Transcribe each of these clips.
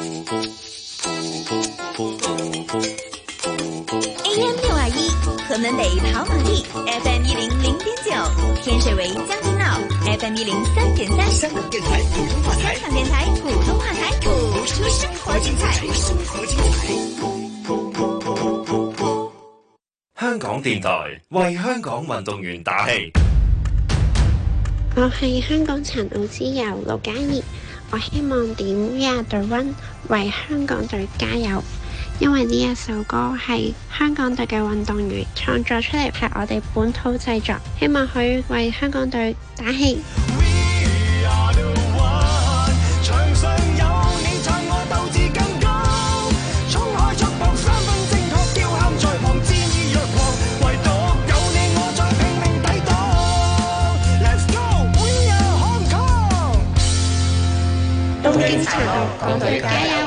AM621河门北跑马地 FM100.9天水围将军澳 FM103.3 香港电台普通话台， 香港电台普通话台，播出生活精彩。 香港電台為香港運動員打氣。 我係香港殘奧之友盧嘉怡，我希望點 We Are The One 為香港隊加油，因為呢一首歌係香港隊嘅運動員創作出嚟，係我哋本土製作，希望可以為香港隊打氣。港隊加油！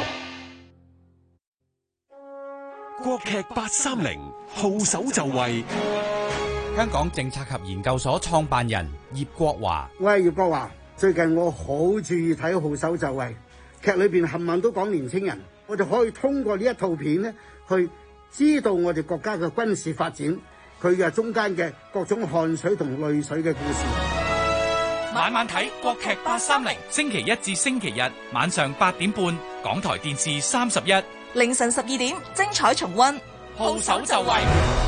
國劇830號手就位。 香港政策及研究所創辦人葉國華， 我係葉國華。最近我好注意睇《號手就位》，劇裏邊冚唪唥都講年青人，我就可以通過呢一套片咧，去知道我哋國家嘅軍事發展，佢嘅中間嘅各種汗水同淚水嘅故事。 晚晚睇國劇830，星期一至星期日晚上8點半，港台電視31， 凌晨12點精彩重溫。 號手就位。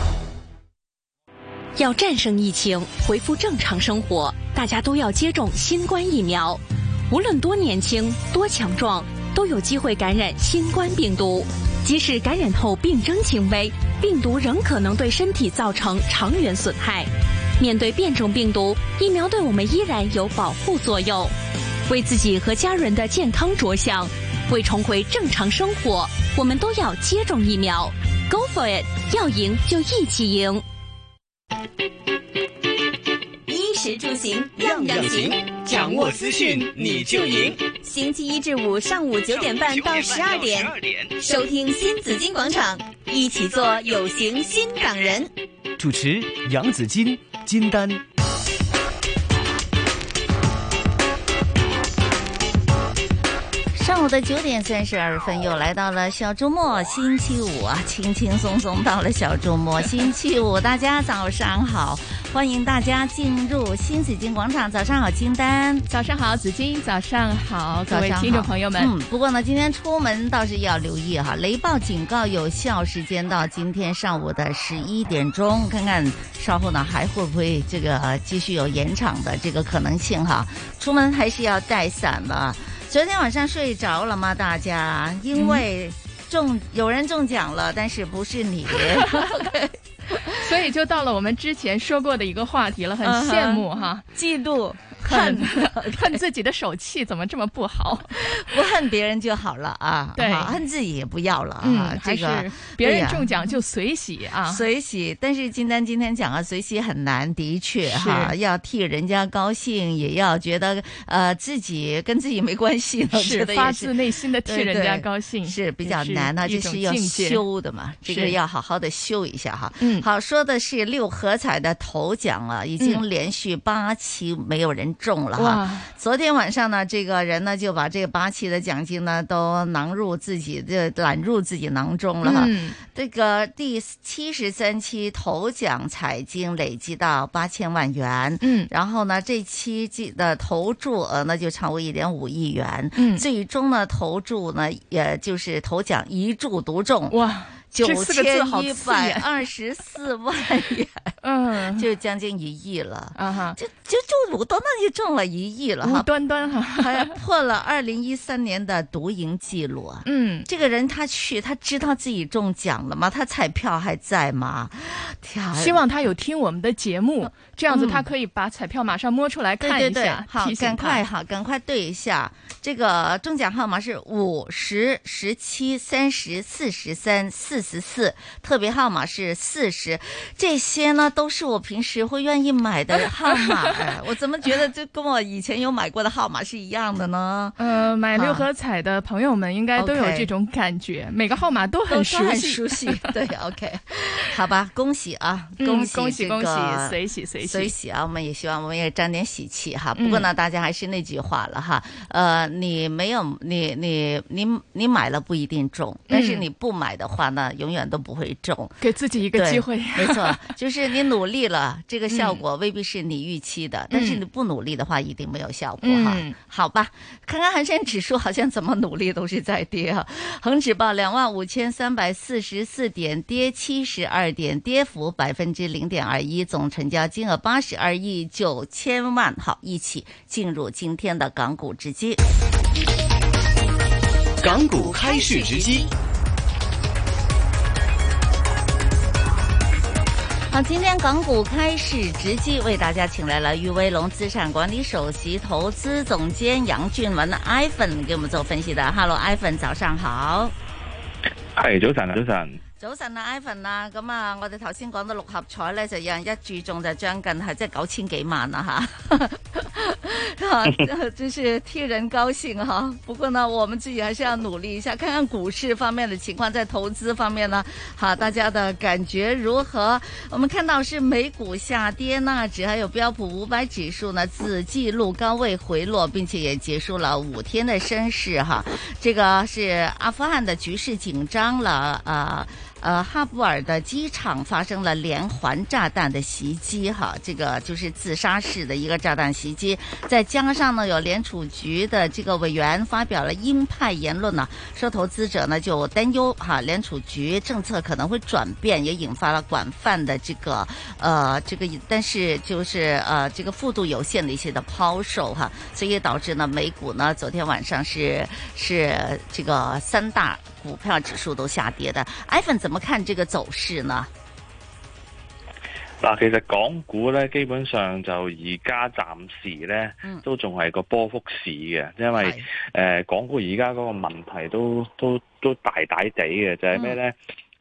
要戰勝疫情，恢復正常生活，大家都要接種新冠疫苗。無論多年輕、多強壯，都有機會感染新冠病毒。即使感染後病徵輕微，病毒仍可能對身體造成長遠損害。面對變種病毒，疫苗對我們依然有保護作用。為自己和家人的健康着想，為重回正常生活，我們都要接種疫苗。Go for it！ 要贏就一起贏。 衣食住行樣樣行， 掌握資訊你就贏。 星期一至五上午9點半到12點，收聽新紫荊廣場，一起做有型新港人。 主持楊子矜、金丹。 上午的9點32分，又來到了小周末，星期五啊，輕輕鬆鬆到了小周末，星期五，大家早上好，歡迎大家進入新紫荊廣場。早上好，金丹。 早上好，子矜。早上好，各位聽眾朋友們。 不過呢，今天出門倒是要留意哈，雷暴警告有效時間到今天上午的11點鐘，看看稍後呢還會不會這個繼續有延長的這個可能性哈。出門還是要帶傘的。昨天晚上睡着了嗎？大家因為有人中獎了，但是不是你okay 所以就到了我們之前說過的一個話題了，很羨慕哈， 嫉妒恨自己的手氣怎麼這麼不好， 不恨別人就好了啊， 對， 恨自己也不要了啊，這個別人中獎就隨喜啊， 隨喜。但是金丹今天講啊，隨喜很難，的確哈，要替人家高興，也要覺得自己跟自己沒關係了， 是發自內心的替人家高興， 是比較難啊，這是要修的嘛，這個要好好的修一下哈。好，說的是6合彩的頭獎啊，已經連續8期沒有人中了哈。昨天晚上呢，這個人呢就把這個8期的獎金呢都攬入自己囊中了哈。這個第73期頭獎彩金累計到8000萬元，然後呢這期的投注額呢就超過1.5億元，最終呢投注呢也就是頭獎一注獨中，哇，9124萬元，就將近1億了，就無端端就中了1億了， 無端端哈， 還破了2013年的獨贏紀錄啊！這個人他知道自己中獎了嗎？他彩票還在嗎？ 希望他有聽我們的節目，這樣子他可以把彩票馬上摸出來看一下， 好，趕快對一下。這個中獎號碼是5、10、17、30、43、44，特別號碼是40，這些呢都是是我平時會願意買的號碼。我怎麼覺得這跟我以前有買過的號碼是一樣的呢？ 買六合彩的朋友們應該都有這種感覺，每個號碼都很熟悉。 對 ，OK， 好吧，恭喜啊，恭喜， 隨喜啊！我們也希望我們也沾點喜氣哈。不過呢，大家還是那句話了哈，你沒有你買了不一定中，但是你不買的話呢，永遠都不會中。 給自己一個機會， 沒錯，就是你努力了，這個效果未必是你預期的，但是你不努力的話，一定沒有效果哈。好吧，看看恒生指數好像怎麼努力都是在跌哈，恒指報25,344點，跌72點，跌幅0.21%，總成交金額82億9千萬。好，一起進入今天的港股直擊。 港股開市直擊。 好，今天港股開市直擊，為大家請來了裕威龍資產管理首席投資總監楊俊文 Ivan 給我們做分析的。Hello Ivan，早上好。 係，早晨，早晨。 早晨啊 ，Ivan 啊，咁啊，我哋頭先講到六合彩咧，就有人一注中就將近係即係9000幾萬啦吓，真是替人高興哈。不過呢，我們自己還是要努力一下，看看股市方面的情況，在投資方面呢，好，大家的感覺如何？我們看到是美股下跌，納指還有標普500指數呢，自紀錄高位回落，並且也結束了5天的升勢哈。這個是阿富汗的局勢緊張了哈布爾的機場發生了連環炸彈的襲擊哈，這個就是自殺式的一個炸彈襲擊，再加上呢有聯儲局的這個委員發表了鷹派言論呢，說投資者呢就擔憂哈聯儲局政策可能會轉變，也引發了廣泛的這個但是就是這個幅度有限的一些的拋售哈，所以導致呢美股呢昨天晚上是這個三大股票指數都下跌的。Ivan 怎麼看這個走勢呢？ 嗱，其實港股咧，基本上就而家暫時咧，都仲係個波幅市嘅，因為港股而家嗰個問題都大大地嘅，就係咩咧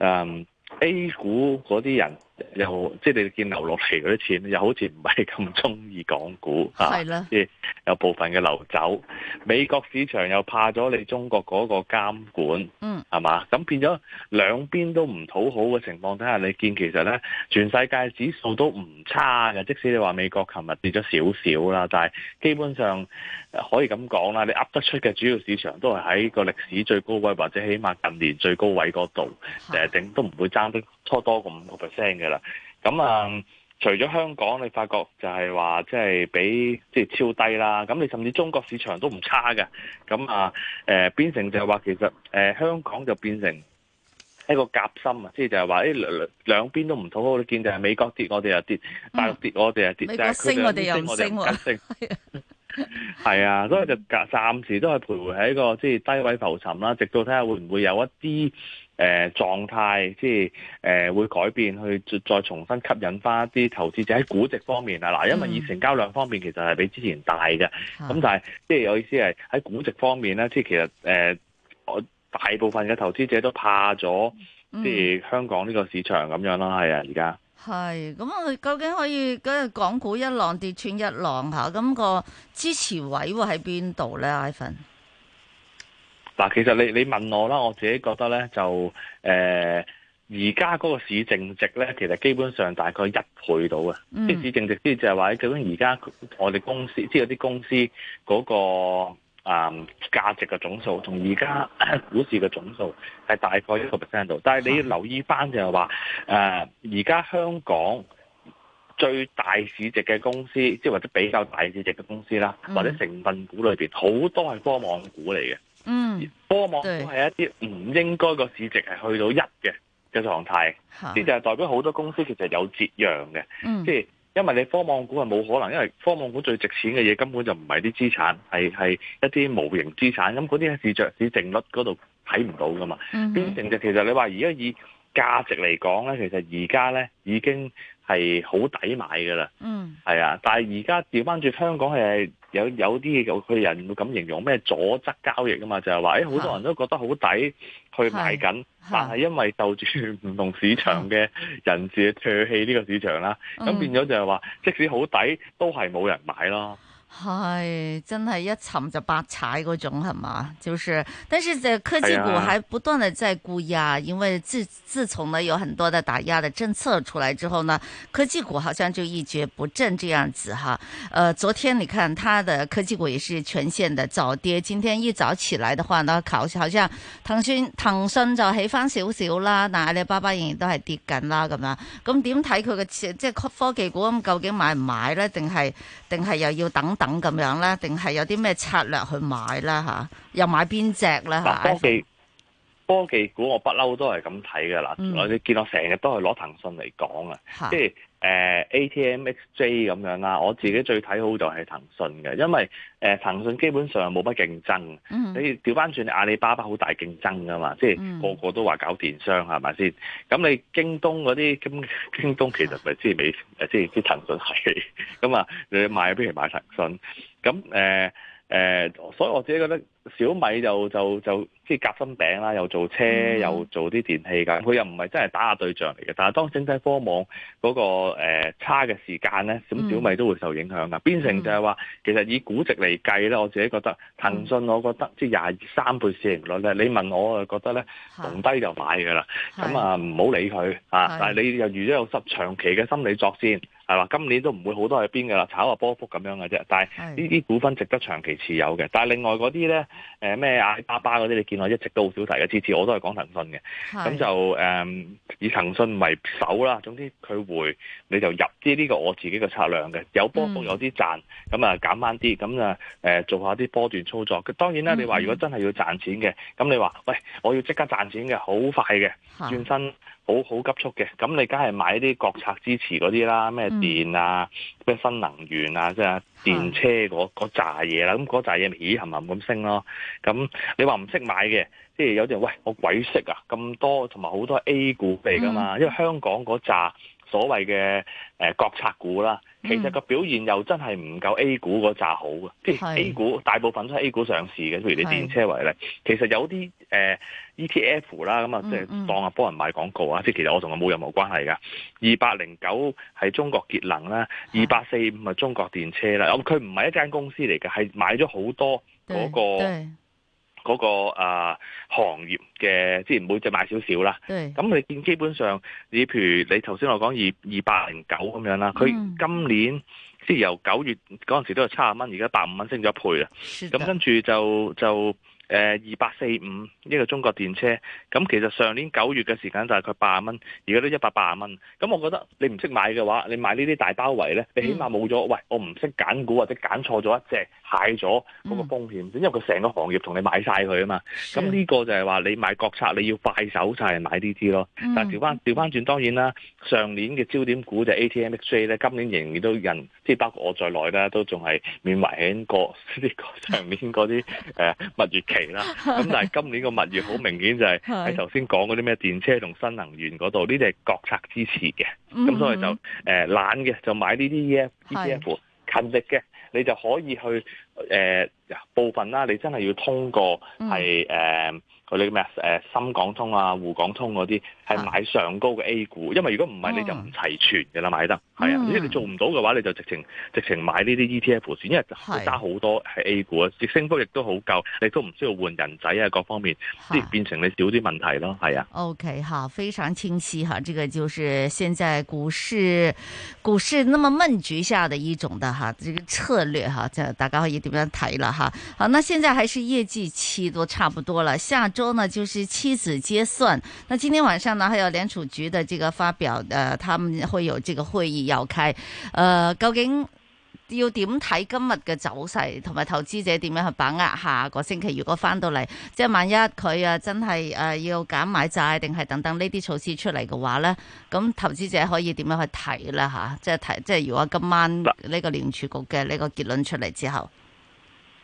？A 股嗰啲人又即係你見流落嚟嗰啲錢，又好似唔係咁中意港股嚇，即係有部分嘅流走。美國市場又怕咗你中國嗰個監管，係嘛？咁變咗兩邊都唔討好嘅情況底下，你見其實咧，全世界指數都唔差嘅。即使你話美國琴日跌咗少少啦，但係基本上可以咁講啦，你噏得出嘅主要市場都係喺個歷史最高位或者起碼近年最高位嗰度，頂都唔會爭得多過5% 嘅啦。咁除咗香港，你發覺就係話即係比即係超低啦。咁你甚至中國市場都唔差嘅。咁變成就係話其實香港就變成一個夾心啊，即係就係話兩邊都唔討好。你見就係美國跌我哋又跌，大陸跌我哋又跌， 美國升我哋又唔升喎。係啊，所以就暫時都係徘徊喺一個即係低位浮沉啦，直到睇下會唔會有一啲狀態，即係會改變，去再重新吸引翻一啲投資者喺估值方面啊。嗱，因為以成交量方面其實係比之前大嘅，咁但係即係有意思係喺估值方面咧，即係其實大部分嘅投資者都怕咗，即係香港呢個市場咁樣啦。係啊，而家。 係咁啊！究竟可以嗰日港股一浪跌穿一浪嚇，咁個支持位會喺邊度咧 ？Ivan 嗱，其實你問我啦，我自己覺得咧就而家嗰個市淨值咧，其實基本上大概1倍到嘅。即係市淨值，即係就係話究竟而家我哋公司，即係有啲公司嗰個價值嘅總數，同而家股市嘅總數係大概1% 度。但係你要留意翻就係話，而家香港最大市值嘅公司，即係或者比較大市值嘅公司啦，或者成分股裏邊好多係科網股嚟嘅。科網股係一啲唔應該個市值係去到1嘅狀態，即係就係代表好多公司其實有折讓嘅，即係。因為你科網股係冇可能，因為科網股最值錢嘅嘢根本就唔係啲資產，係一啲無形資產，咁嗰啲喺市淨率嗰度睇唔到噶嘛。變成就其實你話而家以價值嚟講咧，其實而家咧已經係好抵買㗎啦。係啊，但係而家調翻轉香港係有啲佢人會咁形容咩左側交易啊嘛，就係話好多人都覺得好抵去買緊，但係因為受住唔同市場嘅人士唾棄呢個市場啦，咁變咗就係話即使好抵都係冇人買咯。 係真係一沉就百踩嗰種係嘛？就是，但是這科技股還不斷的在沽壓，因為自從呢有很多的打壓的政策出來之後呢，科技股好像就一蹶不振這樣子哈。昨天你看它的科技股也是全線的早跌，今天一早起來的話呢，好像騰訊就起翻少少啦，但阿里巴巴仍然都係跌緊啦咁樣。咁點睇佢嘅即係科技股咁究竟買唔買咧？定係又要等咁樣咧，定係有啲咩策略去買啦吓？又買邊隻咧吓？ 科技股我不嬲都係咁睇噶啦，你見我成日都係攞騰訊嚟講啊，即係ATMXJ 咁樣啦。我自己最睇好就係騰訊嘅，因為騰訊基本上冇乜競爭。你調翻轉，阿里巴巴好大競爭噶嘛，即係個個都話搞電商係咪先？咁你京東嗰啲，京東其實咪即係未即係啲騰訊係咁啊？你買不如買騰訊咁所以我自己覺得小米就即係夾心餅啦，又做車又做啲電器㗎，佢又唔係真係打壓對象嚟嘅。但係當整體科網嗰個差嘅時間咧，咁小米都會受影響㗎。變成就係話，其實以估值嚟計咧，我自己覺得騰訊，我覺得即係23倍市盈率咧，你問我就覺得咧，逢低就買㗎啦。咁啊唔好理佢啊，但係你又預咗有長期嘅心理作先。係嘛？今年都唔會好多喺邊㗎啦，炒下波幅咁樣嘅啫。但係呢啲股份值得長期持有嘅。但係另外嗰啲咧，咩阿里巴巴嗰啲，你見我一直都好少提嘅，次次我都係講騰訊嘅。咁就以騰訊為首啦。總之佢回你就入啲，呢個我自己嘅策略嘅。有波幅有啲賺，咁啊減翻啲，咁啊做下啲波段操作。當然啦，你話如果真係要賺錢嘅，咁你話喂，我要即刻賺錢嘅，好快嘅轉身。好急速嘅，咁你梗係買啲國策支持嗰啲啦，咩電啊，咩新能源啊，即係電車嗰扎嘢啦，咁嗰扎嘢咪咦冚冚咁升咯。咁你話唔識買嘅，即係有啲人喂我鬼識啊，咁多同埋好多 A 股嚟噶嘛，因為香港嗰扎所謂嘅國策股啦，其實個表現又真係唔夠 A 股嗰扎好嘅，即係 A 股大部分都係 A 股上市嘅，譬如你電車為例，其實有啲ETF 啦，咁啊即係當幫人買廣告啊，即係其實我同佢冇任何關係噶。2809係中國節能啦，2845係中國電車啦，咁佢唔係一間公司嚟嘅，係買咗好多嗰個行業嘅，即係每隻買少少啦。咁你見基本上，你譬如你頭先我講2809咁樣啦，佢今年即係由9月嗰陣時都係70蚊，而家150蚊升咗1倍啦。咁跟住就2845呢個中國電車，咁其實上年9月嘅時間大概80蚊，而家都180蚊。咁我覺得你唔識買嘅話，你買呢啲大包圍咧，你起碼冇咗，喂，我唔識揀股或者揀錯咗一隻，蟹咗嗰個風險，因為佢成個行業同你買晒佢啊嘛。咁呢個就係話你買國策，你要快手就係買呢啲咯。但係調翻轉，當然啦，上年嘅焦點股就 ATMXJ 咧，今年仍然都即係包括我在內啦，都仲係緬懷喺呢個上年嗰啲蜜月期啦。咁但係今年個蜜月好明顯就係喺頭先講嗰啲咩電車同新能源嗰度，呢啲係國策支持嘅。咁所以就懶嘅就買呢啲 ETF， 勤力嘅你就可以去部分啦。你真係要通過係嗰啲咩深港通啊、滬港通嗰啲係買上高嘅 A 股，因為如果唔係你就唔齊全嘅啦，買得係啊。如果你做唔到嘅話，你就直情買呢啲 ETF 先，因為揸好多係 A 股啊，升幅亦都好夠，你都唔需要換人仔啊，各方面即係變成你少啲問題咯，係啊。 OK， 好，非常清晰哈，這個就是現在股市那麼悶局下的一種的哈，這個策略哈，就大家可以點樣睇啦哈。好，那現在還是業績期都差不多了，下周呢就是期指結算，那今天晚上呢還有聯儲局的這個發表，他們會有這個會議要開，究竟要點睇今日嘅走勢，同埋投資者點樣去把握下個星期如果翻到嚟，即係萬一佢真係要減買債定係等等呢啲措施出嚟嘅話咧，咁投資者可以點樣去睇咧吓？即係如果今晚呢個聯儲局嘅呢個結論出嚟之後。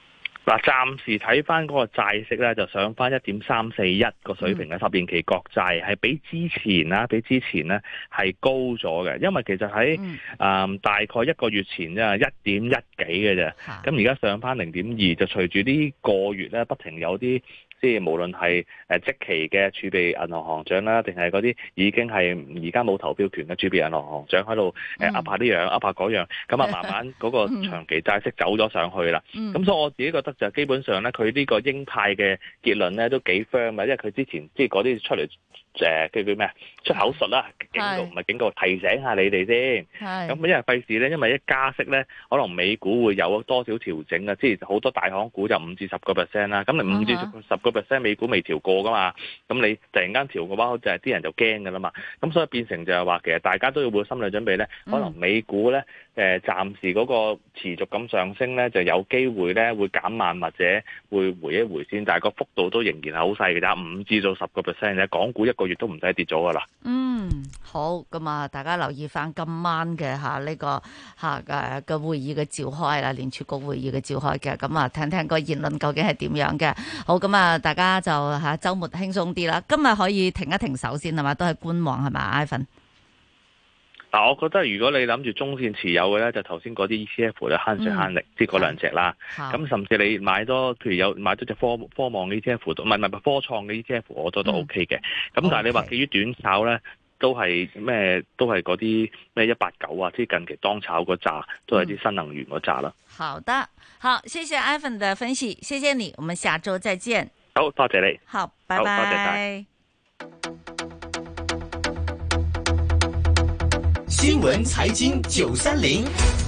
嗱，暫時睇翻嗰個債息咧，就上翻1.341個水平咧，10年期國債係比之前咧係高咗嘅，因為其實喺大概1個月前啫1.1幾嘅啫，咁而家上翻0.2，就隨住呢個月咧不停有啲。即係無論係即期嘅儲備銀行行長啦，定係嗰啲已經係而家冇投票權嘅儲備銀行行長喺度噏下呢樣噏下嗰樣，咁啊慢慢嗰個長期債息走咗上去啦。咁所以我自己覺得就基本上咧，佢呢個鷹派嘅結論咧都幾 firm 嘅，因為佢之前即係嗰啲出嚟叫咩出口術啦，警告唔係警告，提醒下你哋先。咁因為費事咧，因為一加息咧，可能美股會有多少調整啊？即係好多大行股就5至10%啦。咁你5至10%美股未調過噶嘛？咁你突然間調嘅話，就係啲人就驚噶啦嘛。咁所以變成就係話，其實大家都要會心理準備咧，可能美股咧暫時嗰個持續咁上升咧，就有機會咧會減慢或者會回一回先，但係個幅度都仍然係好細嘅咋，5至到10%嘅。港股1個月都唔使跌咗噶啦。 好，咁啊，大家留意翻今晚嘅呢個嘅會議嘅召開啦，聯儲局會議嘅召開嘅，咁啊聽聽個言論究竟係點樣嘅。好，咁啊大家就週末輕鬆啲啦，今日可以停一停手先係嘛，都係觀望係嘛 ，Ivan。 嗱，我覺得如果你諗住中線持有嘅咧，就頭先嗰啲 ETF 咧慳水慳力，即係嗰兩隻啦。咁甚至你買多，譬如買多隻科網嘅 ETF，唔係科創嘅 ETF，我覺得都 OK 嘅。咁但係你話基於短炒咧，都係嗰啲咩189啊，即係近期當炒嗰扎，都係啲新能源嗰扎啦。 好的，好，謝謝 Ivan 的分析，謝謝你，我們下周再見。 好，多謝你。 好，拜拜。 多謝晒。 新聞財經930，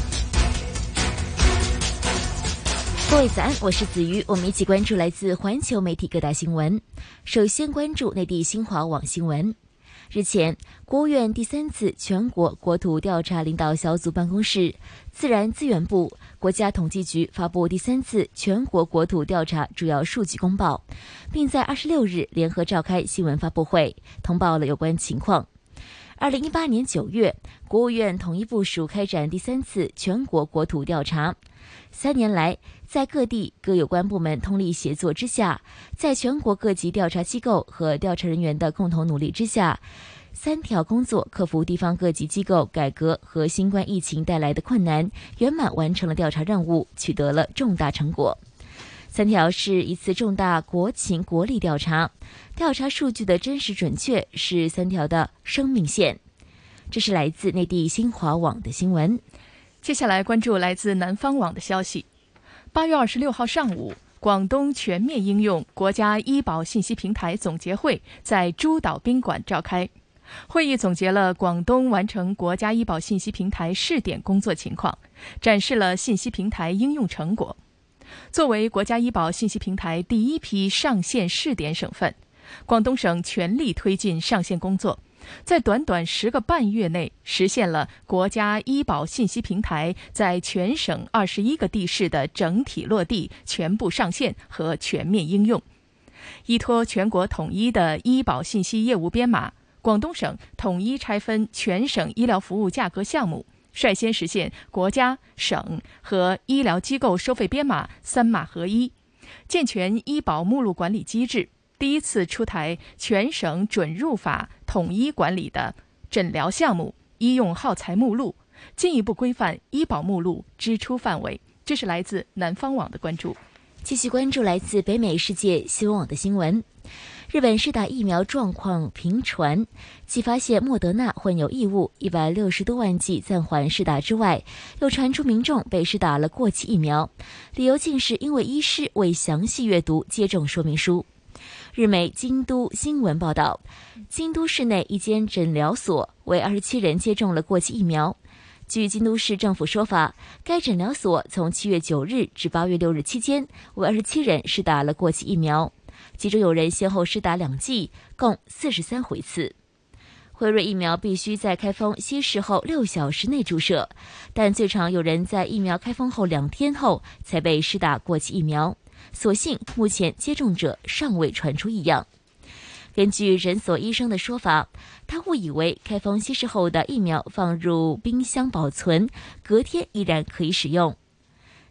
各位早安，我是子瑜，我們一起關注來自環球媒體各大新聞。首先關注內地新華網新聞。日前，國務院第3次全國國土調查領導小組辦公室、自然資源部、國家統計局發布第3次全國國土調查主要數據公報，並在26日聯合召開新聞發布會，通報了有關情況。2018年9月，國務院統一部署開展第3次全國國土調查。3年來，在各地各有關部門通力協作之下，在全國各級調查機構和調查人員的共同努力之下，3條工作克服地方各級機構改革和新冠疫情帶來的困難，圓滿完成了調查任務，取得了重大成果。3條是一次重大國情國力調查，調查數據的真實準確是3條的生命線。這是來自內地新華網的新聞。 接下來關注來自南方網的消息。8月26號上午，廣東全面應用國家醫保信息平台總結會在珠島賓館召開。會議總結了廣東完成國家醫保信息平台試點工作情況，展示了信息平台應用成果。作為國家醫保信息平台第一批上線試點省份，廣東省全力推進上線工作，在短短10個半月內實現了國家醫保信息平台在全省21個地市的整體落地、全部上線和全面應用。依託全國統一的醫保信息業務編碼，廣東省統一拆分全省醫療服務價格項目，率先實現國家、省和醫療機構收費編碼3碼合一，健全醫保目錄管理機制，第一次出台全省準入法統一管理的診療項目醫用耗材目錄，進一步規範醫保目錄支出範圍。這是來自南方網的關注。 繼續關注來自北美世界新聞網的新聞。日本施打疫苗狀況頻傳，繼發現莫德納混有異物160多萬劑暫緩施打之外，又傳出民眾被施打了過期疫苗，理由竟是因為醫師未詳細閱讀接種說明書。日媒京都新聞報道，京都市內一間診療所為27人接種了過期疫苗。據京都市政府說法，該診療所從7月9日至8月6日期間，為27人施打了過期疫苗。其中有人先後施打2劑，共43回次。輝瑞疫苗必須在開封稀釋後6小時內注射，但最常有人在疫苗開封後2天後才被施打過期疫苗。所幸目前接種者尚未傳出異樣。根據診所醫生的說法，他誤以為開封稀釋後的疫苗放入冰箱保存，隔天依然可以使用。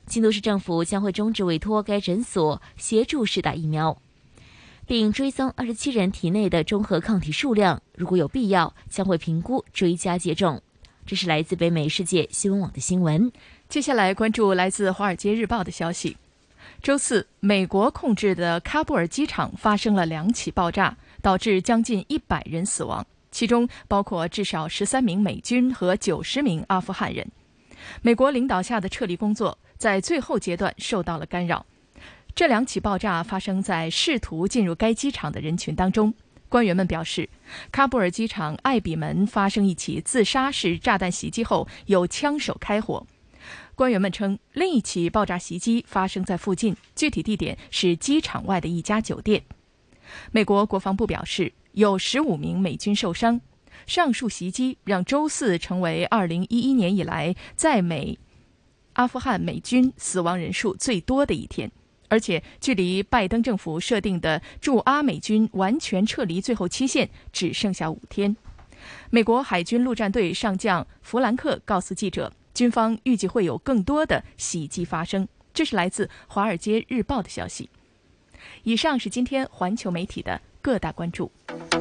京都市政府将会终止委托该诊所协助施打疫苗，并追踪27人体内的中和抗体数量，如果有必要，将会评估追加接种。这是来自北美世界新闻网的新闻。 接下来关注来自《华尔街日报》的消息。周四，美国控制的喀布尔机场发生了2起爆炸，导致将近100人死亡，其中包括至少13名美军和90名阿富汗人。美国领导下的撤离工作在最后阶段受到了干扰。这2起爆炸发生在试图进入该机场的人群当中。官员们表示，喀布尔机场艾比门发生一起自杀式炸弹袭击后，有枪手开火。官员们称，另一起爆炸袭击发生在附近，具体地点是机场外的一家酒店。美国国防部表示，有15名美军受伤。上述袭击让周四成为2011年以来在阿富汗美军死亡人数最多的一天，而且距离拜登政府设定的驻阿美军完全撤离最后期限只剩下5天。美国海军陆战队上将弗兰克告诉记者，军方预计会有更多的袭击发生。这是来自《华尔街日报》的消息。以上是今天环球媒体的各大关注。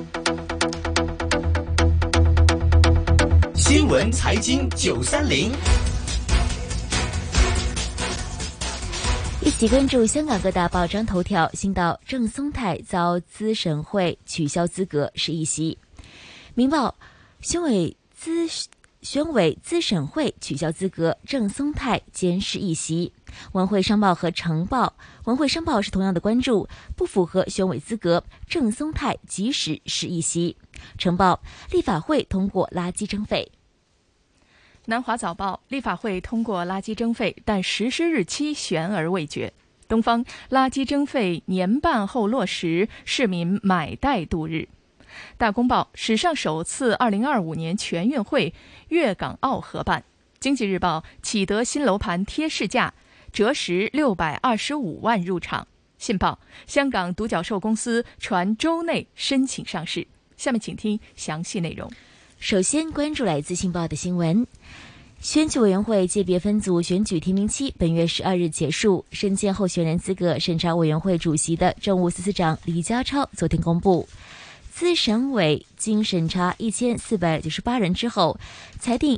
新闻财经930， 一起关注香港各大报章头条。新到郑松泰遭资审会取消资格是一席。明报选委资审会取消资格，郑松泰监视一席。文汇商报和成报，文汇商报是同样的关注，不符合选委资格，郑松泰即使是一席。成报，立法会通过垃圾征费。 南华早报，立法会通过垃圾征费，但实施日期悬而未决。东方，垃圾征费年半后落实，市民买袋度日。大公报，史上首次2025年全运会粤港澳合办。经济日报，启德新楼盘贴市价，折实625万入场。信报，香港独角兽公司传周内申请上市。下面请听详细内容。 首先关注来自信报的新闻。选举委员会界别分组选举提名期本月12日结束，身兼候选人资格审查委员会主席的政务司司长李家超昨天公布，资审委经审查1498人之后，裁定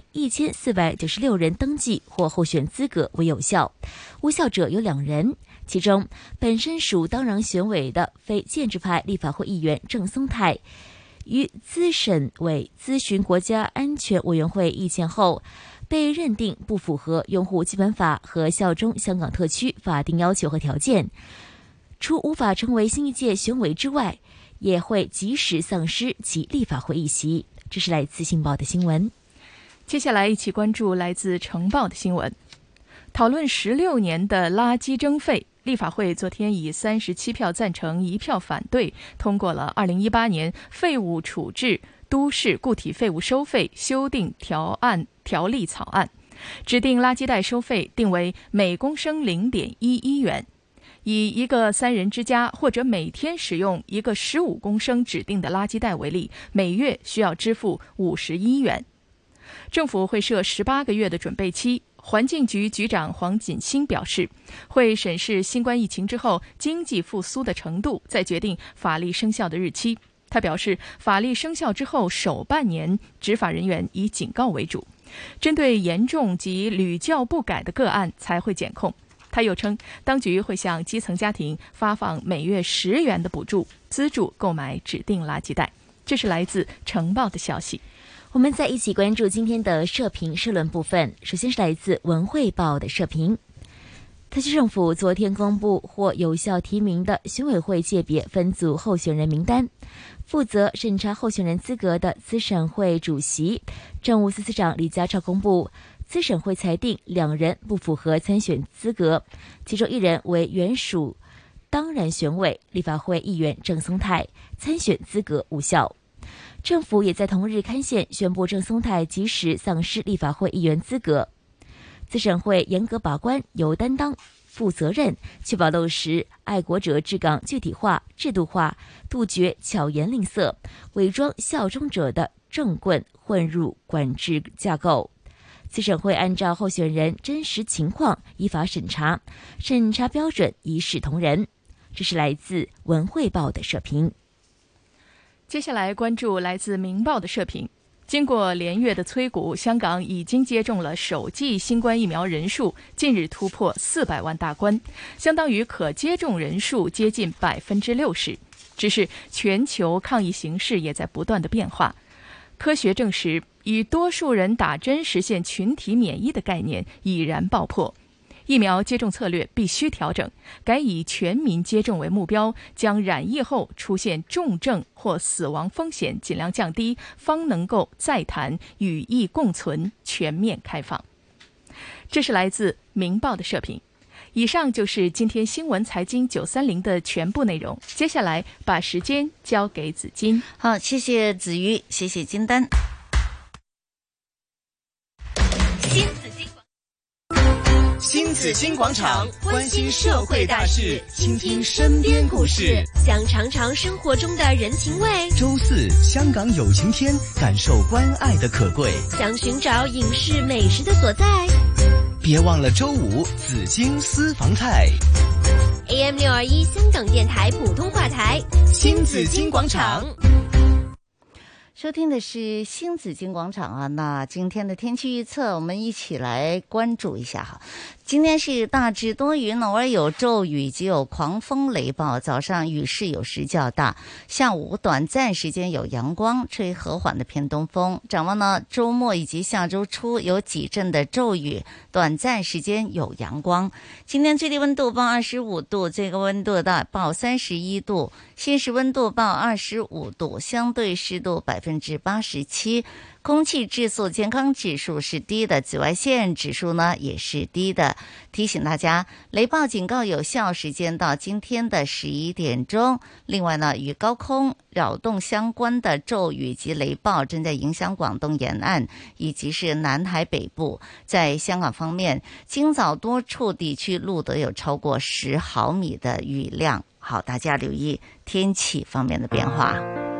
1496人登记或候选资格为有效，无效者有2人，其中本身属当然选委的非建制派立法会议员郑松泰，于资审委咨询国家安全委员会意见后，被认定不符合拥护基本法和效忠香港特区法定要求和条件，除无法成为新一届选委之外，也会即时丧失其立法会议席。这是来自信报的新闻。 接下来一起关注来自成报的新闻。讨论16年的垃圾征费，立法会昨天以37票赞成1票反对通过了2018年废物处置都市固体废物收费修订条例草案，指定垃圾袋收费定为每公升0.11元，以一个3人之家或者每天使用一个15公升指定的垃圾袋为例，每月需要支付51元。政府会设18个月的准备期。环境局局长黄锦星表示，会审视新冠疫情之后经济复苏的程度，再决定法律生效的日期。他表示，法律生效之后首半年，执法人员以警告为主，针对严重及屡教不改的个案才会检控。他又称，当局会向基层家庭发放每月10元的补助，资助购买指定垃圾袋。这是来自成报的消息。 我们再一起关注今天的社评社论部分。首先是来自文汇报的社评。特区政府昨天公布获有效提名的选委会界别分组候选人名单，负责审查候选人资格的资审会主席政务司司长李家超公布，资审会裁定2人不符合参选资格，其中1人为原属当然选委立法会议员郑松泰，参选资格无效。政府也在同日刊宪宣布郑松泰即时丧失立法会议员资格。资审会严格把关，有担当、负责任，确保落实爱国者治港具体化、制度化，杜绝巧言令色、伪装效忠者的政棍混入管制架构。 资审会按照候选人真实情况依法审查，审查标准一视同仁。这是来自文汇报的社评。 接下来关注来自明报的社评。经过连月的催谷，香港已经接种了首剂新冠疫苗人数近日突破400万大关，相当于可接种人数接近60%。只是全球抗疫形势也在不断的变化。科学证实，以多数人打针实现群体免疫的概念已然爆破。疫苗接种策略必须调整，改以全民接种为目标，将染疫后出现重症或死亡风险尽量降低，方能够再谈与疫共存、全面开放。这是来自明报的社评。以上就是今天新闻财经930的全部内容。接下来把时间交给子金。 好，谢谢子瑜，谢谢金丹。 新紫金广场，关心社会大事，倾听身边故事， 想尝尝生活中的人情味。 周4香港有晴天，感受关爱的可贵。 想寻找影视美食的所在， 别忘了周5紫金私房菜。 AM 621香港电台普通话台， 新紫金广场。 收听的是新紫金广场啊，那今天的天气预测，我们一起来关注一下哈。今天是大致多云，偶尔有骤雨及有狂风雷暴，早上雨势有时较大，下午短暂时间有阳光，吹和缓的偏东风。展望呢，周末以及下周初有几阵的骤雨，短暂时间有阳光。今天最低温度报25度，最高温度报31度，现时温度报25度，相对湿度87%。空气质素健康指数是低的，紫外线指数呢也是低的。提醒大家，雷暴警告有效时间到今天的11点钟。另外呢，与高空扰动相关的骤雨及雷暴正在影响广东沿岸以及是南海北部。在香港方面，今早多处地区录得有超过10毫米的雨量。好，大家留意天气方面的变化。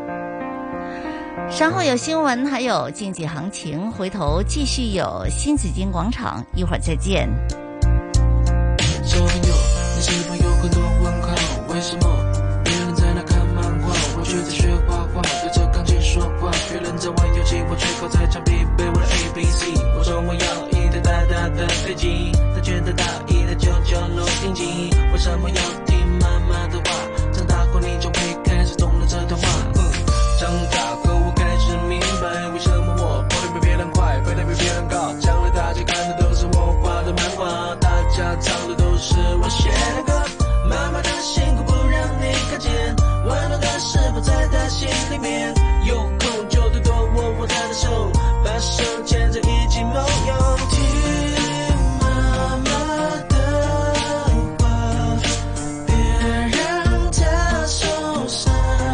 稍后有新闻，还有经济行情，回头继续有新紫金广场，一会儿再见。 小朋友，你是否有很多问号？为什么别人在那看漫画，我却在学画画，对着钢琴说话？别人在玩游戏，我却靠在墙壁背我的 ABC。我说我要一台大大的飞机，他觉得大一台996楼顶级。为什么要听妈妈的话？长大后你就会开始懂了这段话。长大后我开始明白，为什么我跑得比别人快，飞得比别人高。将来大家看的都是我画的漫画，大家唱的都是我写的歌。妈妈的辛苦不让你看见，温暖的是否在她心里面。有空就多多握握她的手，把手牵着一起梦游。听妈妈的话，别让她受伤。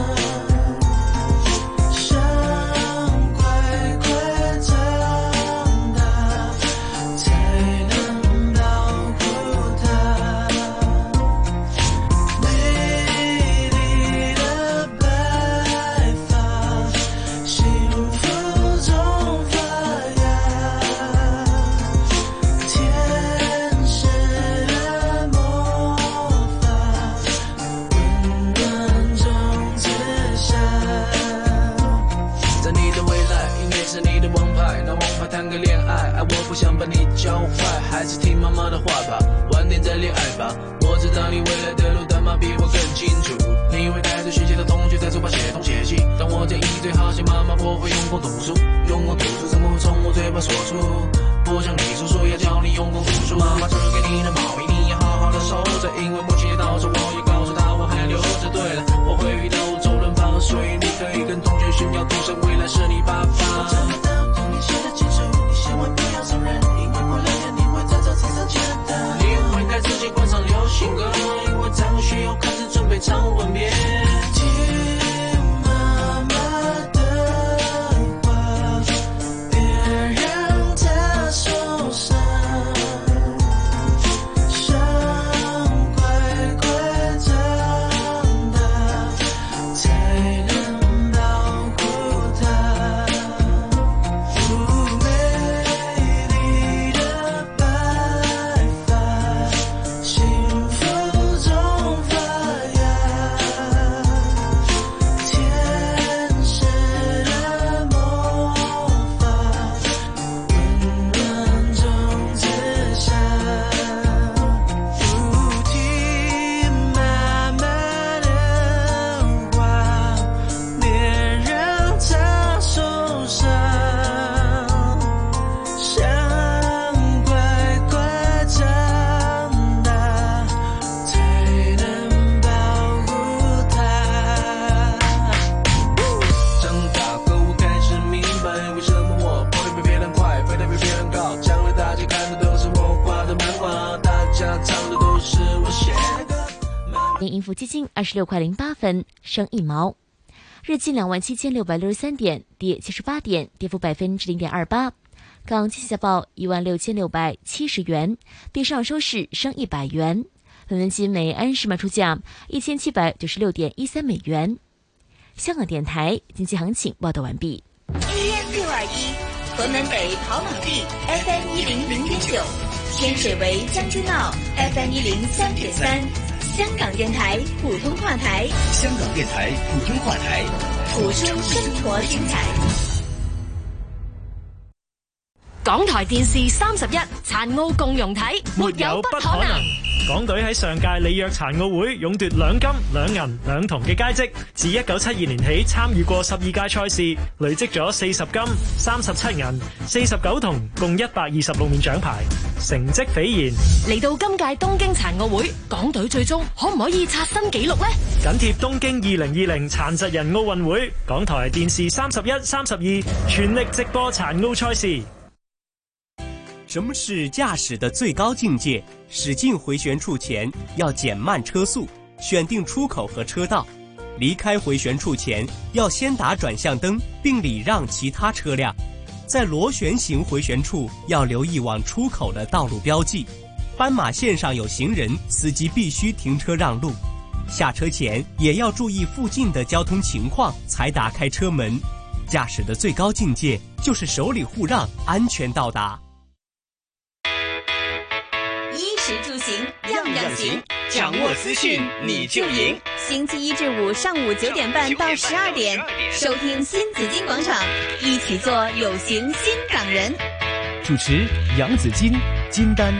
不想把你教坏，还是听妈妈的话吧，晚点再恋爱吧。我知道你未来的路，但妈比我更清楚。你会带着学习的同学在书包写东写西，当我这一堆好像妈妈，我会用功读书，用功读书怎么会从我嘴巴说出？不像你叔叔要教你用功读书，妈妈织给你的毛衣你要好好的收着，因为母亲节到时我也告诉她我还留着。对了，我会遇到周润发，所以你可以跟同学炫耀，赌神未来是你爸爸。我这么到童年写的清楚，你千万不要承认，因为过2年你会在这世上见的。你会开始习惯上流行歌，因为张学友开始准备唱吻别。听妈妈的话，别让她受伤，伤快快盈富基金26块08分，升1毛。日经27663点，跌78点，跌幅0.28%。港经济小报16670元，比上收市升100元。伦敦金每安士卖出价1796.13美元。香港电台经济行情报道完毕。 AM621，屯门北跑马地 FM100.9，天水围将军澳 FM103.3，香港电台普通话台， 香港电台普通话台， 谱出生活精彩。 港台電視31殘奧共融體，沒有不可能。 港隊喺上屆里約殘奧會勇奪2金2銀2銅嘅佳績，自1972年起參與過12屆賽事，累積咗40金、37銀、49銅，共126面獎牌，成績斐然。 嚟到今屆東京殘奧會，港隊最終可唔可以刷新紀錄呢？ 緊貼東京2020殘疾人奧運會，港台電視31、32全力直播殘奧賽事。 什麼是駕駛的最高境界？駛進迴旋處前要減慢車速，選定出口和車道。離開迴旋處前要先打轉向燈，並禮讓其他車輛。在螺旋形迴旋處要留意往出口的道路標記。斑馬線上有行人，司機必須停車讓路。下車前也要注意附近的交通情況，才打開車門。駕駛的最高境界就是手禮互讓，安全到達。 食住行樣樣行， 掌握資訊你就贏。 星期一至五上午9點半到12點，收聽新紫荊廣場，一起做有型新港人。 主持楊子矜、金丹。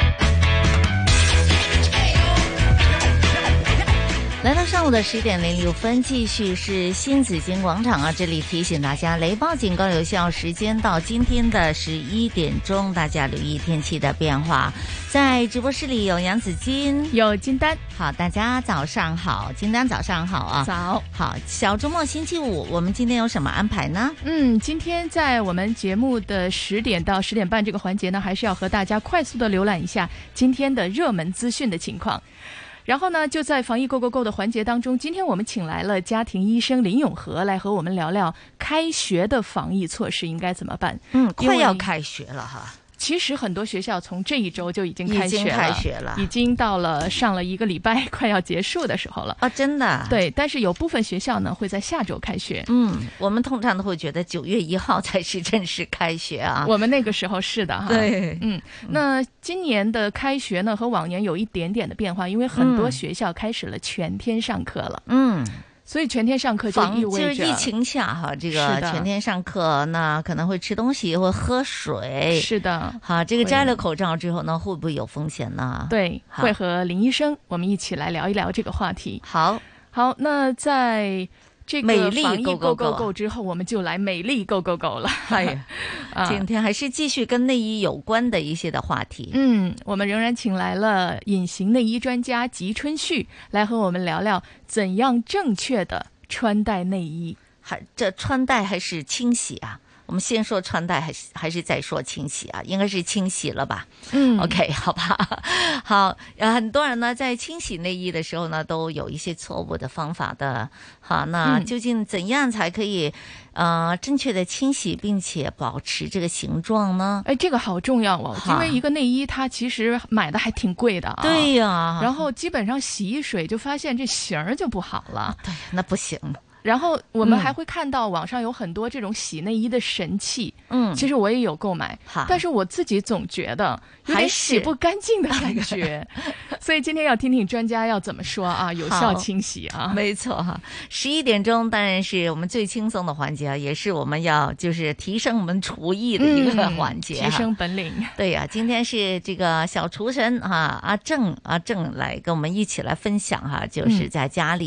来到上午的10點06分，繼續是新紫荊廣場啊！這裡提醒大家，雷暴警告有效時間到今天的11點鐘，大家留意天氣的變化。在直播室裡有楊子矜， 有金丹。 好，大家早上好，金丹早上好啊！ 早。 好，小周末星期五，我們今天有什麼安排呢？ 今天在我們節目的10點到10點半這個環節呢，還是要和大家快速的瀏覽一下今天的熱門資訊的情況。然後呢，就在防疫 Go Go Go 的環節當中，今天我們請來了家庭醫生林永和來和我們聊聊開學的防疫措施應該怎麼辦。 快要開學了哈。 其實很多學校從這一周就已經開學了，已經到了上了1個禮拜快要結束的時候了。 真的？ 對，但是有部分學校呢會在下周開學。 我們通常都會覺得9月1號才是正式開學啊。 我們那個時候是的哈。 對， 那今年的開學呢和往年有一點點的變化，因為很多學校開始了全天上課了。所以全天上課就意味着就是疫情下哈，這個全天上課，那可能會吃東西或喝水。 是的， 好，這個摘了口罩之後呢，會不會有風險呢？ 對，會和林醫生我們一起來聊一聊這個話題。 好， 那在這個防疫 Go Go Go 之後，我們就來美麗 Go Go Go 了。 係，今天還是繼續跟內衣有關的一些的話題。 我們仍然請來了隱形內衣專家吉春旭來和我們聊聊怎樣正確的穿戴內衣。 這穿戴還是清洗啊？我們先說穿戴還是再說清洗啊？應該是清洗了吧？OK， 好吧。好，很多人呢在清洗內衣的時候呢，都有一些錯誤的方法的。好，那究竟怎樣才可以正確的清洗並且保持這個形狀呢？ 這個好重要哦，因為一個內衣它其實買的還挺貴的啊。 對呀。 然後基本上洗一水就發現這型兒就不好了。 對，那不行。 然後我們還會看到網上有很多這種洗內衣的神器，其實我也有購買，但是我自己總覺得有點洗不乾淨的感覺，所以今天要聽聽專家要怎麼說啊，有效清洗啊。 沒錯哈，11點鐘當然是我們最輕鬆的環節，也是我們要就是提升我們廚藝的一個環節， 提升本領。 對呀，今天是這個小廚神阿正來跟我們一起來分享哈，就是在家裡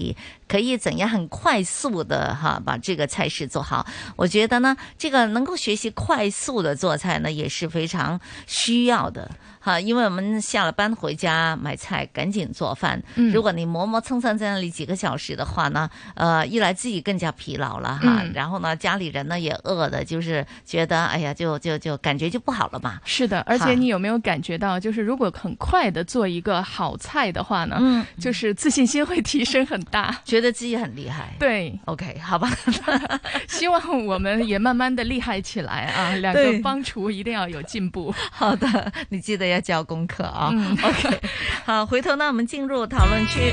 可以怎样很快速的把这个菜式做好。我觉得呢，这个能够学习快速的做菜呢，也是非常需要的。因为我们下了班回家买菜赶紧做饭，如果你磨磨蹭蹭在那里几个小时的话呢，一来自己更加疲劳了然后呢家里人呢也饿的，就是觉得哎呀就感觉就不好了嘛。 是的，而且你有没有感觉到，就是如果很快的做一个好菜的话呢，就是自信心会提升很大， 觉得自己很厉害。 对 ，OK， 好吧， 希望我们也慢慢的厉害起来啊！两个帮厨一定要有进步。 好的，你记得要交功课啊。OK， 好，回头呢我们进入讨论区。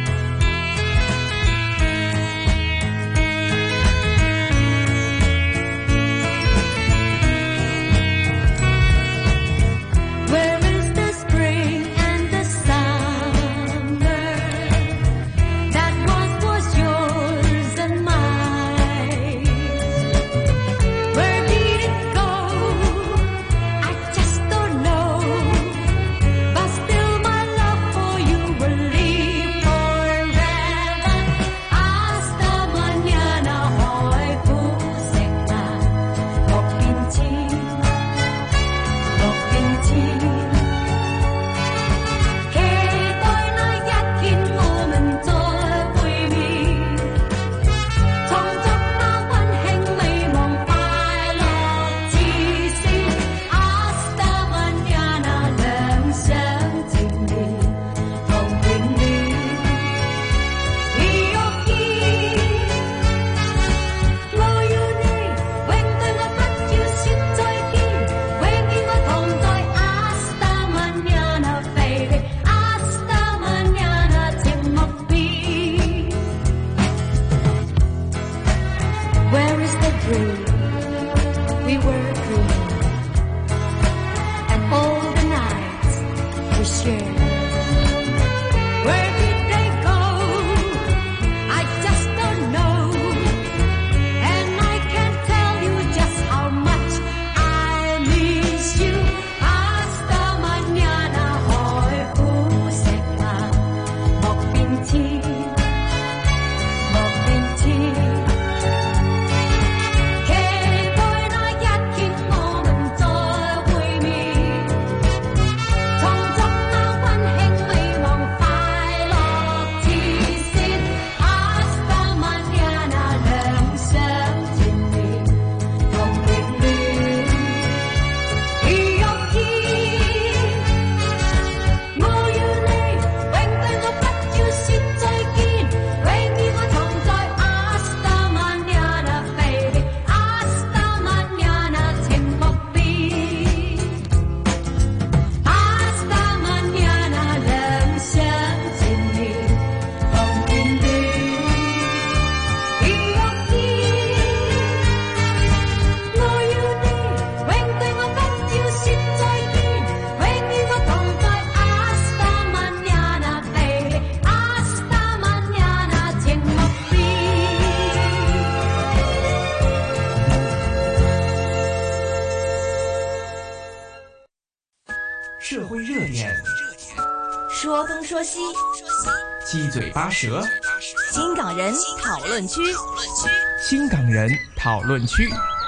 社会热点， 说东说西， 七嘴八舌， 新港人讨论区， 新港人讨论区。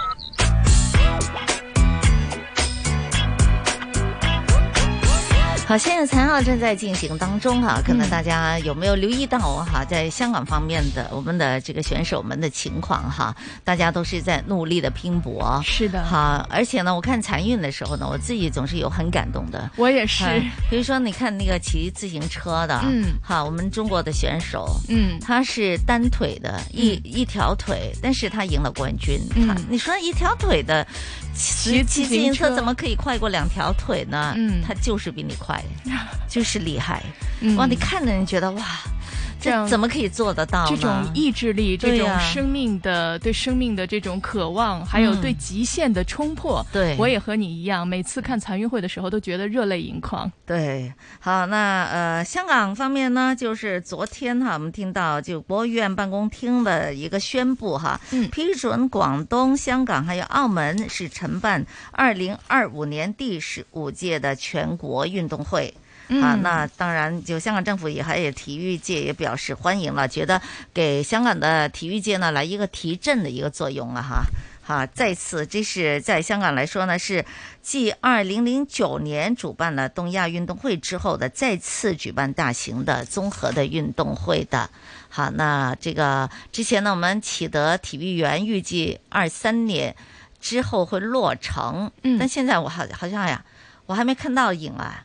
好，现在残奥正在进行当中哈，可能大家有没有留意到哈，在香港方面的我们的这个选手们的情况哈，大家都是在努力的拼搏。 是的， 好，而且呢，我看残运的时候呢，我自己总是有很感动的。 我也是， 比如说你看那个骑自行车的，好，我们中国的选手，他是单腿的，一条腿，但是他赢了冠军。你说一条腿的骑自行车怎么可以快过两条腿呢？他就是比你快。就是厉害，哇！你看着你觉得哇，这怎么可以做得到呢？ 这种意志力，这种生命的对生命的这种渴望，还有对极限的冲破。对，我也和你一样，每次看残运会的时候都觉得热泪盈眶。 对，好，那香港方面呢，就是昨天哈，我们听到就国务院办公厅的一个宣布哈，批准广东、香港还有澳门是承办2025年第15届的全国运动会。 那当然就香港政府也体育界也表示欢迎了，觉得给香港的体育界呢来一个提振的一个作用啊再次，这是在香港来说呢，是继2009年主办了东亚运动会之后的再次举办大型的综合的运动会的。好，那这个之前呢，我们启德体育园预计23年之后会落成，但现在我好像呀，我还没看到影啊。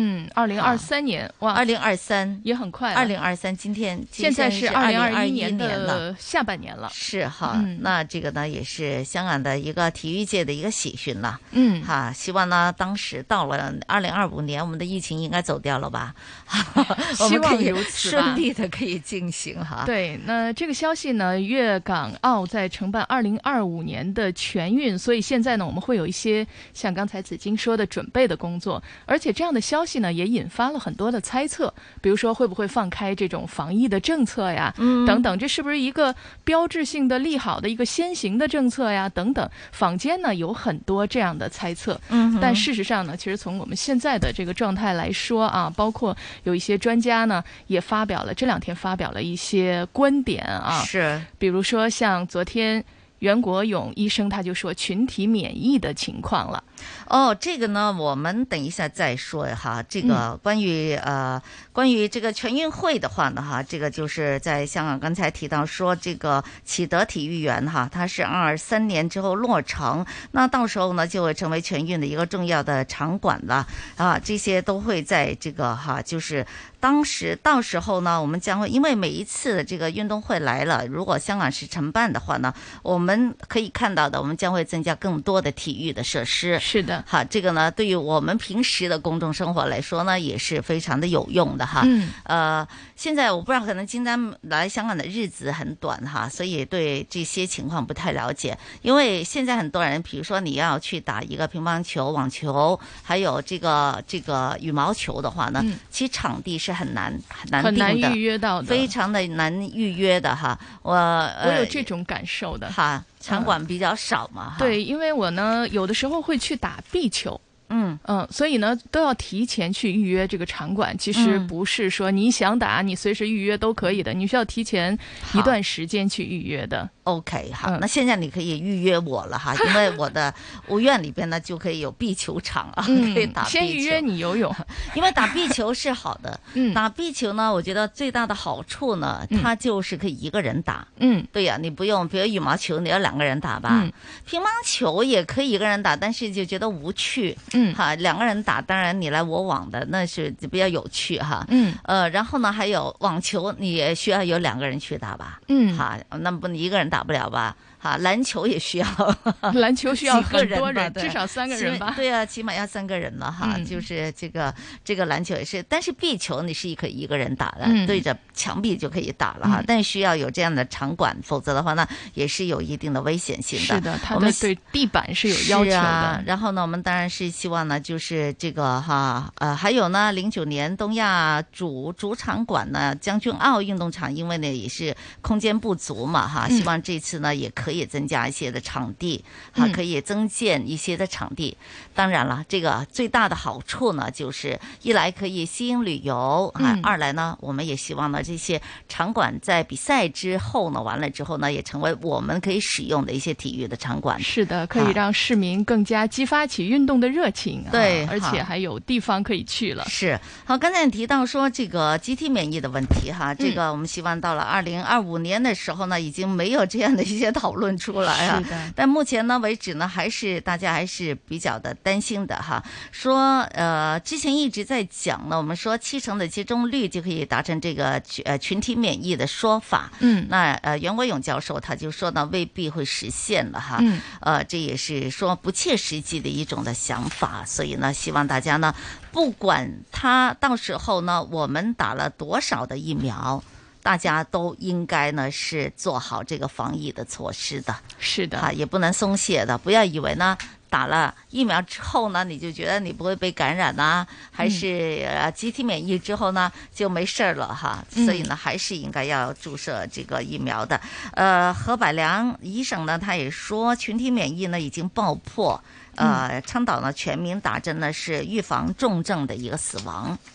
2023年哇 ，2023 也很快了。 2023 现在是 2021 年的下半年了。 是哈，那这个呢也是香港的一个体育界的一个喜讯了。希望呢当时到了2025年，我们的疫情应该走掉了吧？ 希望如此吧， 顺利的可以进行哈。 对，那这个消息呢，粤港澳在承办2025年的全运，所以现在呢我们会有一些像刚才子金说的准备的工作，而且这样的消息呢也引发了很多的猜测，比如说会不会放开这种防疫的政策呀，等等，这是不是一个标志性的利好的一个先行的政策呀，等等，坊间呢有很多这样的猜测。但事实上呢，其实从我们现在的这个状态来说啊，包括有一些专家呢也这两天发表了一些观点啊， 是， 比如说像昨天袁国勇医生他就说群体免疫的情况了。 这个呢我们等一下再说哈。这个关于这个全运会的话呢哈，这个就是在香港刚才提到说这个启德体育园哈，它是23年之后落成，那到时候呢就会成为全运的一个重要的场馆了啊，这些都会在这个就是到时候呢，我们将会因为每一次的这个运动会来了，如果香港是承办的话呢，我们可以看到的，我们将会增加更多的体育的设施。 是的， 好，这个呢，对于我们平时的公众生活来说呢，也是非常的有用的哈。现在我不知道，可能金丹来香港的日子很短哈，所以对这些情况不太了解。因为现在很多人，比如说你要去打一个乒乓球、网球，还有这个羽毛球的话呢，其实场地是很难定的， 预约到的， 非常的难预约的哈。我有这种感受的哈。场馆比较少嘛， 对，因为我呢有的时候会去打壁球，所以呢都要提前去预约这个场馆。其实不是说你想打你随时预约都可以的，你需要提前一段时间去预约的。 OK， 好，那现在你可以预约我了哈，因为我的屋苑里边呢就可以有壁球场啊，可以打壁球。 先预约你游泳， 因为打壁球是好的。打壁球呢，我觉得最大的好处呢，它就是可以一个人打。对呀，你不用，比如羽毛球你要2个人打吧，乒乓球也可以一个人打，但是就觉得无趣。2个人打，当然你来我往的，那是比较有趣哈。然后呢，还有网球，你也需要有2个人去打吧。那不你一个人打不了吧？篮球也需要， 篮球需要很多人，至少3个人吧。 对啊，起码要3个人了哈。就是这个篮球也是，但是壁球你是可以一个人打的，对着墙壁就可以打了哈。但需要有这样的场馆，否则的话呢，也是有一定的危险性的。 是的，它的对地板是有要求的。 然后呢，我们当然是希望呢，就是这个还有呢，09年东亚主场馆呢，将军澳运动场，因为呢也是空间不足嘛哈，希望这次呢也可以增加一些的场地，可以增建一些的场地。当然了，这个最大的好处呢，就是一来可以吸引旅游，二来呢，我们也希望呢这些场馆在比赛之后呢，完了之后呢，也成为我们可以使用的一些体育的场馆。 是的，可以让市民更加激发起运动的热情。 对， 而且还有地方可以去了。 是，好，刚才你提到说这个集体免疫的问题哈，这个我们希望到了2025年的时候呢，已经没有这样的一些讨论出来啊。 是的。 但目前呢为止呢，大家还是比较的担心的哈。说之前一直在讲呢，我们说70%的接种率就可以达成这个群体免疫的说法。那袁国勇教授他就说呢，未必会实现了哈。这也是说不切实际的一种的想法，所以呢，希望大家呢，不管他到时候呢，我们打了多少的疫苗，大家都应该呢是做好这个防疫的措施的。 是的， 也不能松懈的，不要以为呢打了疫苗之后呢，你就觉得你不会被感染啊，还是集体免疫之后呢就没事了哈。所以呢，还是应该要注射这个疫苗的。何百良医生呢，他也说群体免疫呢已经爆破，倡导呢全民打针呢是预防重症的一个死亡。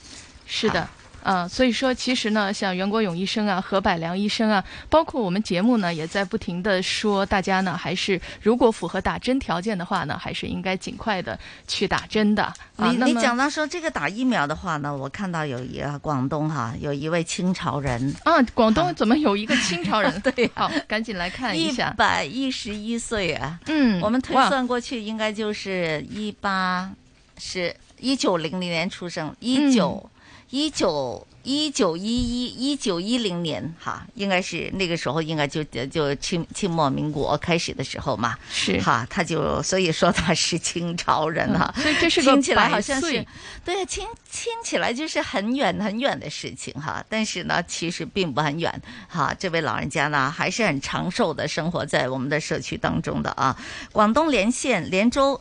是的。所以说其实呢，像袁国勇医生啊、何百良医生啊，包括我们节目呢，也在不停的说，大家呢还是如果符合打针条件的话呢，还是应该尽快的去打针的。 你讲到说这个打疫苗的话呢，我看到有一个广东有一位清朝人啊，广东怎么有一个清朝人？对，好，赶紧来看一下 ，111岁啊，我们推算过去应该就是1900年出生1910年哈，应该是那个时候，应该就清末民国开始的时候嘛， 是哈，所以说他是清朝人哈， 所以这是个听起来好像是对，听起来就是很远很远的事情哈，但是呢，其实并不很远哈。这位老人家呢，还是很长寿的生活在我们的社区当中的啊。广东莲州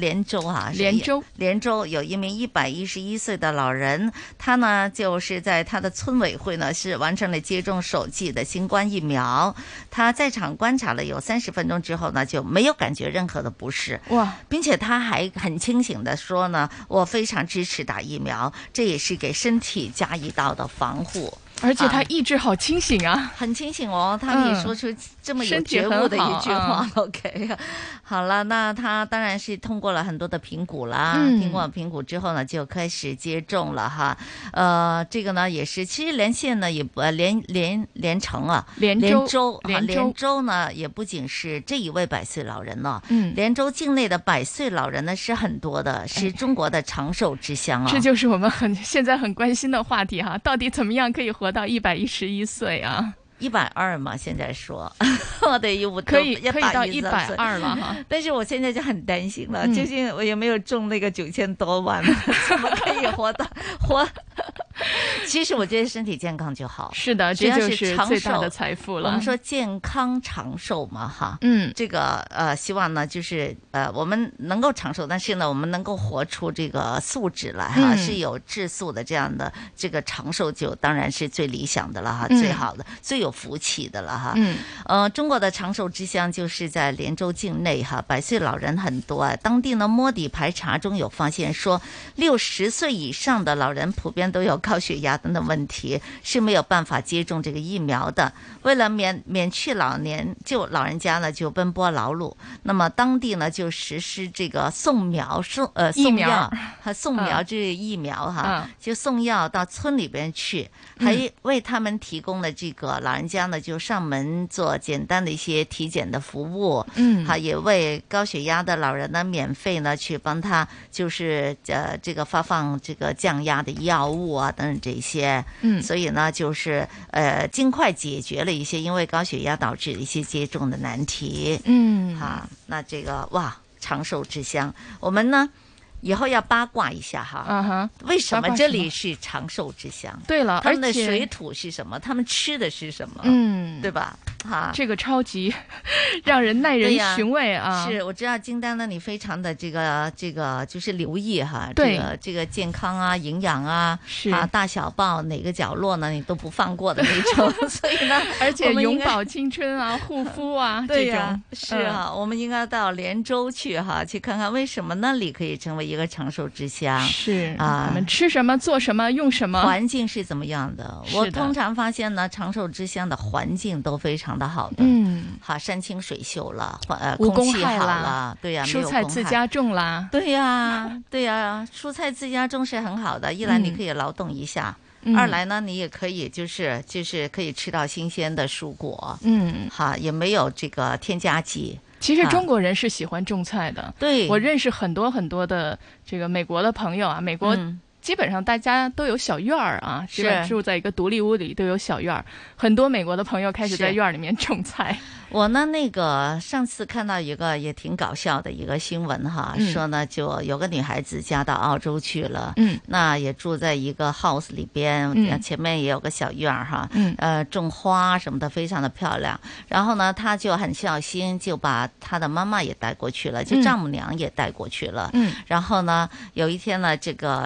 有一名111岁的老人，他呢就是在他的村委会呢是完成了接种首剂的新冠疫苗，他在场观察了有30分钟之后呢，就没有感觉任何的不适哇， 并且他还很清醒的说呢，我非常支持打疫苗，这也是给身体加一道的防护。 而且他意志好清醒啊， 很清醒哦，他可以说出这么有觉悟的一句话。OK， 好了，那他当然是通过了很多的评估啦，通过评估之后呢，就开始接种了哈。这个呢也是，其实连县呢也不连城啊，连州呢也不仅是这一位100岁老人呢，连州境内的100岁老人呢是很多的，是中国的长寿之乡啊。 这就是我们现在很关心的话题哈，到底怎么样可以活到111岁啊 ？120嘛，现在说我得可以到120了哈， 但是我现在就很担心了，究竟我有没有中那个9000多万，怎么可以活？其实我觉得身体健康就好， 是的，这就是最大的财富了。 我们说健康长寿嘛，哈，这个希望呢就是我们能够长寿，但是呢我们能够活出这个素质来哈，是有质素的这样的这个长寿就当然是最理想的了哈，最好的，最有福气的了哈。中国的长寿之乡就是在连州境内哈，100岁老人很多啊。当地呢摸底排查中有发现说，60岁以上的老人普遍都有高血压等等问题，是没有办法接种这个疫苗的。为了免去老人家呢就奔波劳碌，那么当地呢就实施这个送药和送苗这疫苗哈，就送药到村里边去，还为他们提供了这个老人家呢就上门做简单的一些体检的服务，也为高血压的老人呢免费呢去帮他就是这个发放这个降压的药物啊等等这些，所以呢就是尽快解决了一些因为高血压导致的一些接种的难题，那这个哇长寿之乡，我们呢以后要八卦一下哈，为什么这里是长寿之乡？ 对了， 他们的水土是什么？他们吃的是什么？对吧？ 这个超级让人耐人寻味啊！ 是我知道金丹呢，你非常的这个就是留意哈，这个健康啊、营养啊，大小报哪个角落呢，你都不放过的那种。所以呢， 而且永葆青春啊、护肤啊， 对呀，是啊，我们应该到连州去哈，去看看为什么那里可以成为一个长寿之乡。 是啊，我们吃什么、做什么、用什么， 环境是怎么样的？我通常发现呢，长寿之乡的环境都非常的好的，好，山清水秀了，空气好了，对呀， 蔬菜自家种啦， 对呀，蔬菜自家种是很好的，一来你可以劳动一下，二来呢，你也可以就是可以吃到新鲜的蔬果，好，也没有这个添加剂。 其实中国人是喜欢种菜的， 对， 我认识很多很多的这个美国的朋友啊，美国基本上大家都有小院儿啊，基本住在一个独立屋里都有小院儿，很多美国的朋友开始在院儿里面种菜。 我呢，那个上次看到一个也挺搞笑的一个新闻哈，说呢就有个女孩子嫁到澳洲去了，那也住在一个 house 里边，前面也有个小院儿哈，种花什么的非常的漂亮。然后呢，她就很孝心，就把她的妈妈也带过去了，就丈母娘也带过去了。然后呢，有一天呢，这个她的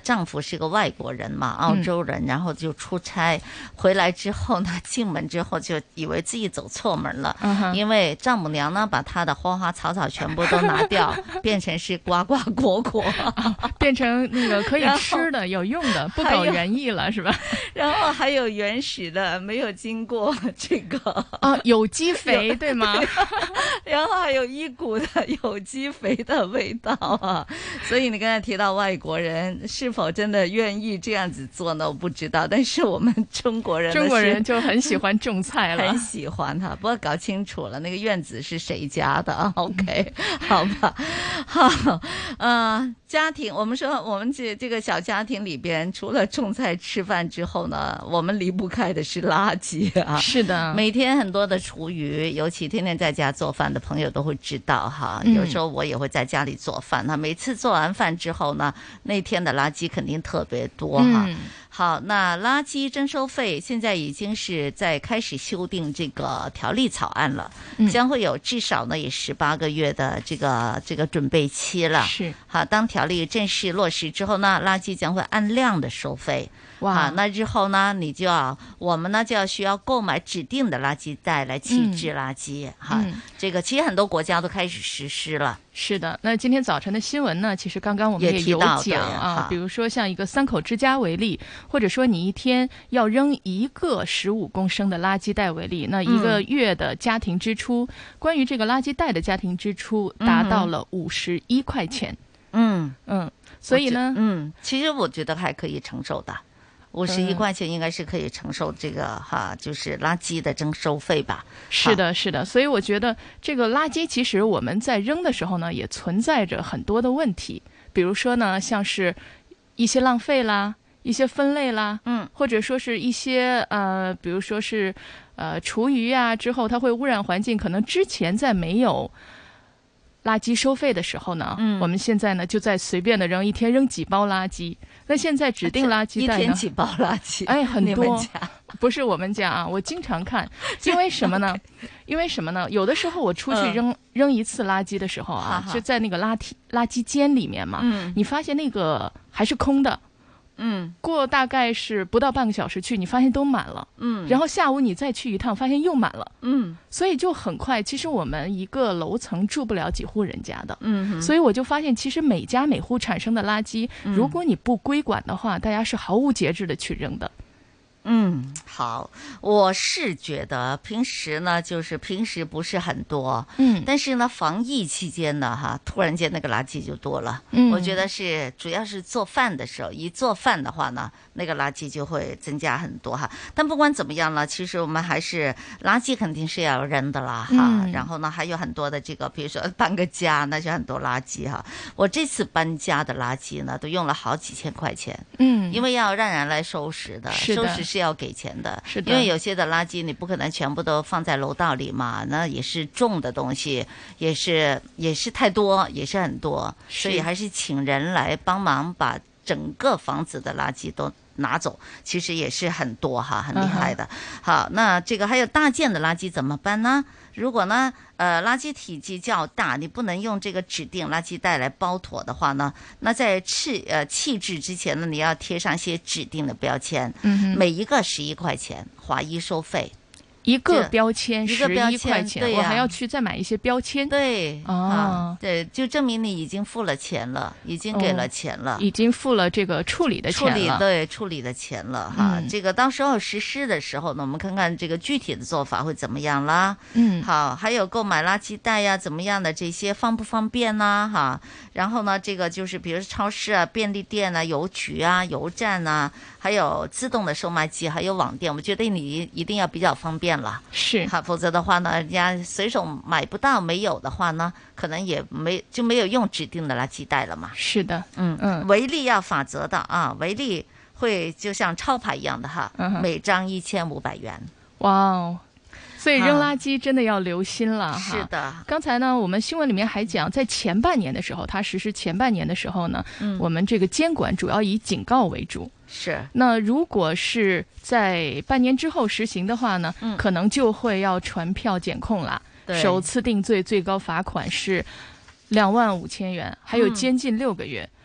丈夫是个外国人嘛，澳洲人，然后就出差回来之后呢，进门之后就以为自己走错门了，因为丈母娘呢把她的花花草草全部都拿掉，变成是瓜瓜果果， 变成那个可以吃的、有用的，不搞园艺了是吧？ 然后还有原始的，没有经过这个有机肥对吗？ 然后还有一股的有机肥的味道啊，所以你刚才提到外国人是否真的愿意这样子做呢？我不知道，但是我们中国人就很喜欢种菜了， 很喜欢哈。不过搞清楚了，那个院子是谁家的 ？OK， 好吧，好，家庭，我们说我们这个小家庭里边，除了种菜吃饭之后呢，我们离不开的是垃圾啊。 是的， 每天很多的厨余，尤其天天在家做饭的朋友都会知道哈。有时候我也会在家里做饭，那每次做完饭之后呢，那天的垃圾肯定特别多哈。好，那垃圾征收费现在已经是在开始修订这个条例草案了，将会有至少呢也18个月的这个准备期了。 是， 好，当条例正式落实之后呢，垃圾将会按量的收费。 哇， 那日后呢，我们呢就要需要购买指定的垃圾袋来弃置垃圾。这个其实很多国家都开始实施了。 是的，那今天早晨的新闻呢，其实刚刚我们也有讲啊，比如说像一个3口之家为例，或者说你一天要扔1个15公升的垃圾袋为例，那一个月的家庭支出，关于这个垃圾袋的家庭支出达到了51块钱。所以呢， 其实我觉得还可以承受的。51块钱应该是可以承受这个就是垃圾的征收费吧。 是的，是的，所以我觉得这个垃圾其实我们在扔的时候呢，也存在着很多的问题，比如说呢，像是一些浪费啦，一些分类啦，或者说是一些比如说是厨余啊，之后它会污染环境，可能之前在没有垃圾收费的时候呢，我们现在呢就在随便的扔，一天扔几包垃圾。那现在指定垃圾袋呢？ 一天几包垃圾？ 哎，很多。不是我们家啊，我经常看。因为什么呢？有的时候我出去扔一次垃圾的时候啊，就在那个垃圾间里面嘛，你发现那个还是空的。过大概是不到半个小时去，你发现都满了。然后下午你再去一趟，发现又满了。所以就很快。其实我们一个楼层住不了几户人家的。所以我就发现，其实每家每户产生的垃圾，如果你不归管的话，大家是毫无节制的去扔的。 好，我是觉得平时不是很多，但是呢，防疫期间呢，突然间那个垃圾就多了。我觉得主要是做饭的时候，一做饭的话呢，那个垃圾就会增加很多哈。但不管怎么样呢，其实我们还是垃圾肯定是要扔的啦哈。然后呢，还有很多的这个，比如说搬个家，那就很多垃圾哈。我这次搬家的垃圾呢，都用了好几千块钱。因为要让人来收拾的，收拾是要给钱的。 是的， 因为有些的垃圾你不可能全部都放在楼道里嘛，那也是重的东西，也是太多，也是很多，所以还是请人来帮忙把整个房子的垃圾都拿走，其实也是很多哈，很厉害的。好，那这个还有大件的垃圾怎么办呢？如果呢，垃圾体积较大，你不能用这个指定垃圾袋来包妥的话呢，那在弃置之前呢，你要贴上一些指定的标签，每一个11块钱，划一收费。 一个标签11块钱， 对我还要去再买一些标签。 对，对，就证明你已经付了钱了，已经给了钱了， 已经付了这个处理的钱了。 处理的钱了哈。这个到时候实施的时候呢，我们看看这个具体的做法会怎么样啦。好，还有购买垃圾袋呀，怎么样的这些方不方便呢？哈，然后呢，这个就是比如超市啊、便利店啊、邮局啊、油站啊，还有自动的售卖机，还有网店，我觉得你一定要比较方便。 是， 否则的话呢，人家随手买不到，没有的话呢，可能也没有用指定的垃圾袋了嘛。 是的， 违例要法则的啊，违例会就像抄牌一样的哈，每张1500元。 哇哦！所以扔垃圾真的要留心了哈。 是的， 刚才呢，我们新闻里面还讲，在前半年的时候，它实施前半年的时候呢，我们这个监管主要以警告为主。 是。那如果是在半年之后实行的话呢，可能就会要传票检控了。首次定罪最高罚款是25000元，还有监禁6个月。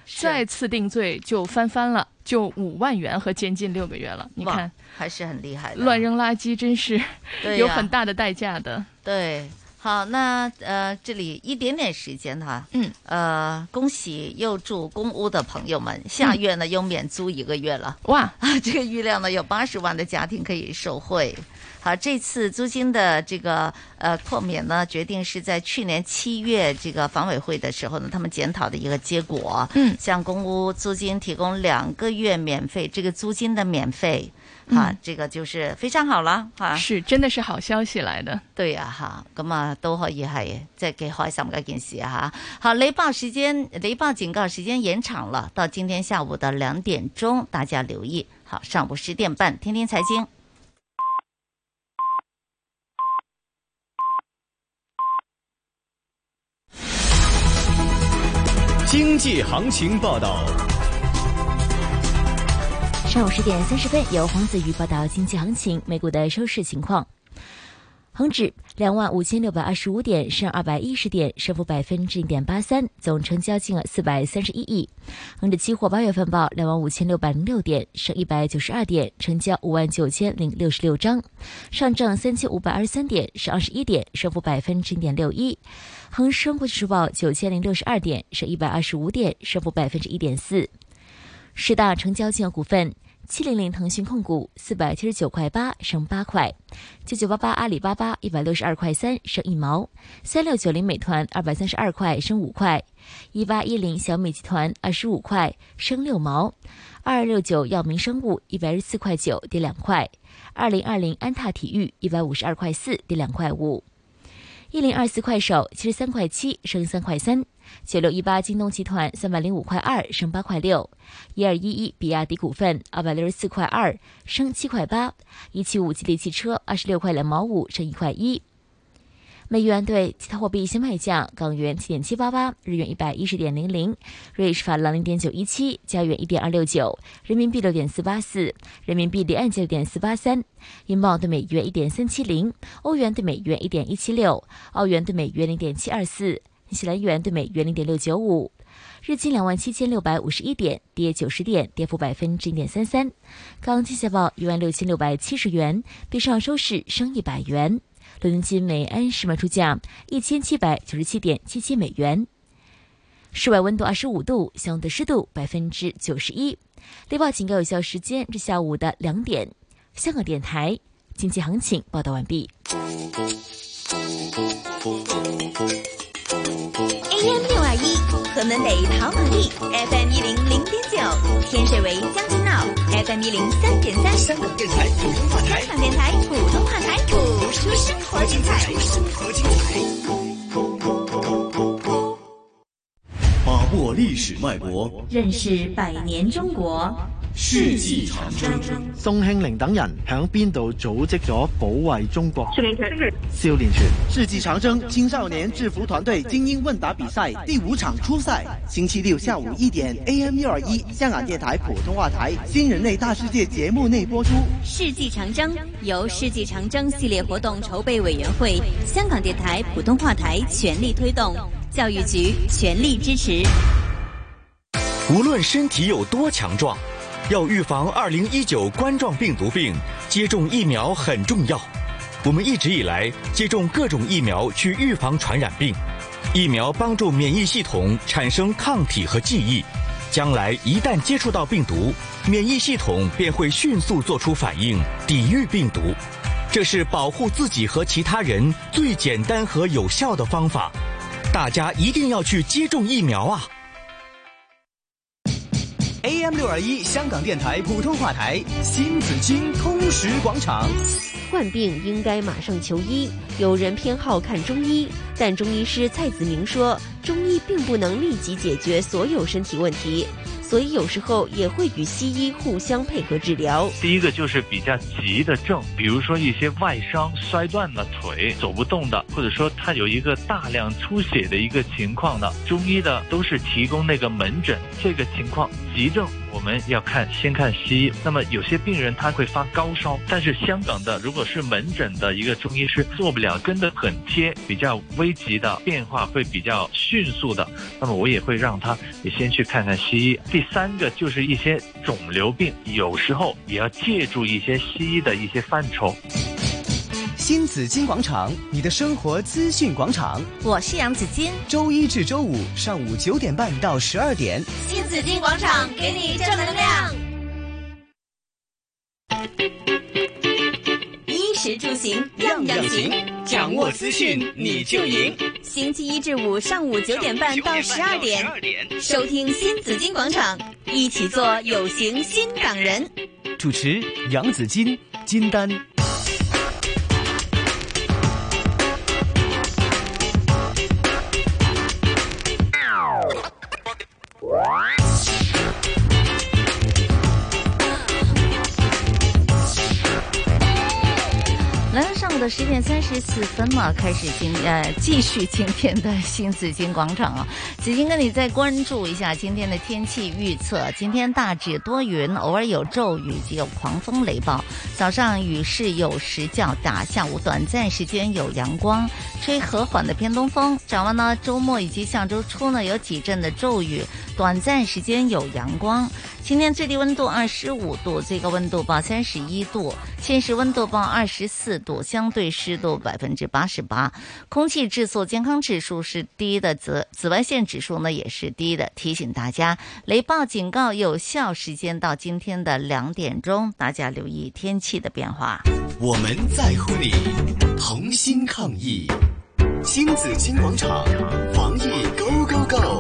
再次定罪就翻了，就5万元和监禁6个月了。你看， 还是很厉害的。 乱扔垃圾真是有很大的代价的。 对。好，那这里一点点时间哈，恭喜又住公屋的朋友们，下月呢又免租1个月了， 哇， 这个预料呢有80万的家庭可以受惠。好，这次租金的这个豁免呢，决定是在去年7月这个房委会的时候呢，他们检讨的一个结果，向公屋租金提供2个月免费，这个租金的免费。這個就是非常好啦， 是真的是好消息來的。 對啊，咁啊都可以係即係幾開心嘅一件事啊。好，雷暴警告時間延長了，到今天下午的2點鐘，大家留意。好，上午10點半，天天財經。 經濟行情報道。 上午10點30分，由黃子瑜報道經濟行情，美股的收市情況。恒指25,625點，升210點，升幅0.83%，總成交金額431億。恒指期貨8月份報25,606點，升192點，成交59,066張，上證3,523點，升21點，升幅0.61%。恒生國際指數報9,062點，升125點，升幅1.4%。10大成交金額股份：700騰訊控股479塊8，升8塊；9988阿里巴巴162塊3，升1毛；3690美團232塊，升5塊；1810小米集團25塊，升6毛；2269藥明生物114塊9，跌2塊；2020安踏體育152塊4，跌2塊5；1024快手73塊7，升3塊3；9618京東集團305塊2，升8塊6；1211比亞迪股份264塊2，升7塊8；175吉利汽車26塊2毛5，升1塊1。美元對其他貨幣先賣價：港元7.788，日元110.00，瑞士法郎0.917，加元1.269，人民幣6.484，人民幣離岸價6.483，英鎊對美元1.370，歐元對美元1.176，澳元對美元0.724，新西蘭元對美元0.695。日經27,651點，跌90點，跌幅1.33%。港金下報16,670元，比上收市升100元。倫敦金每安士賣出價1797.77美元。室外溫度25度，相對濕度91%。雷暴警告有效時間至下午的2點。香港電台經濟行情報道完畢。 AM621河門北跑馬地 FM100.9，天水圍將軍澳 FM103.3， 香港電台普通話台， 香港電台普通話台，播出生活精彩， 生活精彩。把握歷史脈搏， 認識百年中國。 世紀長征， 宋慶齡等人響邊度組織咗保衛中國少年團？ 世紀長征青少年制服團隊精英問答比賽第5場初賽，星期六下午1點 AM621 香港電台普通話台新人類大世界節目內播出。 世紀長征由世紀長征系列活動籌備委員會、香港電台普通話台全力推動，教育局全力支持。 無論身體有多強壯，要預防2019冠狀病毒病，接種疫苗很重要。我們一直以來接種各種疫苗去預防傳染病，疫苗幫助免疫系統產生抗體和記憶，將來一旦接觸到病毒，免疫系統便會迅速做出反應，抵禦病毒。這是保護自己和其他人最簡單和有效的方法，大家一定要去接種疫苗啊 ！AM621 香港電台普通話台新紫荊通識廣場。 患病應該馬上求醫，有人偏好看中醫，但中醫師蔡子明說，中醫並不能立即解決所有身體問題，所以有時候也會與西醫互相配合治療。 第一個就是比較急的症，比如說一些外傷摔斷了腿走不動的，或者說他有一個大量出血的一個情況的，中醫的都是提供那個門診，這個情況急症我们要先看西医。那么有些病人他会发高烧，但是香港的如果是门诊的一个中医师做不了跟得很贴，比较危急的变化会比较迅速的，那么我也会让他也先去看看西医。第三个就是一些肿瘤病，有时候也要借助一些西医的一些范畴。 新紫金广场，你的生活资讯广场， 我是杨子金。 周一至周五上午9点半到12点， 新紫金广场给你正能量。衣食住行样样行， 掌握资讯你就赢。 星期一至五上午9点半到12点，收听新紫金广场，一起做有型新港人。 主持杨子金、金丹。 来到上午的10点34分了，开始继续今天的新紫金广场啊。紫金跟你再关注一下今天的天气预测。今天大致多云，偶尔有骤雨及有狂风雷暴，早上雨势有时较大，下午短暂时间有阳光，吹和缓的偏东风。展望呢，周末以及下周初呢，有几阵的骤雨，短暂时间有阳光。今天最低温度25度，最高温度报31度，现时温度报24度，相对湿度88%，空气质素健康指数是低的，紫外线指数呢也是低的。提醒大家，雷暴警告有效时间到今天的2点钟，大家留意天气的变化。 我们在乎你，同心抗疫，新紫金广场，防疫 Go Go Go。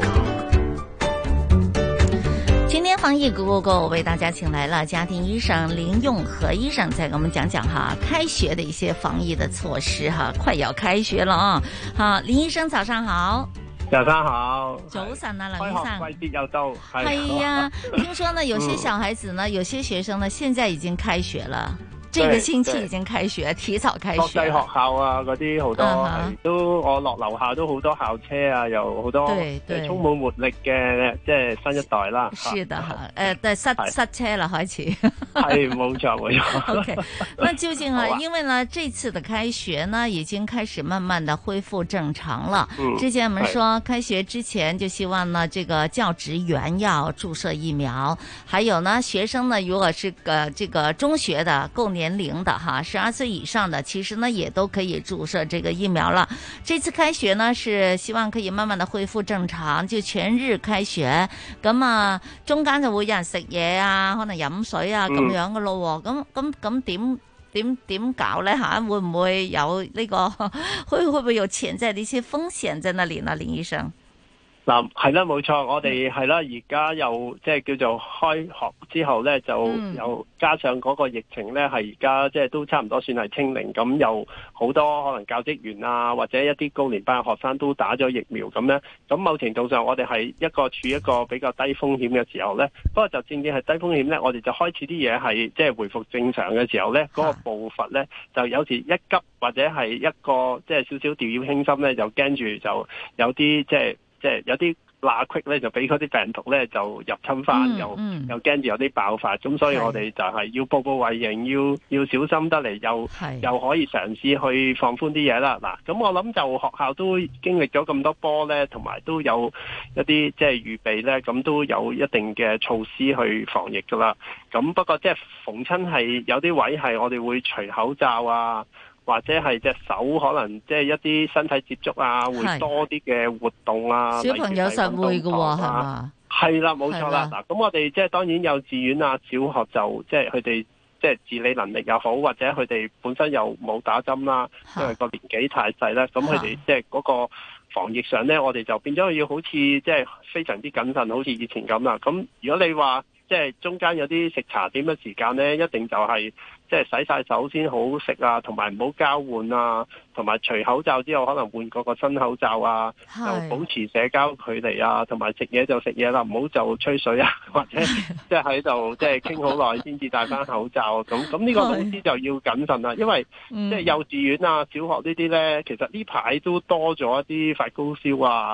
今天防疫 Go Go Go 为大家请来了家庭医生林用和医生，再给我们讲讲哈开学的一些防疫的措施哈，快要开学了啊！好，林醫生早上好。 早上好， 早晨啊，林醫生。 開學季節又到， 係啊，聽說呢，有些小孩子呢，有些學生呢，現在已經開學了。這個星期已經開學，提早開學。 國際學校啊，嗰啲好多都，我落樓下都好多校車啊，有好多充滿活力嘅，即係新一代啦。 是的哈，塞車了開始。 係冇錯冇錯。 OK， 那究竟啊，因為呢，這次的開學呢，已經開始慢慢的恢復正常了。之前我們說開學之前就希望呢，這個教職員要注射疫苗，還有呢，學生呢，如果是這個中學的夠年齡的哈，12歲以上的，其實呢也都可以注射這個疫苗了。這次開學呢是希望可以慢慢的恢復正常，就全日開學。咁啊，中間就會有人食嘢啊，可能飲水啊咁樣嘅咯。咁點搞咧吓？會唔會有呢個？會唔會有潛在的一些風險在那裏呢？林醫生？ 嗱，係啦，冇錯，我哋係啦，而家又即係叫做開學之後咧，就又加上嗰個疫情咧，係而家即係都差唔多算係清零，咁又好多可能教職員啊，或者一啲高年班嘅學生都打咗疫苗咁咧，咁某程度上我哋係處於一個比較低風險嘅時候咧，不過就正正係低風險咧，我哋就開始啲嘢係即係回復正常嘅時候咧，嗰個步伐咧就有時一急或者係一個即係少少掉以輕心咧，就驚住就有啲即係有啲罅隙咧，就俾嗰啲病毒咧就入侵翻，又驚住有啲爆發，咁所以我哋就係要步步為營，要小心得嚟，又可以嘗試去放寬啲嘢啦。嗱，咁我諗就學校都經歷咗咁多波咧，同埋都有一啲即係預備咧，咁都有一定嘅措施去防疫噶啦。咁不過即係逢親係有啲位係我哋會除口罩啊，或者係隻手可能即係一啲身體接觸啊，會多啲嘅活動啊。 小朋友實會㗎喎，係嘛？ 係啦，冇錯啦。嗱，咁我哋即係當然幼稚園啊、小學就即係佢哋即係自理能力又好，或者佢哋本身又冇打針啦，因為個年紀太細啦，咁佢哋即係嗰個防疫上咧，我哋就變咗要好似即係非常之謹慎，好似以前咁啦。咁如果你話即係中間有啲食茶點嘅時間咧，一定就係即係洗晒手先好食啊，同埋唔好交換啊，同埋除口罩之後可能換個新口罩啊，就保持社交距離啊，同埋食嘢就食嘢啦，唔好就吹水啊，或者即係喺度即係傾好耐先至戴翻口罩。咁呢個老師就要謹慎啦，因為即係幼稚園啊、小學呢啲咧，其實呢排都多咗一啲發高燒啊，一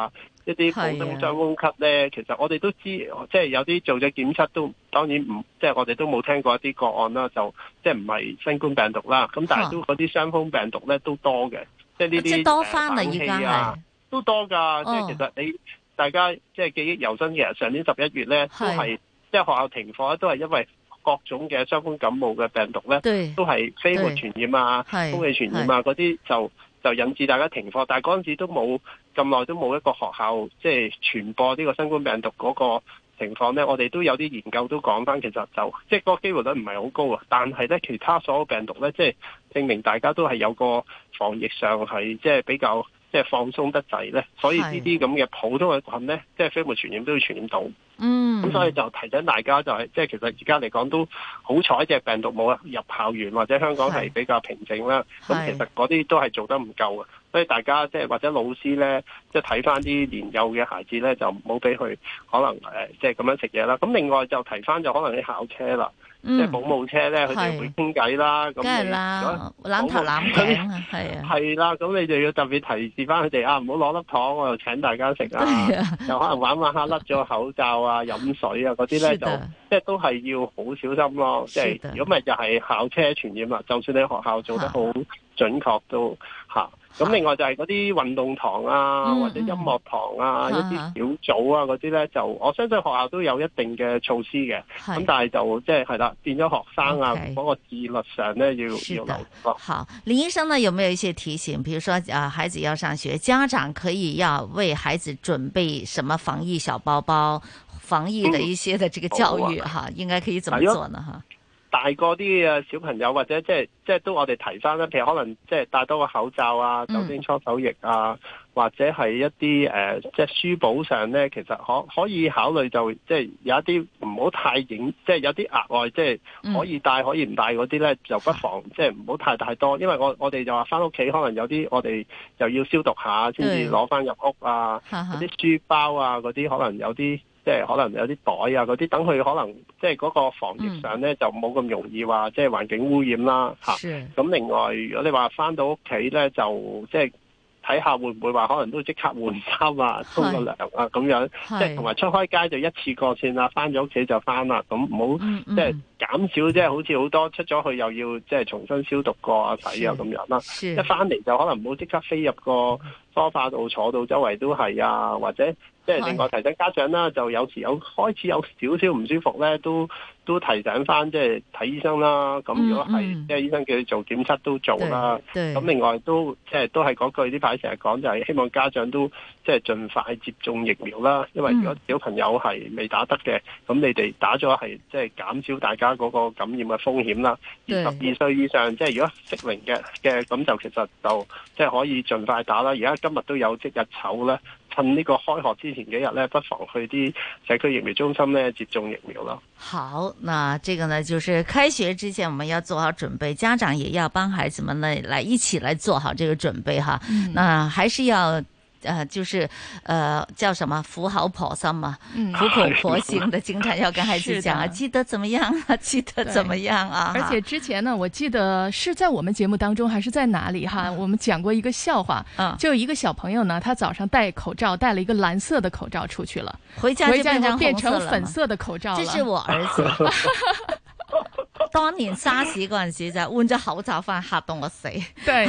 一啲普通傷風咳咧，其實我哋都知，即係有啲做咗檢測都當然唔，即係我哋都冇聽過一啲個案啦，就即係唔係新冠病毒啦。咁但係都嗰啲傷風病毒咧都多嘅，即係呢啲即係多翻啦，而家係都多㗎。即係其實你大家即係記憶猶新嘅，上年11月咧都係即係學校停課咧，都係因為各種嘅傷風感冒嘅病毒咧，都係飛沫傳染啊、空氣傳染啊嗰啲就引致大家停課。但係嗰陣時都冇咁耐，都冇一個學校即係傳播呢個新冠病毒嗰個情況咧。我哋都有啲研究都講翻，其實就即係嗰個機會率唔係好高啊。但係咧，其他所有病毒咧，即係證明大家都係有個防疫上係即係比較即係放鬆得滯咧。所以呢啲咁嘅普通嘅菌咧，即係飛沫傳染都會傳染到。咁所以就提醒大家就係即係其實而家嚟講都好彩，隻病毒冇入校園或者香港係比較平靜啦。咁其實嗰啲都係做得唔夠嘅，所以大家即係或者老師咧，即係睇翻啲年幼嘅孩子咧，就唔好俾佢可能即係咁樣食嘢啦。咁另外就提翻就可能啲考車啦。即係保姆車咧，佢哋會傾偈啦，咁梗係啦，攬頭攬頸啊，係啊，係啦，咁你就要特別提示翻佢哋啊，唔好攞粒糖，我又請大家食啊，又可能玩下甩咗口罩啊、飲水啊嗰啲咧，就即係都係要好小心咯。即係如果咪就係校車傳染啦，就算你學校做得好準確都嚇。咁另外就係嗰啲運動堂啊，或者音樂堂啊，一啲小組啊嗰啲咧，就我相信學校都有一定嘅措施嘅。咁但係就即係係啦，變咗學生啊嗰個自律上咧要留意。 好，林醫生呢有沒有一些提醒？比如說孩子要上學，家長可以要為孩子準備什麼防疫小包包、防疫的一些的這個教育應該可以怎麼做呢？ 大個啲嘅小朋友或者即係都我哋提翻啦，譬如可能即係戴多個口罩啊、酒精搓手液啊，或者係一啲即係書簿上咧，其實可以考慮就即係有一啲唔好太影，即係有啲額外即係可以帶可以唔帶嗰啲咧，就不妨即係唔好太多，因為我哋就話翻屋企可能有啲我哋又要消毒下先至攞翻入屋啊，嗰啲書包啊嗰啲可能有啲。即係可能有啲袋啊嗰啲，等佢可能即係嗰個防疫上咧就冇咁容易話即係環境污染啦嚇。咁另外如果你話翻到屋企咧，就即係睇下會唔會話可能都即刻換衫啊、沖個涼啊咁樣，即係同埋出開街就一次過先啦，翻咗屋企就翻啦，咁唔好即係減少即係好似好多出咗去又要即係重新消毒過啊、洗啊咁樣啦。一翻嚟就可能唔好即刻飛入個梳化度坐到周圍都係啊，或者即係另外提醒家長啦，就有時開始有少少唔舒服咧，都提醒翻即係睇醫生啦。咁如果係即係醫生叫佢做檢測都做啦。咁另外都即係都係嗰句呢排成日講就係希望家長都即係盡快接種疫苗啦。因為如果小朋友係未打得嘅，咁你哋打咗係即係減少大家嗰個感染嘅風險啦。而12歲以上即係如果適齡嘅咁就其實就即係可以盡快打啦。而家今日都有即日籌咧。趁呢個開學之前幾日呢，不妨去啲社區疫苗中心呢接種疫苗咯。 好，那這個呢，就是開學之前我們要做好準備，家長也要幫孩子們呢來一起來做好這個準備哈。那還是要。就是叫什麼苦口婆心啊，苦口婆心的，經常要跟孩子講啊，記得怎麼樣啊，記得怎麼樣啊。 而且之前呢，我記得是在我們節目當中還是在哪裡哈，我們講過一個笑話，就一個小朋友呢，他早上戴口罩，戴了一個藍色的口罩出去了，回家就變成粉色的口罩了。 這是我兒子。當年沙士嗰陣時就換咗口罩翻，嚇到我死。 對。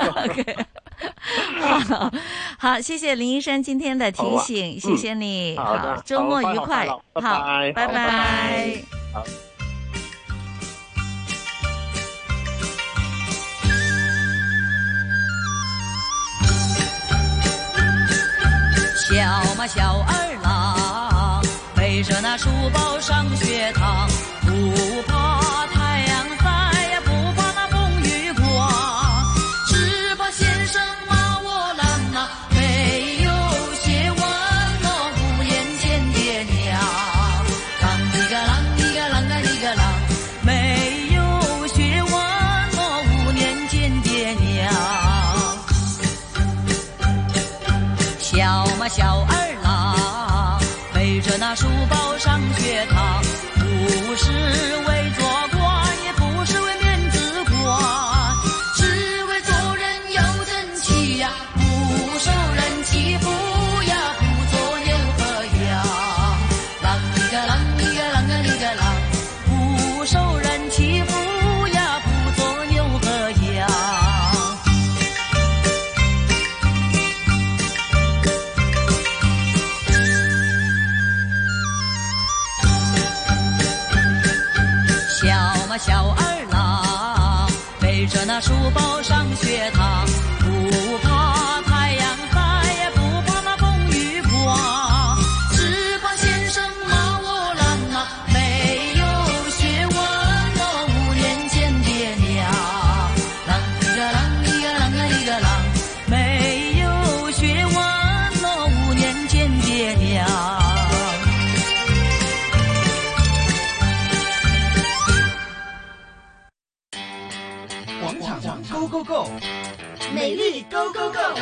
好，謝謝林醫生今天的提醒，謝謝你。好，周末愉快。好，拜拜。 小嘛小二郎，背着那書包上學堂，不怕太陽曬呀，不怕那風雨光，只怕先生罵我懶呐，沒有學問哦，5年見爹娘。啷一個啷一個啷啊一個啷，沒有學問哦，5年見爹娘。小嘛小二郎，背着那書包上學堂，不是為做官，也不是為面子掛，只為做人有正氣呀，不受人欺負呀，不做那书包上学堂，不怕太阳晒，也不怕那风雨刮。只怕先生骂我懒啊，没有学问哦，5年见爹娘。啷一个啷一个啷啊一个啷，没有学问哦，5年见爹娘。 广场 Go Go Go， 美丽 Go Go Go。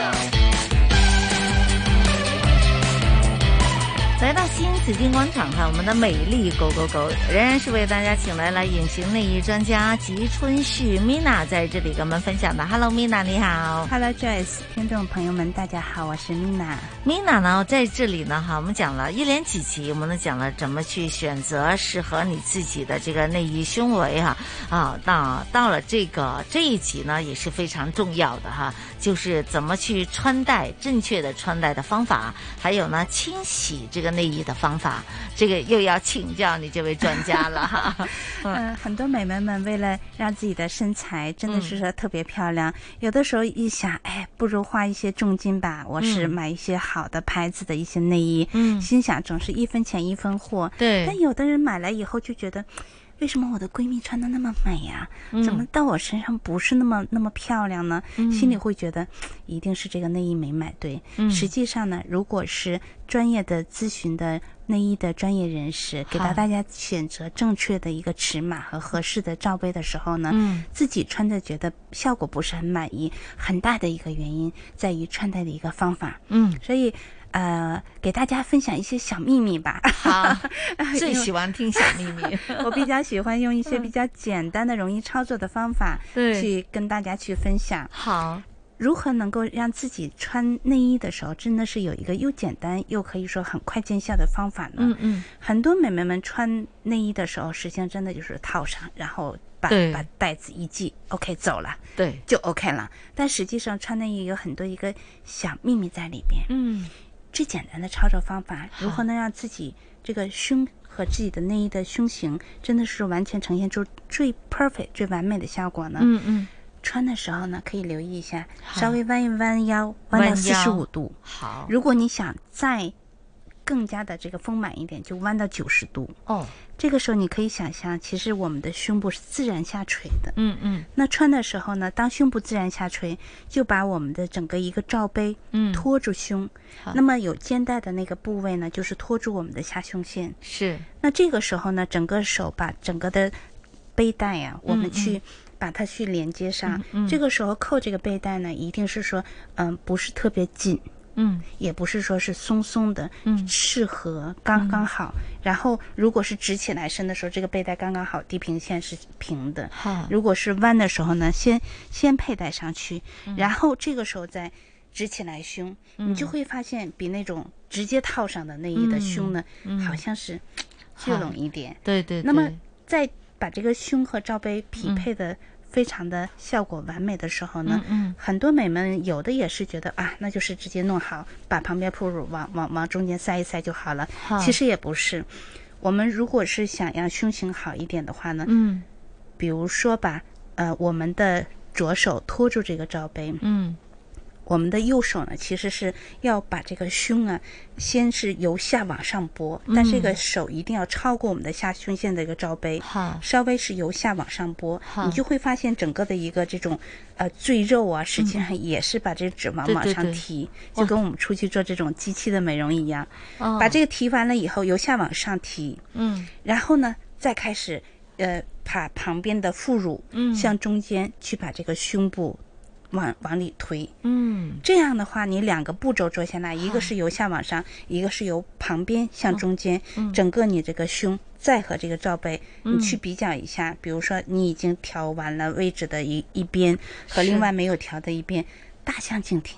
来到新紫金广场哈，我们的美丽 Go Go Go 仍然是为大家请来了隐形内衣专家吉春旭 Mina 在这里跟我们分享的。Hello Mina 你好。 Hello Joyce， 听众朋友们大家好，我是 Mina 呢在这里呢哈，我们讲了一连几集，我们呢讲了怎么去选择适合你自己的这个内衣胸围哈到了这一集呢也是非常重要的哈，就是怎么去穿戴，正确的穿戴的方法，还有呢清洗这个内衣的方法，这个又要请教你这位专家了哈。 很多美眉们为了让自己的身材真的是说特别漂亮，有的时候一想，哎，不如花一些重金吧，我是买一些好的牌子的一些内衣，心想总是1分钱1分货。 对。 但有的人买来以后就觉得，为什么我的闺蜜穿的那么美呀？怎么到我身上不是那么漂亮呢？心里会觉得一定是这个内衣没买对。实际上呢，如果是专业的咨询的内衣的专业人士给到大家选择正确的一个尺码和合适的罩杯的时候呢，自己穿着觉得效果不是很满意，很大的一个原因在于穿戴的一个方法。所以给大家分享一些小秘密吧。 好，最喜欢听小秘密。 我比较喜欢用一些比较简单的、容易操作的方法，去跟大家去分享。 好， 如何能够让自己穿内衣的时候，真的是有一个又简单又可以说很快见效的方法呢？很多美眉们穿内衣的时候，实际上真的就是套上，然后把带子一系 ，OK 走了， 对， 就 OK 了。但实际上穿内衣有很多一个小秘密在里边。最简单的操作方法，如何能让自己这个胸和自己的内衣的胸型真的是完全呈现出最 perfect 最完美的效果呢？穿的时候呢，可以留意一下，稍微弯一弯腰，弯到45度。 好， 如果你想再更加的这个丰满一点，就弯到90度。这个时候你可以想象，其实我们的胸部是自然下垂的。那穿的时候呢，当胸部自然下垂，就把我们的整个一个罩杯托住胸。那么有肩带的那个部位呢，就是托住我们的下胸线。 是。 那这个时候呢，整个手把整个的背带呀，我们去把它去连接上。这个时候扣这个背带呢，一定是说不是特别紧，也不是说是松松的，适合刚刚好。然后如果是直起来伸的时候，这个背带刚刚好，地平线是平的。如果是弯的时候呢，先佩戴上去，然后这个时候再直起来胸，你就会发现比那种直接套上的内衣的胸呢，好像是聚拢一点。 对。 那么再把这个胸和罩杯匹配的非常的效果完美的时候呢，很多美们有的也是觉得啊，那就是直接弄好，把旁边铺乳往中间塞一塞就好了。其实也不是，我们如果是想让胸型好一点的话呢，比如说把我们的左手托住这个罩杯，我们的右手呢，其实是要把这个胸啊，先是由下往上拨，但这个手一定要超过我们的下胸线的一个罩杯，稍微是由下往上拨，你就会发现整个的一个这种赘肉啊，实际上也是把这个脂肪往上提，就跟我们出去做这种机器的美容一样，把这个提完了以后，由下往上提，然后呢，再开始把旁边的副乳向中间去把这个胸部往里推，这样的话你2个步骤做下来，一个是由下往上，一个是由旁边向中间，整个你这个胸再和这个罩杯你去比较一下，比如说你已经调完了位置的一边和另外没有调的一边，大相径庭。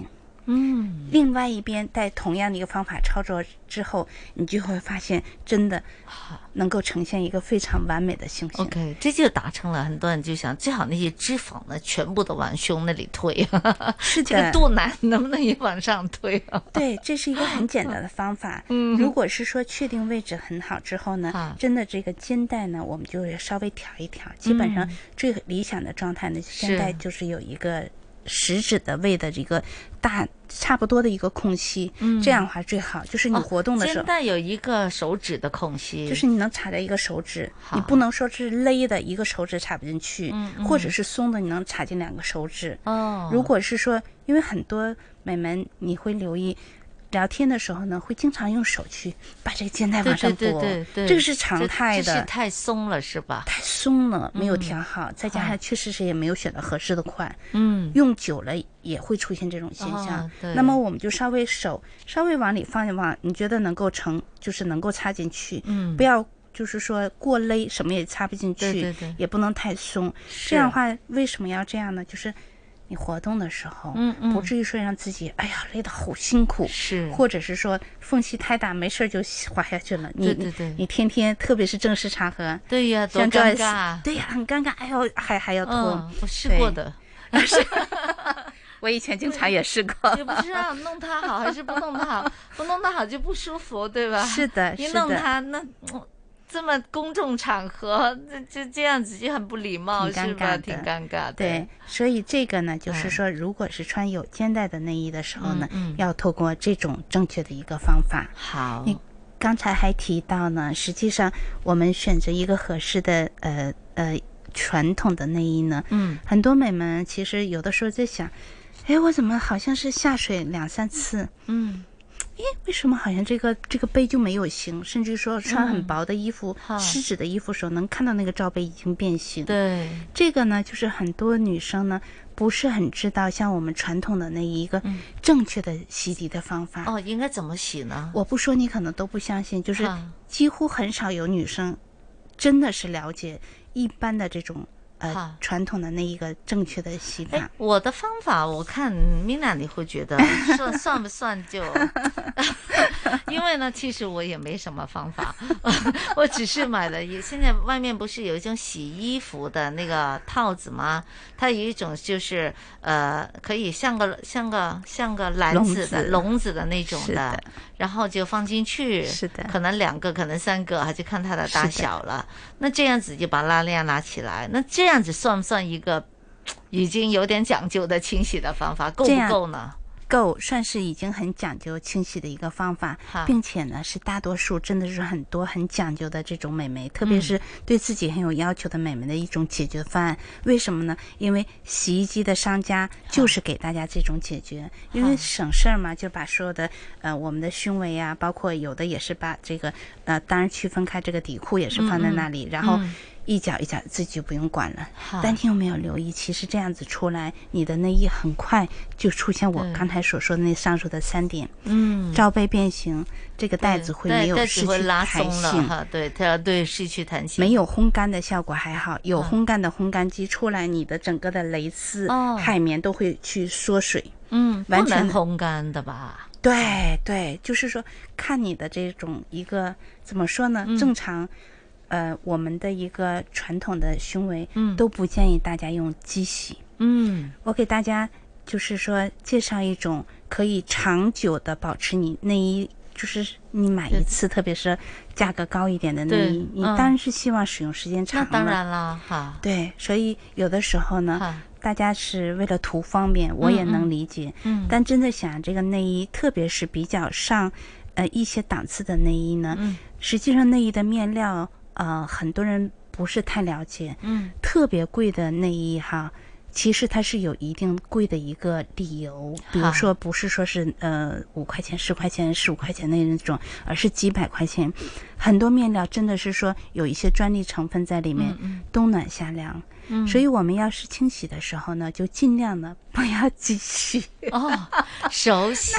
另外一边带同样的一个方法操作之后，你就会发现真的能够呈现一个非常完美的形象。 OK， 这就达成了。很多人就想最好那些脂肪呢全部都往胸那里推是的， 这个肚腩能不能也往上推对，这是一个很简单的方法。如果是说确定位置很好之后呢，真的这个肩带呢我们就稍微调一调，基本上最理想的状态呢，肩带就是有一个食指的位的这个差不多的一个空隙，这样的话最好。就是你活动的时候， 肩带有一个手指的空隙， 就是你能插在一个手指，你不能说是勒的一个手指插不进去，或者是松的你能插进2个手指。如果是说，因为很多美们你会留意聊天的时候呢，会经常用手去把这个肩带往上拨，这个是常态的。 这是太松了是吧？ 太松了，没有调好，再加上确实是也没有选择合适的款，用久了也会出现这种现象。那么我们就稍微往里放，你觉得能够就是能够插进去，不要就是说过勒，什么也插不进去，也不能太松。这样的话，为什么要这样呢？就是你活动的时候，不至于说让自己累得好辛苦，或者是说缝隙太大，没事就滑下去了。你天天，特别是正式场合， 对呀，多尴尬， 对呀，很尴尬。还要脱， 我试过的， 我以前经常也试过， 也不知道弄它好还是不弄它好，不弄它好就不舒服，对吧？ 是的， 一弄它那。这么公众场合，这样子就很不礼貌，是吧？挺尴尬的。 对，所以这个呢，就是说，如果是穿有肩带的内衣的时候呢，要透过这种正确的一个方法。 好， 你刚才还提到呢，实际上我们选择一个合适的传统的内衣呢，很多美们其实有的时候在想，我怎么好像是下水2、3次，为什么好像这个杯就没有形？甚至说穿很薄的衣服、湿纸的衣服时候，能看到那个罩杯已经变形。 对， 这个呢，就是很多女生呢不是很知道，像我们传统的那一个正确的洗涤的方法。 应该怎么洗呢？ 我不说你可能都不相信，就是几乎很少有女生真的是了解一般的这种。传统的那一个正确的洗法， 我的方法我看 Mina 你会觉得算不算就因为呢其实我也没什么方法我只是买了现在外面不是有一种洗衣服的那个套子吗？它有一种就是可以像个篮子的笼子的那种的，然后就放进去， 是的， 可能2个可能3个，还就看它的大小了。那这样子就把拉链拿起来，那这样子算不算一个已经有点讲究的清洗的方法？够不够呢？ 够，算是已经很讲究清洗的一个方法，并且呢是大多数真的是很多很讲究的这种美眉，特别是对自己很有要求的美眉的一种解决方案。为什么呢？因为洗衣机的商家就是给大家这种解决，因为省事儿嘛，就把所有的我们的胸围啊，包括有的也是把这个当然区分开这个底裤也是放在那里，然后一角一角自己就不用管了。但你有没有留意，其实这样子出来，你的内衣很快就出现我刚才所说的那上述的3点。罩杯变形，这个带子会没有失去弹性， 对，失去弹性， 没有烘干的效果还好，有烘干的烘干机出来，你的整个的蕾丝、海绵都会去缩水。 完全烘干的吧？ 对，就是说看你的这种一个怎么说呢？正常。我们的一个传统的胸围都不建议大家用机洗。我给大家就是说介绍一种可以长久的保持你内衣，就是你买一次，特别是价格高一点的内衣，你当然是希望使用时间长了。 那当然了哈。 对，所以有的时候呢，大家是为了图方便，我也能理解。但真的想这个内衣，特别是比较上一些档次的内衣呢，实际上内衣的面料。很多人不是太了解，特别贵的内衣哈，其实它是有一定贵的一个理由，比如说不是说是5块钱、10块钱、15块钱那种，而是几百块钱。很多面料真的是说有一些专利成分在里面，冬暖夏凉。所以我们要是清洗的时候呢，就尽量的不要机洗手洗。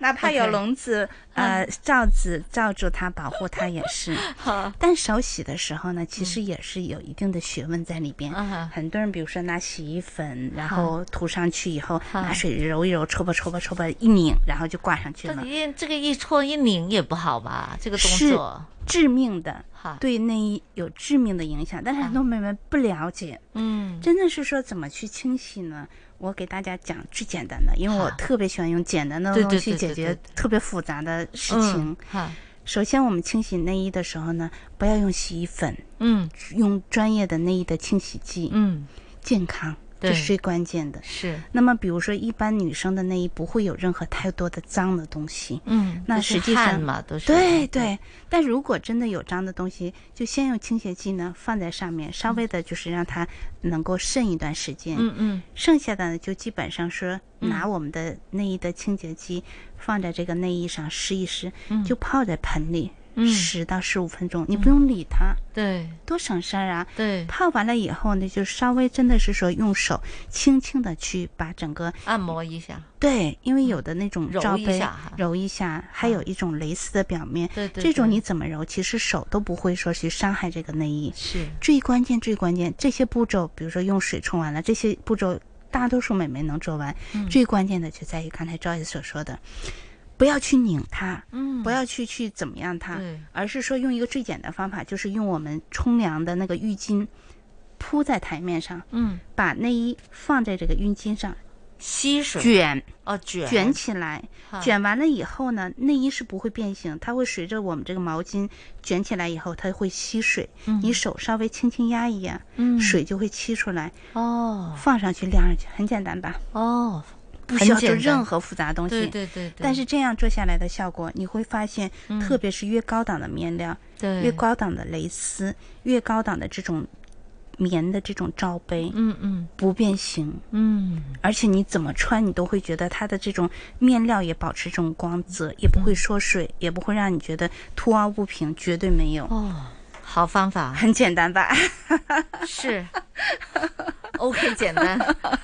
哪怕有笼子罩子罩住它保护它也是。但手洗的时候呢，其实也是有一定的学问在里边。很多人比如说拿洗衣粉，然后涂上去以后，拿水揉一揉，搓吧一拧，然后就挂上去了。 这个一搓一拧也不好吧？这个动作致命的，对内衣有致命的影响，但是很多妹妹不了解。真的是说怎么去清洗呢？我给大家讲最简单的，因为我特别喜欢用简单的东西解决特别复杂的事情。首先我们清洗内衣的时候呢，不要用洗衣粉，用专业的内衣的清洗剂，健康。这是最关键的。 是。 那么比如说一般女生的内衣不会有任何太多的脏的东西，那实际上嘛都是对。但如果真的有脏的东西，就先用清洁剂呢放在上面，稍微的就是让它能够渗一段时间。剩下的呢就基本上说拿我们的内衣的清洁剂放在这个内衣上湿一湿，就泡在盆里。10到15分钟，你不用理它， 对， 多省事儿啊。 对， 泡完了以后呢，就稍微真的是说用手轻轻的去把整个按摩一下。 对，因为有的那种罩杯揉一下，还有一种蕾丝的表面， 对， 这种你怎么揉，其实手都不会说去伤害这个内衣。 是最关键，这些步骤，比如说用水冲完了，这些步骤大多数美眉能做完。最关键的就在于刚才赵姐所说的。不要去拧它，不要去怎么样它，而是说用一个最简单的方法，就是用我们冲凉的那个浴巾铺在台面上，把内衣放在这个浴巾上， 吸水卷起来，卷完了以后呢，内衣是不会变形，它会随着我们这个毛巾卷起来以后，它会吸水，你手稍微轻轻压一压，水就会吸出来，放上去晾上去，很简单吧？不需要做任何复杂的东西， 对。 但是这样做下来的效果，你会发现，特别是越高档的面料，越高档的蕾丝，越高档的这种棉的这种罩杯，不变形，而且你怎么穿，你都会觉得它的这种面料也保持这种光泽，也不会缩水，也不会让你觉得凸凹不平，绝对没有。 好方法， 很简单吧？ 是。OK， 简单，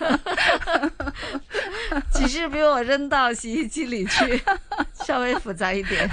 只是比我扔到洗衣机里去稍微复杂一点，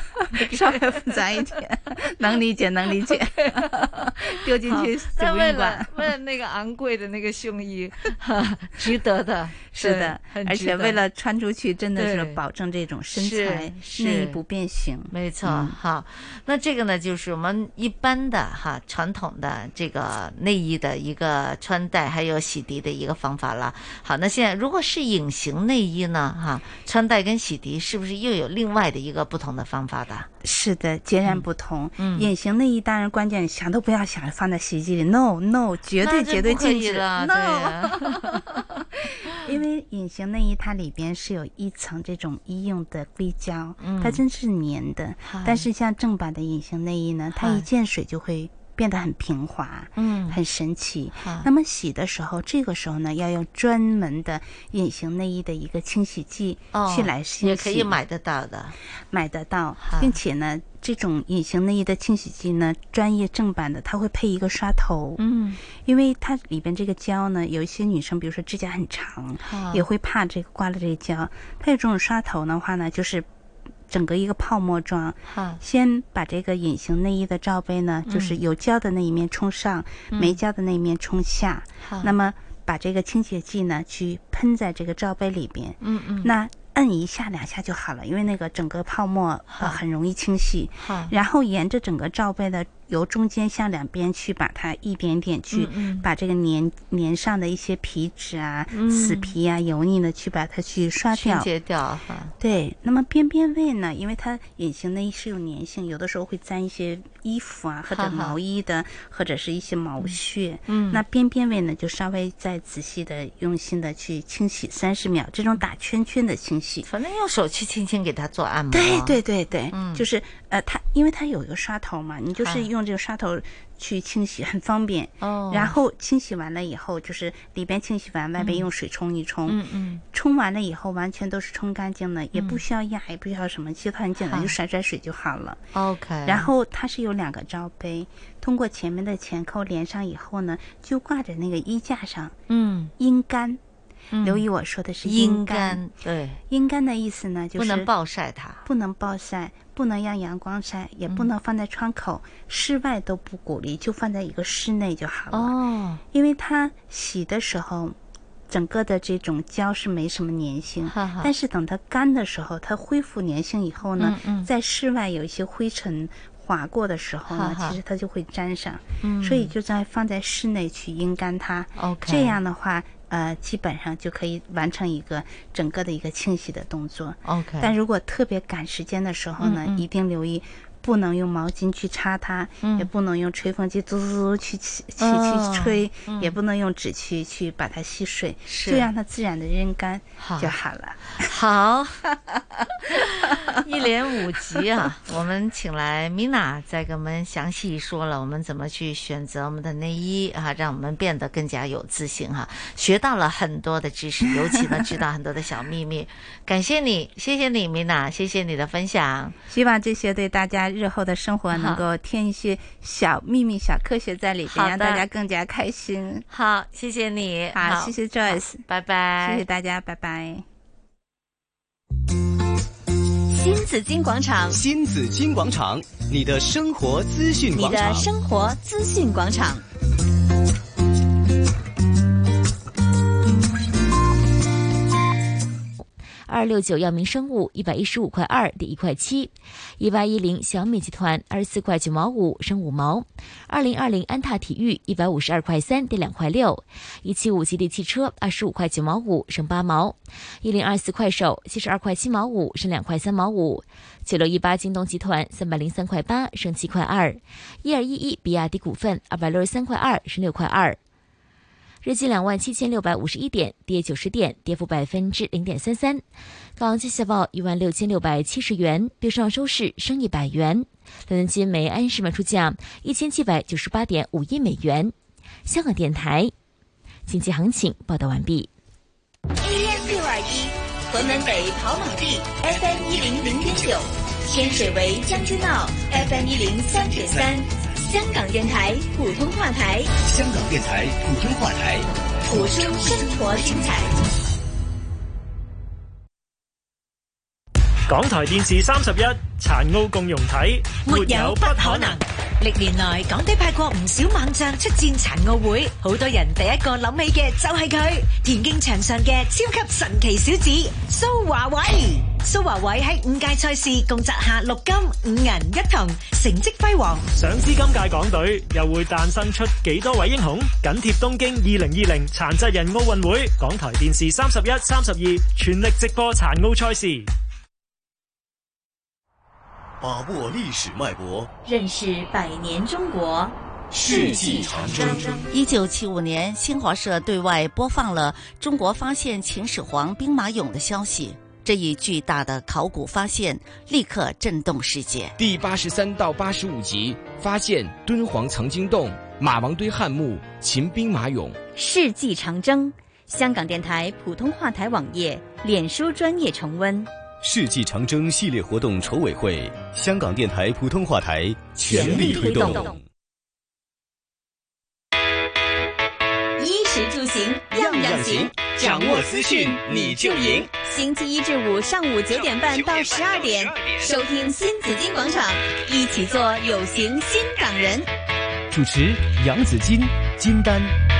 能理解。丢进去但为了那个昂贵的那个胸衣，值得的。 是的，而且为了穿出去，真的是保证这种身材内衣不变形。 没错。好，那这个呢，就是我们一般的传统的这个内衣的一个穿戴还有洗涤的一个方法了。好，那现在如果是隐形内衣呢，穿戴跟洗涤是不是又有另外的一个不同的方法的？ 是的，截然不同。隐形内衣当然关键想都不要想放在洗衣机里 ，no， 绝对禁止了 ，no。因为隐形内衣它里边是有一层这种医用的硅胶，它真是粘的。但是像正版的隐形内衣呢，它一见水就会变得很平滑，很神奇。那么洗的时候，这个时候呢，要用专门的隐形内衣的一个清洗剂去来清洗， 也可以买得到， 并且呢，这种隐形内衣的清洗剂呢，专业正版的，它会配一个刷头，因为它里边这个胶呢，有一些女生，比如说指甲很长，也会怕这个刮了这个胶，它有这种刷头的话呢，就是整个一个泡沫状，先把这个隐形内衣的罩杯呢，就是有胶的那一面冲上，没胶的那一面冲下，那么把这个清洁剂呢去喷在这个罩杯里边，那摁一下2下就好了，因为那个整个泡沫很容易清洗，然后沿着整个罩杯的由中间向两边去把它一点点去把这个粘上的一些皮脂啊、死皮啊、油腻的去把它去刷掉、 清洁掉。 对，那么边边位呢，因为它隐形内衣是有粘性，有的时候会沾一些衣服啊或者毛衣的或者是一些毛屑，那边边位呢就稍微再仔细的用心的去清洗30秒，这种打圈圈的清洗， 反正用手去轻轻给它做按摩。 对，就是它因为它有一个刷头嘛，你就是用这个刷头去清洗很方便。然后清洗完了以后，就是里边清洗完，外边用水冲一冲。冲完了以后完全都是冲干净的，也不需要压，也不需要什么，其实它很简单，就甩水就好了。 OK。 然后它是有2个罩杯，通过前面的前扣连上以后呢，就挂在那个衣架上。阴干。 留意我说的是阴干。 对， 阴干的意思呢，就是不能暴晒它， 不能暴晒，不能让阳光晒，也不能放在窗口，室外都不鼓励，就放在一个室内就好了。因为它洗的时候，整个的这种胶是没什么粘性，但是等它干的时候，它恢复粘性以后呢，在室外有一些灰尘划过的时候呢，其实它就会粘上，所以就放在室内去阴干它。这样的话，基本上就可以完成一个整个的一个清洗的动作。但如果特别赶时间的时候呢，一定留意。不能用毛巾去擦它，也不能用吹风机嘟嘟去吹，也不能用纸去把它吸水，就让它自然的阴干就好了。 好，一连5集啊，我们请来 Mina 再给我们详细说了我们怎么去选择我们的内衣啊，让我们变得更加有自信哈，学到了很多的知识，尤其呢知道很多的小秘密。感谢你，谢谢你 Mina， 谢谢你的分享。 希望这些对大家日后的生活能够添一些小秘密、小科学在里边，让大家更加开心。 好，谢谢你。 好，谢谢 Joyce， 拜拜。 谢谢大家，拜拜。 新紫金广场， 新紫金广场，你的生活资讯广场， 你的生活资讯广场。 269药明生物115.2块跌1块7，1810小米集团24块9毛5升5毛，2020安踏体育152.3块跌2块6，175吉利汽车25块9毛5升8毛，1024快手72块7毛5升2块3毛5，9618京东集团303块8升7块2，1211比亚迪股份263块2升6块2。日经27651点，跌90点，跌幅0.33%。港交所报16670元，比上收市升100元。伦敦金每安士卖出价1798.51美元。香港电台经济行情报道完毕。 AM621，屯门北跑马地 FM100.9，天水围将军澳 FM103.3。香港电台普通话台， 香港电台普通话台， 谱出生活精彩。 港台電視31殘奧共融體， 沒有不可能。歷年來，港隊派過唔少猛將出戰殘奧會，好多人第一個諗起嘅就係佢，田徑場上嘅超級神奇小子蘇華偉。蘇華偉喺5屆賽事共摘下6金5銀1銅，成績輝煌。 想知今屆港隊又會誕生出幾多位英雄？緊貼東京2020殘疾人奧運會，港台電視31、32全力直播殘奧賽事。 把握历史脉搏， 认识100年中国。 世纪长征。 1975年，新华社对外播放了中国发现秦始皇兵马俑的消息。这一巨大的考古发现立刻震动世界。 第83到85集发现敦煌藏经洞、马王堆汉墓、秦兵马俑。 世纪长征，香港电台普通话台网页、脸书专业重温。 世纪长征系列活动筹委会，香港电台普通话台全力推动。 衣食住行样样行， 掌握资讯你就赢。 星期1至5上午9点半到12点，收听新紫金广场，一起做有型新港人。 主持杨紫金、金丹。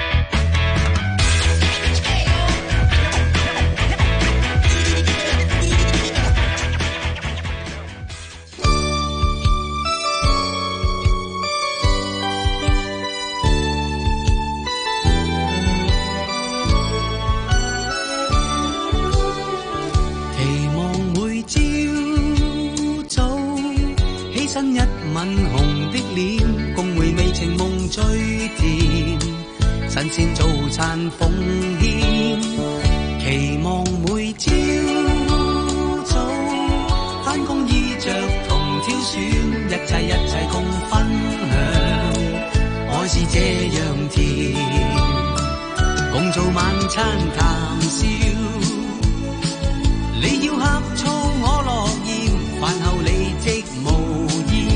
一吻紅的臉，共回味情夢最甜，新鮮早餐奉獻，期望每朝早返工衣着同挑選，一切共分享，愛是這樣甜，共做晚餐談笑，你要呷醋我樂厭，飯後你即無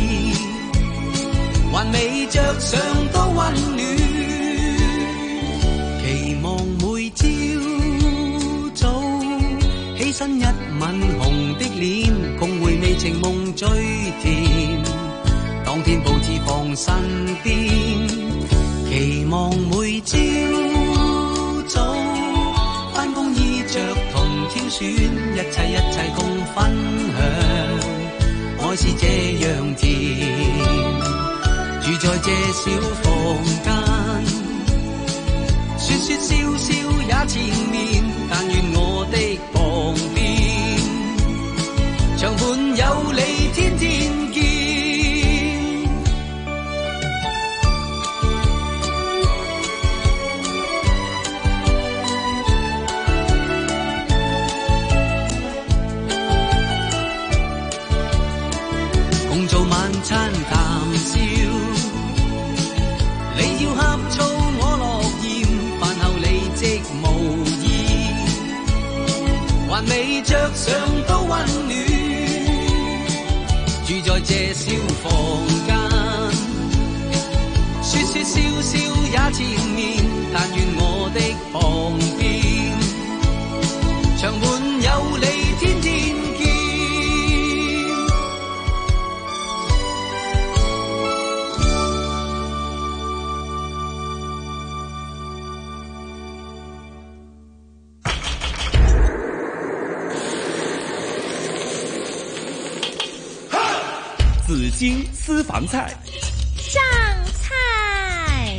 還未着上都溫暖，期望每朝起身一吻紅的臉，共回味情夢最甜。當天報紙放身邊，期望每朝早返工衣着同挑選，一切共分享，愛是這樣甜。住在這小房間，說笑笑也纏綿，但願我的旁邊，長伴有你天天見。共做晚餐談笑，你要呷醋我樂厭，飯後你即無意，還未着上都溫暖。住在這小房間，說笑也纏綿，但願我的旁邊，長伴有你天天見。 紫荆私房菜上菜。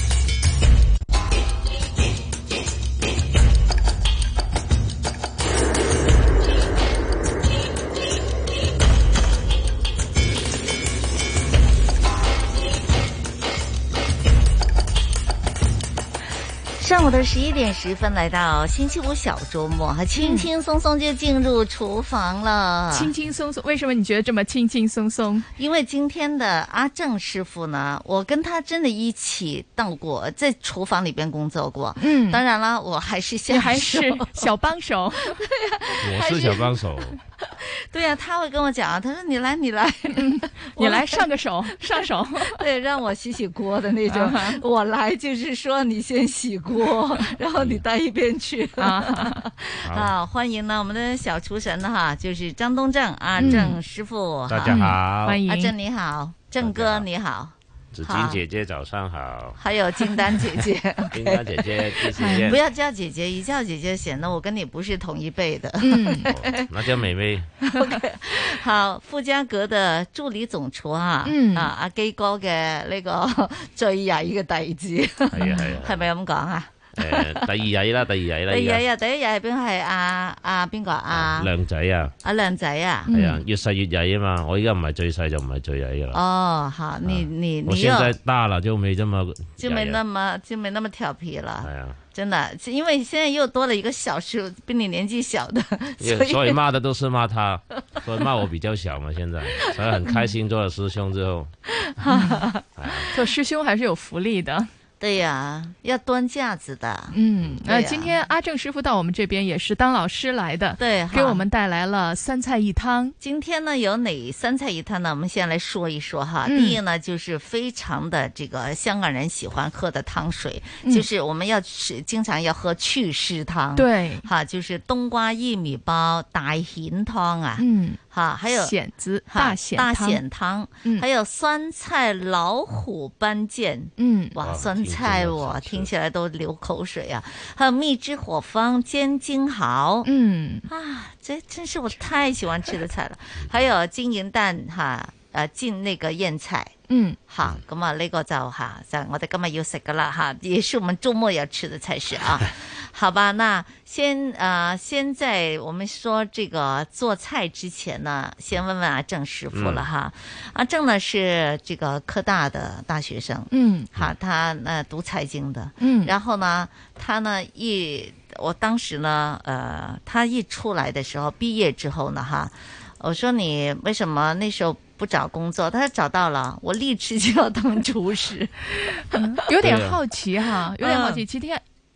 上午的11點10分，來到星期五小周末，輕輕鬆鬆就進入廚房了。 輕輕鬆鬆，為什麼你覺得這麼輕輕鬆鬆？ 因為今天的阿正師傅呢，我跟他真的一起到過，在廚房裏邊工作過。嗯，當然了，我還是小幫手。 我是小幫手。 對呀、啊，他會跟我講，他說你來， 你來上手。 對，讓我洗鍋的那種。我來就是說你先洗鍋，然後你到一邊去。好，歡迎呢我們的小廚神哈，就是張東正阿正師傅。 大家好， 歡迎阿正你好，正哥你好。 子金姐姐早上好， 還有金丹姐姐， 金丹姐姐謝謝。 不要叫姐姐，一叫姐姐顯得我跟你不是同一輩的。 那叫妹妹。 OK， 好，富家閣的助理總廚啊，阿基哥嘅呢個最曳嘅弟子，係咪咁講啊？ 第二曳啦。第一日係邊係阿邊個啊？ 亮仔啊！ 阿亮仔啊！ 係啊，越細越曳啊嘛！我而家唔係最細就唔係最曳噶啦。 哦，好，你我現在大了就沒這麼就沒那麼調皮了。 係啊， 真的，因為現在又多了一個小師，比你年紀小的， 所以罵的都是罵他，所以罵我比較小嘛。現在所以很開心做了師兄之後， 做師兄還是有福利的。 對呀，要端架子的。 今天阿正師傅到我們這邊也是當老師來的， 對， 給我們帶來了三菜一湯。 今天呢有哪三菜一湯呢？我們先來說一說哈。第一呢就是非常的這個香港人喜歡喝的湯水，就是我們要經常要喝祛濕湯。 對， 哈，就是冬瓜薏米煲大蜆湯啊。哈，還有蜆子大蜆湯， 還有酸菜老虎斑劍。哇，酸菜我聽起來都流口水啊！還有蜜汁火方煎金蠔。這真是我太喜歡吃的菜了。還有金銀蛋進那個燕菜。好，咁啊呢個就我哋今日要食噶啦哈，也是我們周末要吃的菜式啊。好吧，那先在我們說這個做菜之前呢，先問問阿正師傅了哈。阿正呢是這個科大的大學生，好，他讀財經的，然後呢，他呢我當時呢，他一出來的時候，畢業之後呢，哈，我說你為什麼那時候不找工作？他說找到了，我立志就要當廚師。 有點好奇哈，有點好奇，今天。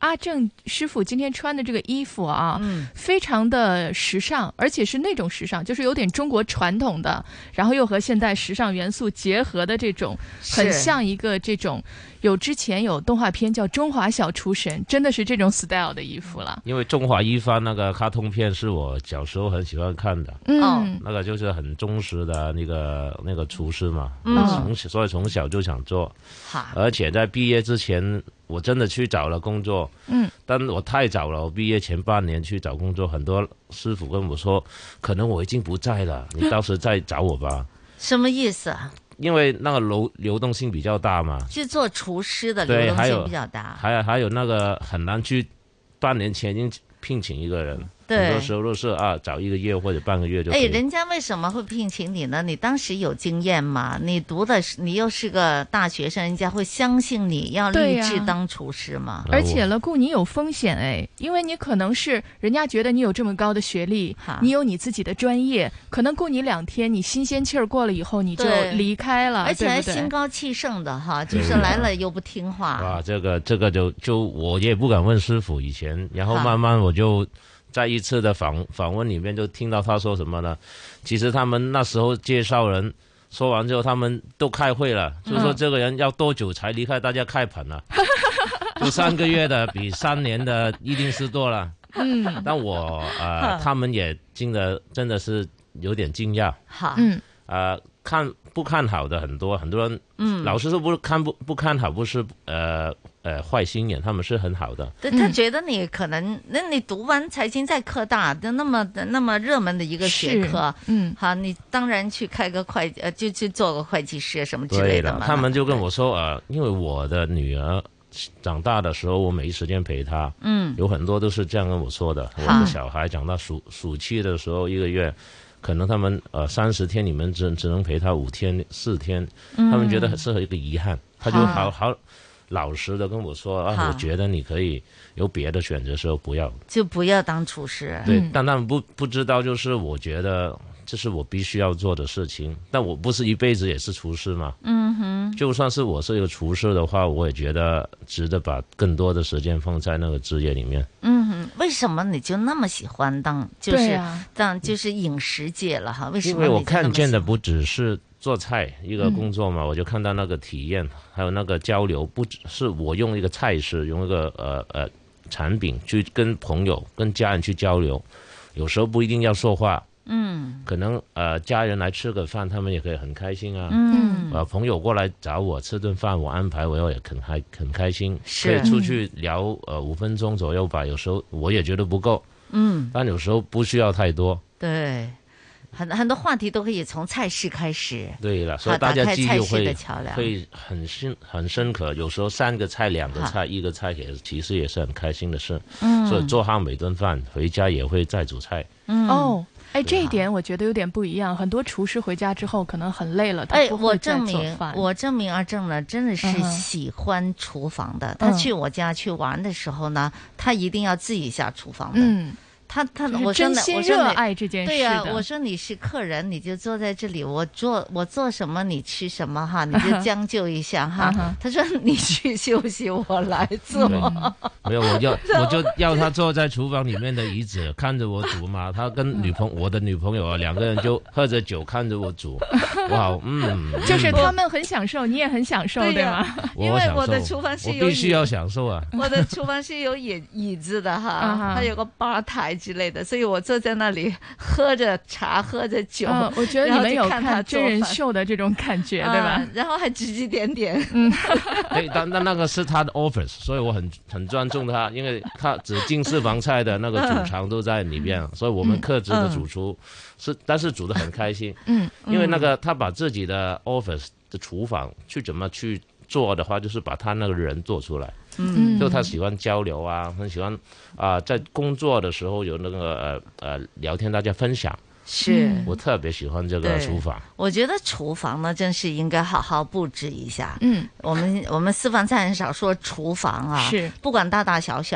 阿正师傅今天穿的这个衣服啊，非常的时尚，而且是那种时尚，就是有点中国传统的，然后又和现代时尚元素结合的这种，很像一个这种之前有动画片叫《中华小厨神》，真的是这种 style 的衣服了。 因为中华一番那个卡通片是我小时候很喜欢看的，那个就是很忠实的那个厨师嘛，所以从小就想做，而且在毕业之前。我真的去找了工作，但我太早了，我毕业前半年去找工作，很多师傅跟我说，可能我已经不在了，你到时再找我吧。 什么意思啊？ 因为那个流动性比较大嘛， 就做厨师的流动性比较大， 还有那个很难去，半年前已经聘请一个人。很多时候都是找1个月或者半个月就可以。 人家为什么会聘请你呢？你当时有经验嘛？你又是个大学生，人家会相信你要立志当厨师嘛？ 而且了，顾你有风险因为你可能是人家觉得你有这么高的学历，你有你自己的专业，可能顾你2天，你新鲜气儿过了以后你就离开了， 而且还心高气盛的哈，就是来了又不听话。 哇，这个就我也不敢问师傅以前，然后慢慢我就。在一次的访问里面就听到他说什么呢？其实他们那时候介绍人说完之后，他们都开会了，就说这个人要多久才离开，大家开盘了，就3个月的比3年的一定是多了。但我他们也真的是有点惊讶。好，不看好的很多人，老师说不看好，不是坏心眼，他们是很好的。 对，他觉得你可能，那你读完财经在科大的那么热门的一个学科，好，你当然去开个就去做个会计师什么之类的嘛。 他们就跟我说因为我的女儿长大的时候，我没时间陪她，有很多都是这样跟我说的。我的小孩长到暑期的时候1个月。可能他们30天你们只能陪他5天4天，他们觉得是一个遗憾，他就好老实的跟我说我觉得你可以有别的选择时候不要当厨师。对，但他们不知道，就是我觉得这是我必须要做的事情，但我不是一辈子也是厨师嘛。就算是我是一个厨师的话，我也觉得值得把更多的时间放在那个职业里面。 为什么你就那么喜欢当就是饮食界了哈？为什么？ 因为我看见的不只是做菜一个工作嘛，我就看到那个体验，还有那个交流，不只是我用一个菜式，用一个产品去跟朋友、跟家人去交流，有时候不一定要说话。可能家人来吃个饭，他们也可以很开心啊。朋友过来找我吃顿饭，我安排我也很开心，可以出去聊5分钟左右吧。有时候我也觉得不够，但有时候不需要太多。 对，很多话题都可以从菜式开始。 对了，所以大家记忆会很深刻。有时候3个菜、2个菜、1个菜，其实也是很开心的事。所以做好每顿饭，回家也会再煮菜。 这一点我觉得有点不一样。很多厨师回家之后可能很累了，他不会再做饭。 我证明阿正呢真的是喜欢厨房的。他去我家去玩的时候呢，他一定要自己下厨房的。我真心热爱这件事的。 对呀，我说你是客人，你就坐在这里，我做什么你吃什么哈，你就将就一下哈。他说你去休息，我来做。 没有，我就要他坐在厨房里面的椅子，看着我煮嘛。他跟我的女朋友2个人就喝着酒看着我煮。哇， 就是他们很享受，你也很享受，对吗？ 因为我的厨房是有我必须要享受啊。 我的厨房是有椅子的哈，它有个吧台之类的，所以我坐在那里喝着茶喝着酒。 我觉得你们有看真人秀的这种感觉，对吧？ 然后还指指点点。 但那个是他的 office， 所以我很尊重他，因为他只进私房菜的那个主场都在里边，所以我们克制的主厨但是煮得很开心。因为那个他把自己的 office 的厨房怎么去做的话，就是把他那个人做出来。就他喜欢交流啊，很喜欢在工作的时候有那个聊天，大家分享。我特别喜欢这个厨房。 我觉得厨房呢，真是应该好好布置一下。我们私房菜很少说厨房啊，不管大大小小。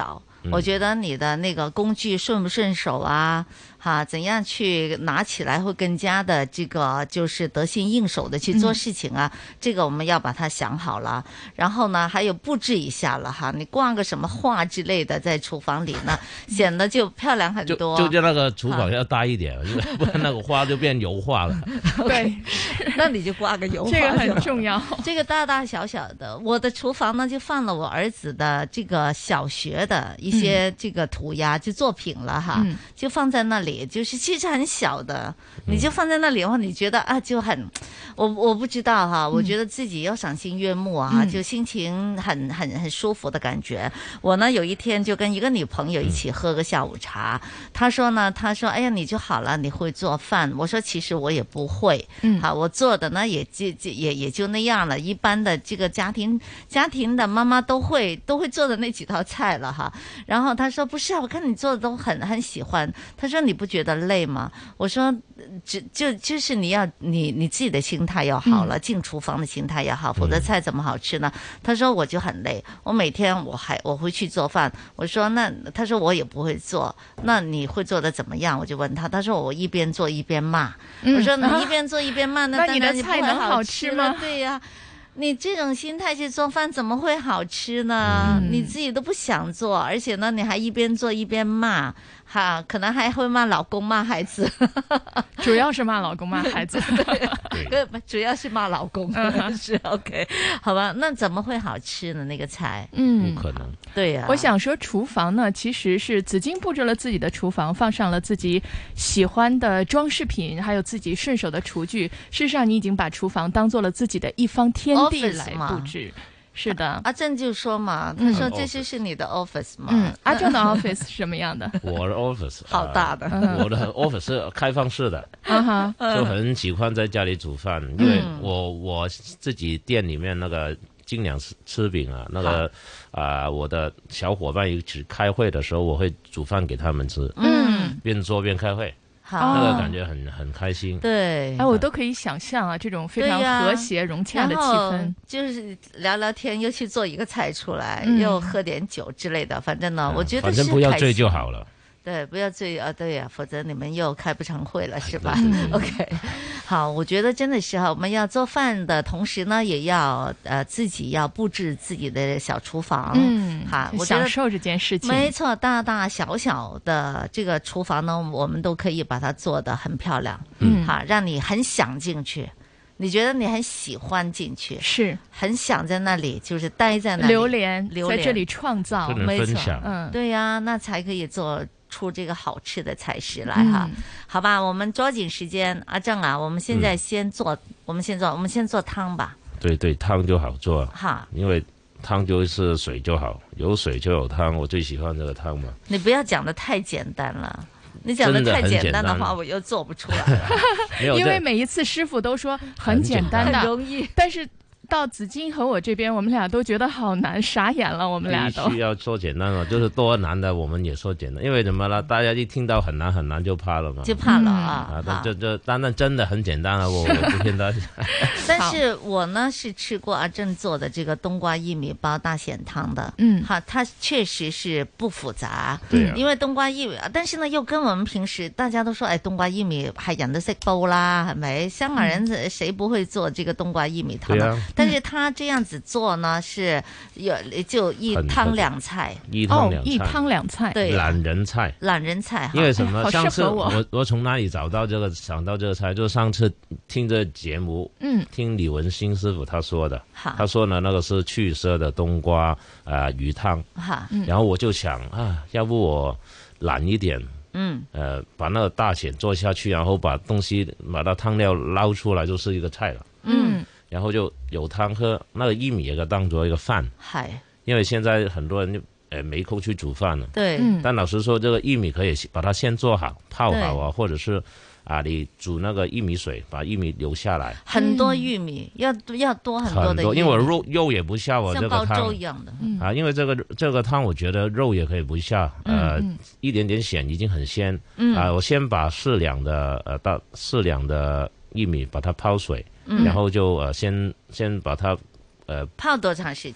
我觉得你的那个工具顺不顺手啊，怎样去拿起来会更加的这个就是得心应手的去做事情啊，这个我们要把它想好了。然后呢，还有布置一下了哈，你挂个什么画之类的在厨房里呢，显得就漂亮很多。 就那个厨房要大一点，不然那个花就变油画了。 对， 那你就挂个油画， 这个很重要。 这个大大小小的，我的厨房呢就放了我儿子的这个小学的一些这个涂鸦，就作品了哈，就放在那里。就是其实很小的，你就放在那里的话，你觉得啊就很，我不知道哈，我觉得自己又赏心悦目啊，就心情很舒服的感觉。我呢有一天就跟一个女朋友一起喝个下午茶，她说哎呀你就好了，你会做饭。我说其实我也不会，我做的呢也就那样了，一般的这个家庭的妈妈都会做的那几道菜了哈。然后她说不是啊，我看你做的都很喜欢。她说你不觉得累吗？我说就是你自己的心态要好了，进厨房的心态要好，否则菜怎么好吃呢？他说我就很累，我每天我会去做饭。我说他说我也不会做，那你会做的怎么样？我就问他，他说我一边做一边骂。我说你一边做一边骂， 那你的菜能好吃吗？ 对呀。你这种心态去做饭怎么会好吃呢？你自己都不想做，而且呢你还一边做一边骂，可能还会骂老公骂孩子。 主要是骂老公骂孩子。 对，主要是骂老公。是 OK 好吧，那怎么会好吃呢那个菜？ 不可能。 对呀， 我想说厨房呢其实是紫荆布置了自己的厨房，放上了自己喜欢的装饰品，还有自己顺手的厨具。事实上你已经把厨房当做了自己的一方天地来布置。是的， 阿正就说嘛，他说这是你的 office 嘛。 阿正的 office 是什么样的？ 我的 office 好大的。 我的 office 是开放式的，就很喜欢在家里煮饭，因为我自己店里面那个精良吃饼啊，那个我的小伙伴一起开会的时候，我会煮饭给他们吃，边做边开会。那个感觉很开心。 对， 我都可以想象啊，这种非常和谐融洽的气氛。 就是聊聊天，又去做一个菜出来，又喝点酒之类的。反正呢，我觉得反正不要醉就好了。 对，不要醉啊！对呀，否则你们又开不成会了，是吧？OK， 好，我觉得真的是我们要做饭的同时呢，也要自己要布置自己的小厨房，我觉得享受这件事情。 没错，大大小小的这个厨房呢，我们都可以把它做得很漂亮，让你很想进去。你觉得你很喜欢进去， 是很想在那里，就是待在那里流连在这里创造， 没错，对呀，那才可以做出这个好吃的菜式来哈。好吧，我们抓紧时间，阿正啊，我们现在先做汤吧。 对，汤就好做哈， 因为汤就是水就好，有水就有汤，我最喜欢这个汤嘛。 你不要讲得太简单了。你讲的太简单的话，我又做不出来了。 因为每一次师傅都说很简单的， 很容易， 但是到紫荆和我这边，我们俩都觉得好难，傻眼了。我们俩都必须要说简单了，就是多难的我们也说简单，因为怎么了？大家一听到很难很难就怕了嘛， 就怕了啊！ 但真的很简单了，我不骗大家。 但是我呢是吃过阿正做的这个冬瓜薏米煲大咸汤的，它确实是不复杂，因为冬瓜薏米，但是呢又跟我们平时大家都說誒冬瓜薏米係人都識煲啦，係咪？香港人誰不會做這個冬瓜薏米湯呢？但是他這樣子做呢，是就一湯兩菜， 一湯兩菜， 對， 懶人菜，因為什麼？上次我從哪裡想到這個菜，就上次聽這節目，聽李文新師傅他說的，他說呢那個是去色的冬瓜魚湯，然後我就想要不我懶一點，把那個大蚬做下去，然後把它湯料撈出來就是一個菜了，然後就有湯喝，那個薏米也可當做一個飯，因為現在很多人沒空去煮飯了， 對， 但老實說，這個薏米可以把它先做好，泡好啊，或者是你煮那個薏米水，把薏米留下來， 很多玉米要多很多的薏米， 因為肉也不下這個湯， 像煲粥一樣的， 因為這個湯我覺得肉也可以不下，一點點鹹已經很鮮，我先把4兩的薏米把它泡水，然後就先把它泡多長時間？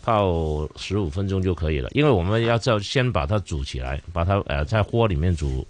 泡15分钟就可以了，因为我们要先把它煮起来，把它在锅里面煮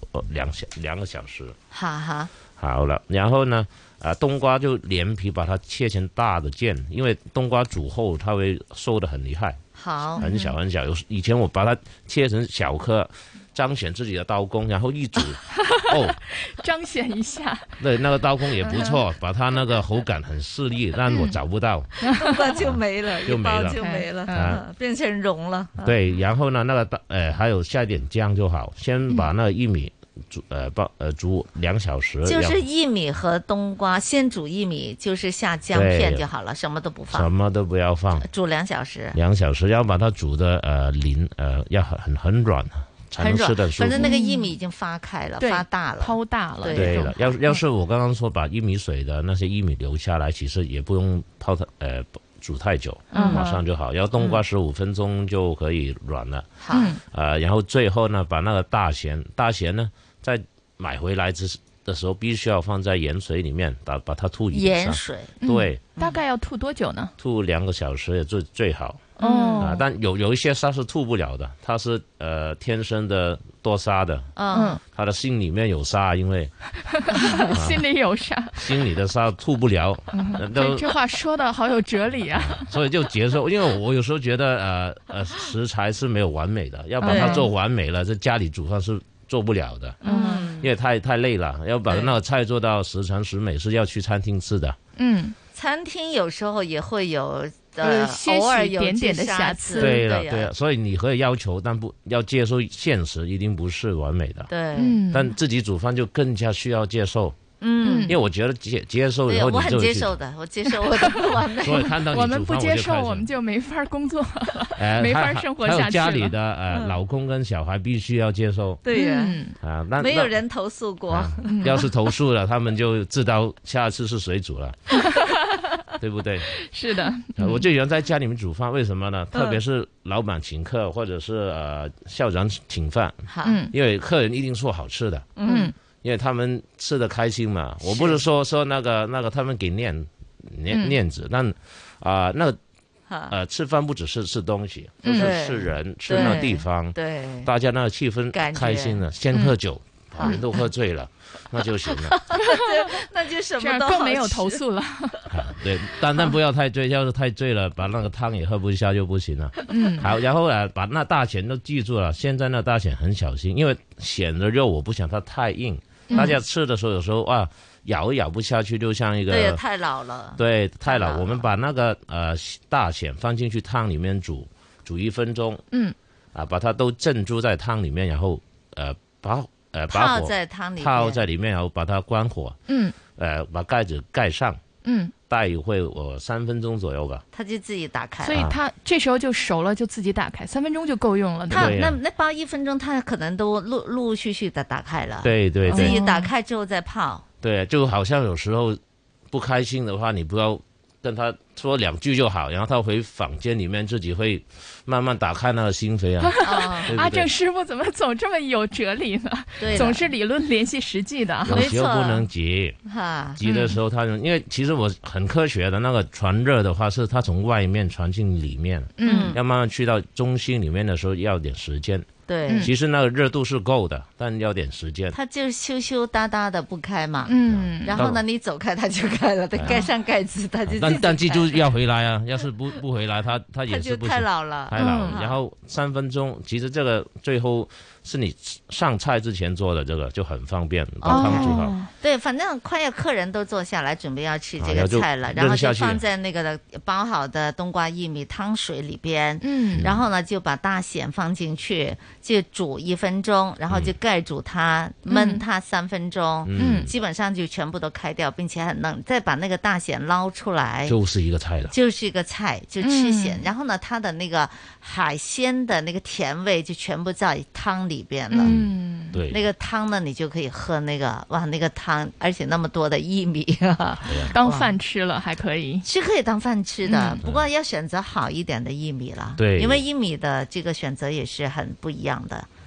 2个小时。好了，然后呢，冬瓜就连皮把它切成大的件，因为冬瓜煮后它会收得很厉害，很小很小。以前我把它切成小颗，彰显自己的刀工，然后一煮， 彰显一下。 对，那个刀工也不错，把它那个口感很细腻，但我找不到， 冬瓜就没了， 就没了，变成蓉了。 对，然后呢，那个还有下一点姜就好，先把那个薏米煮2小时。 就是薏米和冬瓜，先煮薏米，就是下姜片就好了，什么都不放， 什么都不要放， 煮2小时。 2小时，要把它煮的要很软。才能吃得舒服。 反正那个薏米已经发开了，发大了， 泡大了。 对了，要是我刚刚说把薏米水的那些薏米留下来，其实也不用煮太久，马上就好。然后冬瓜15分钟就可以软了。 好， 然后最后呢，把那个大咸呢，在买回来的时候必须要放在盐水里面，把它吐盐水。 对， 大概要吐多久呢？ 吐2个小时也最好。但有一些沙是吐不了的，它是天生的多沙的，他的心里面有沙，因为心里有沙， 心里的沙吐不了。 这话说的好有哲理啊！ 所以就接受，因为我有时候觉得食材是没有完美的，要把它做完美了，在家里煮饭是做不了的，因为太累了，要把那个菜做到十全十美是要去餐厅吃的。 餐厅有时候也会有偶尔有点点的瑕疵。 对了，所以你可以要求，但不要接受现实一定不是完美的。 对， 但自己煮饭就更加需要接受。因为我觉得接受以后， 我很接受的，我接受我的不完美。 所以看到你我们不接受，我们就没法工作，没法生活下去了。 还有家里的老公跟小孩必须要接受。 对呀， 那没有人投诉过。 要是投诉了，他们就知道下次是谁煮了。对不对？ 是的， 我最喜欢在家里面煮饭，为什么呢？特别是老板请客，或者是校长请饭，因为客人一定说好吃的，因为他们吃得开心嘛。我不是说那个他们给面子，但那个吃饭不只是吃东西，就是吃人，吃那地方， 对， 大家那个气氛开心了，先喝酒，把人都喝醉了。那就行了， 那就什么都好吃， 更没有投诉了。 对，但不要太醉，要是太醉了，把那个汤也喝不下就不行了。好，然后把那大蚬都记住了。现在那大蚬很小心，因为蚬的肉我不想它太硬，大家吃的时候有时候咬也咬不下去，就像一个对，太老了。 对，太老。我们把那个大蚬放进去汤里面煮1分钟，把它都浸住在汤里面，然后把泡在汤里面， 泡在里面，然后把它关火，把盖子盖上，待一会3分钟左右吧， 它就自己打开了。 所以它这时候就熟了，就自己打开，3分钟就够用了。 那包1分钟，它可能都陆续的打开了。 对， 自己打开之后再泡。 对，就好像有时候不开心的话，你不要跟他说2句就好，然后他回房间里面自己会慢慢打开那个心扉啊。 阿正师傅怎么总这么有哲理呢？总是理论联系实际的。 有时候不能急，急的时候因为其实我很科学的，那个传热的话是它从外面传进里面，要慢慢去到中心里面的时候要点时间。 对， 其实那个热度是够的，但要点时间。 它就羞答答的不开嘛，然后呢，你走开它就开了，盖上盖子它就。 但记住要回来啊！要是不回来，它也是不行。 太老了， 太老了。然后3分钟，其实这个最后是你上菜之前做的，这个就很方便，把汤煮好。 对，反正快要客人都坐下来准备要吃这个菜了，然后就放在那个包好的冬瓜薏米汤水里边，然后呢就把大蚬放进去。就煮1分钟，然后就盖住它，焖它3分钟，基本上就全部都开掉，并且很嫩。再把那个大蚬捞出来， 就是一个菜了， 就是一个菜，就吃蚬。然后呢，它的那个海鲜的那个甜味就全部在汤里边了。 对， 那个汤呢，你就可以喝那个那个汤，而且那么多的薏米， 当饭吃了还可以， 是可以当饭吃的。不过要选择好一点的薏米了， 对， 因为薏米的这个选择也是很不一样的。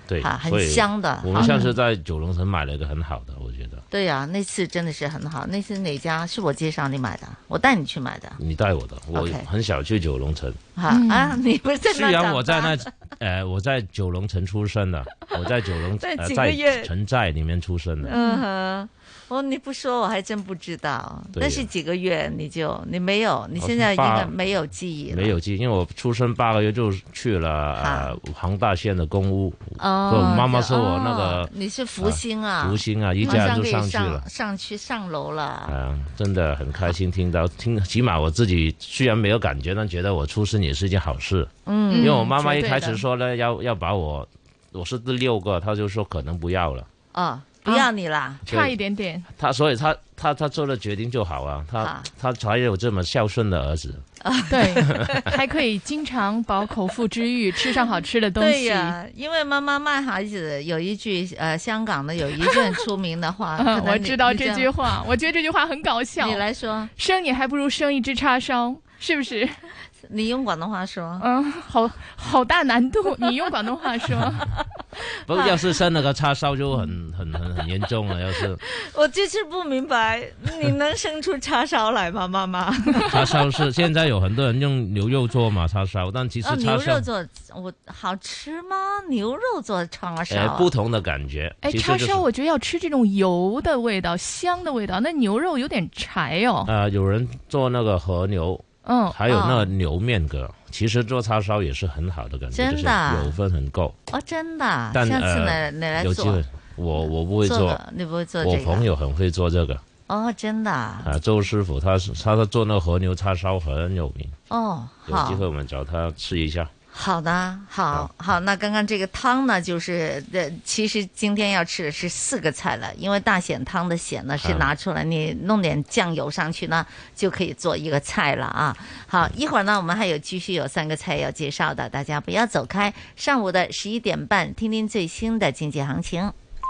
对， 很香的。 我们上次在九龙城买了一个很好的，我觉得。 对呀，那次真的是很好。那次哪家是我介绍你买的？我带你去买的。 你带我的，我很少去九龙城。 你不是在那？ 虽然我在那，我在九龙城出生的，我在九龙在城寨里面出生的。 你不说我还真不知道。但是几个月你没有，你现在应该没有记忆了。 没有记忆，因为我出生8个月就去了黄大仙的公屋。我妈妈说我那个你是福星啊， 福星啊，一家人就上去了， 上楼了。 真的很开心，听，起码我自己虽然没有感觉，但觉得我出生也是一件好事。因为我妈妈一开始说呢，要把我是第6个，她就说可能不要了。 不要你啦， 差一点点。 所以他做了决定就好啊，他才有这么孝顺的儿子。 对，还可以经常饱口腹之欲，吃上好吃的东西。 对呀，因为妈妈骂孩子有一句香港的有一句很出名的话， 我知道这句话，我觉得这句话很搞笑。 你来说， 生你还不如生一只叉烧，是不是？ 你用广东话说。 好大难度，你用广东话说。 不过要是生了个叉烧就很严重了。要是我就是不明白，你能生出叉烧来吗，妈妈？ 叉烧是现在有很多人用牛肉做嘛叉烧，但其实叉烧牛肉做好吃吗？牛肉做叉烧， 不同的感觉。 叉烧我觉得要吃这种油的味道、香的味道，那牛肉有点柴哦。 有人做那个和牛。还有那个牛面疙，其实做叉烧也是很好的感觉， 真的就是油分很够。 真的。 但下次你来做。 有机会，我不会做， 你不会做这个。 我朋友很会做这个。 真的。 周师傅他做那个和牛叉烧很有名。有机会我们找他吃一下。 好的，好，那刚刚这个汤呢，就是其实今天要吃的是4个菜了，因为大显汤的显呢是拿出来，你弄点酱油上去呢，就可以做一个菜了啊。好，一会儿呢，我们还继续有3个菜要介绍的，大家不要走开。上午的11点半，听听最新的经济行情。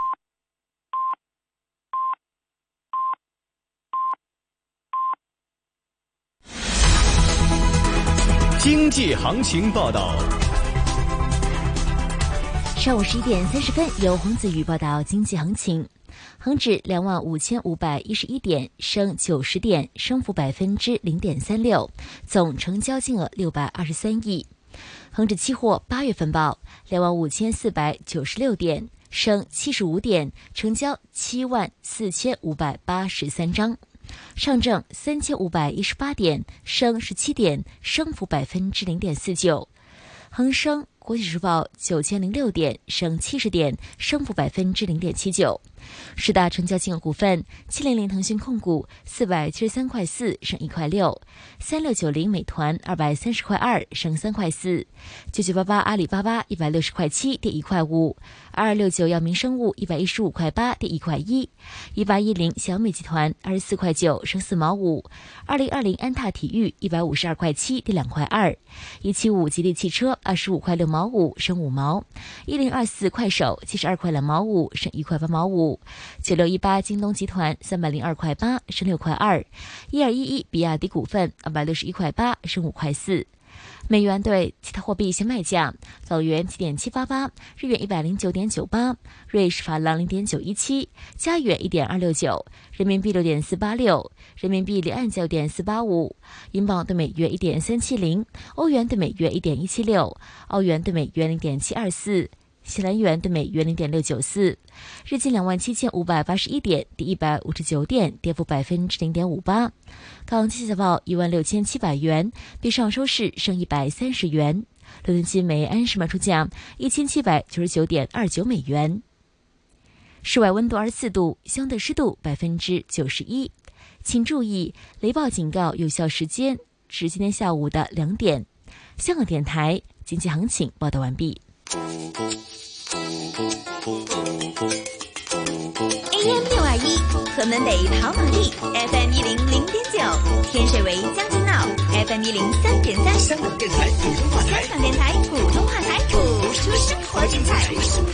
经济行情报道。 上午11点30分，由黄子瑜报道经济行情。恒指25511点，升90点，升幅0.36%，总成交金额623亿。恒指期货8月份报25496点，升75点，成交74583张。上证3518点，升17点，升幅0.49%。恒生国际指数报9006点，升70点，升幅0.79%。10大成交金额股份：700腾讯控股473块4，升1块6；3690美团230块2，升3块4；9988阿里巴巴160块7，跌1块5；2269药明生物115块8，跌1块1；1810小米集团24块9，升4毛5；2020安踏体育152块7，跌2块2；175吉利汽车25块6毛5，升5毛；1024快手72块2毛5，升1块8毛5；9618京东集团302块8，升6块2；1211比亚迪股份261块8，升5块4。美元对其他货币现卖价：港元7.788，日元109.98，瑞士法郎0.917，加元1.269，人民币6.486，人民币离岸价6.485，英镑对美元1.370，欧元对美元1.176，澳元对美元0.724。新西兰元对美元0.694，日经27581点，跌159点，跌幅0.58%。港期小报16700元，比上收市升130元。伦敦金每安士卖出价1799.29美元。室外温度24度，相对湿度91%。请注意，雷暴警告有效时间至今天下午的2点。香港电台经济行情报道完毕。 AM621，河门北跑马地 FM100.9，天水围将军澳 FM103.3，香港电台普通话台，播出生活精彩。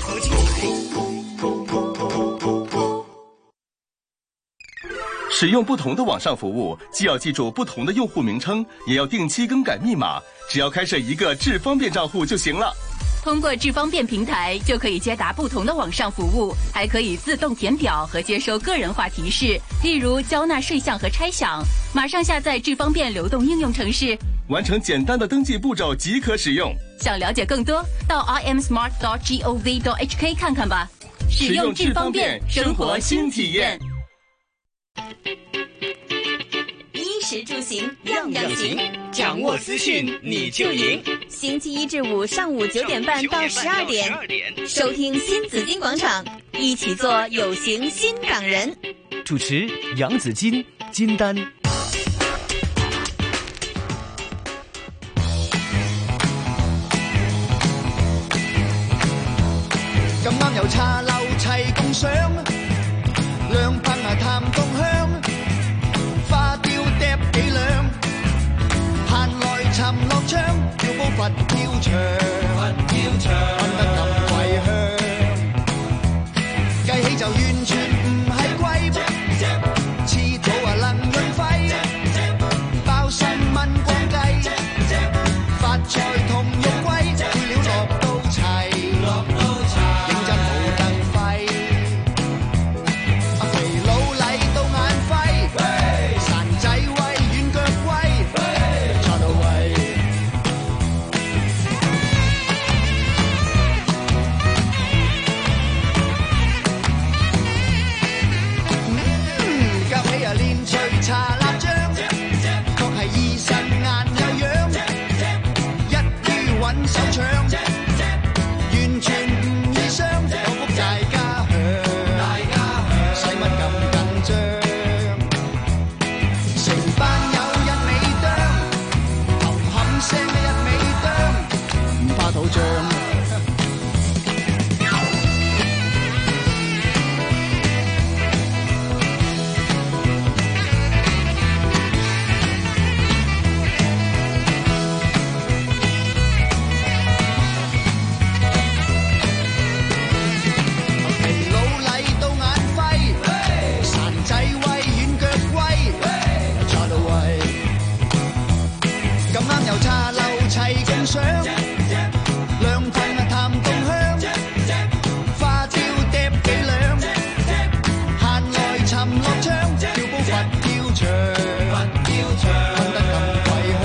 使用不同的网上服务，既要记住不同的用户名称，也要定期更改密码。只要开设一个智方便账户就行了。 通过智方便平台就可以接答不同的网上服务，还可以自动填表和接收个人化提示，例如交纳税项和拆享。马上下载智方便流动应用程式， 完成简单的登记步骤即可使用。 想了解更多，到 imsmart.gov.hk 看看吧。使用智方便，生活新体验。 衣食住行样样行，掌握资讯你就赢。星期一至五上午9点半到12点，收听新紫金广场，一起做有型新港人。 主持杨紫金、金丹。 咁啱有茶樓齊共賞，兩烹談共香，花雕嗒幾兩，閒來尋樂章，要煲佛跳牆，噴得咁貴香，計起就完全唔係貴，遲早能潤肺，包新蚊光雞，發財同肉龜，配料落到齊。茶蠟漿，確係醫生眼有樣，一於揾手搶，完全唔易傷，有福大家享，使乜咁緊張？成班友一味啄，冚冚聲一味啄，唔怕肚脹。齊共賞，兩份談共香，花雕嗒幾兩，閒來尋樂章，跳煲佛跳牆，噴得咁貴香，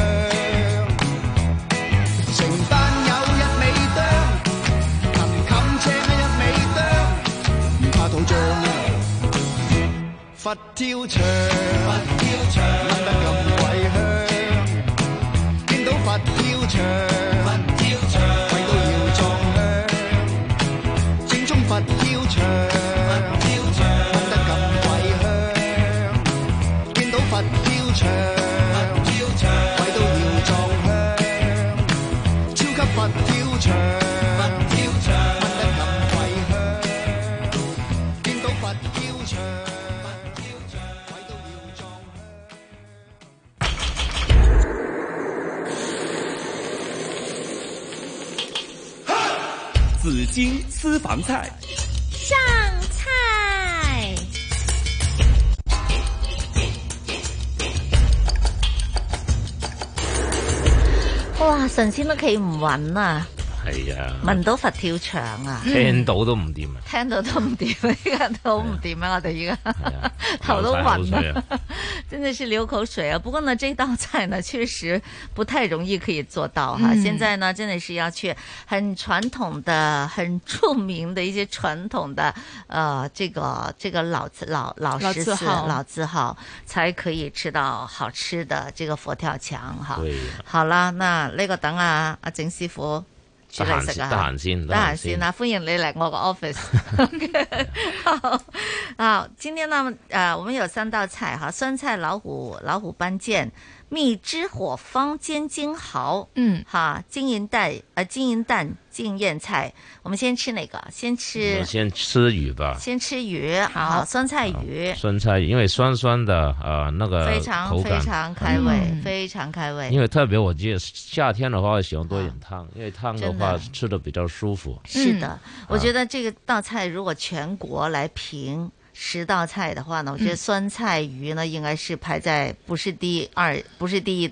成班友一味啄，冚冚聲一味啄，唔怕肚脹，佛跳牆，噴得咁貴香。佛跳牆，跪到要撞香，正宗佛跳牆，噴得咁貴香，見到佛跳牆，跪到要撞香，超級佛跳牆，噴得咁貴香，見到佛跳牆。 紫金私房菜上菜。 哇！神仙都企唔穩啊！ 係啊， 聞到佛跳牆啊， 聽到都唔掂啊， 聽到都唔掂啊，依家都唔掂啊，我哋依家頭都暈啊，真的是流口水啊。不過呢，這道菜呢，確實不太容易可以做到哈。現在呢，真的是要去很傳統的、很著名的一些傳統的，這個老字號才可以吃到好吃的這個佛跳牆哈。好啦，那呢個等阿鄭師傅。得閒先啦！歡迎你嚟我個 office。好，今天呢，我們有3道菜哈，酸菜老虎斑腱、蜜汁火方煎金蠔，金銀蛋净燕菜。我們先吃哪個？先吃魚吧。 先吃魚，好，酸菜魚。 酸菜因為酸酸的那個非常開胃，非常開胃。 因為特別我覺得夏天的話，我喜歡多一點湯，因為湯的話吃得比較舒服。 是的，我覺得這個道菜如果全國來評10道菜的話呢，我覺得酸菜魚呢應該是排在不是第一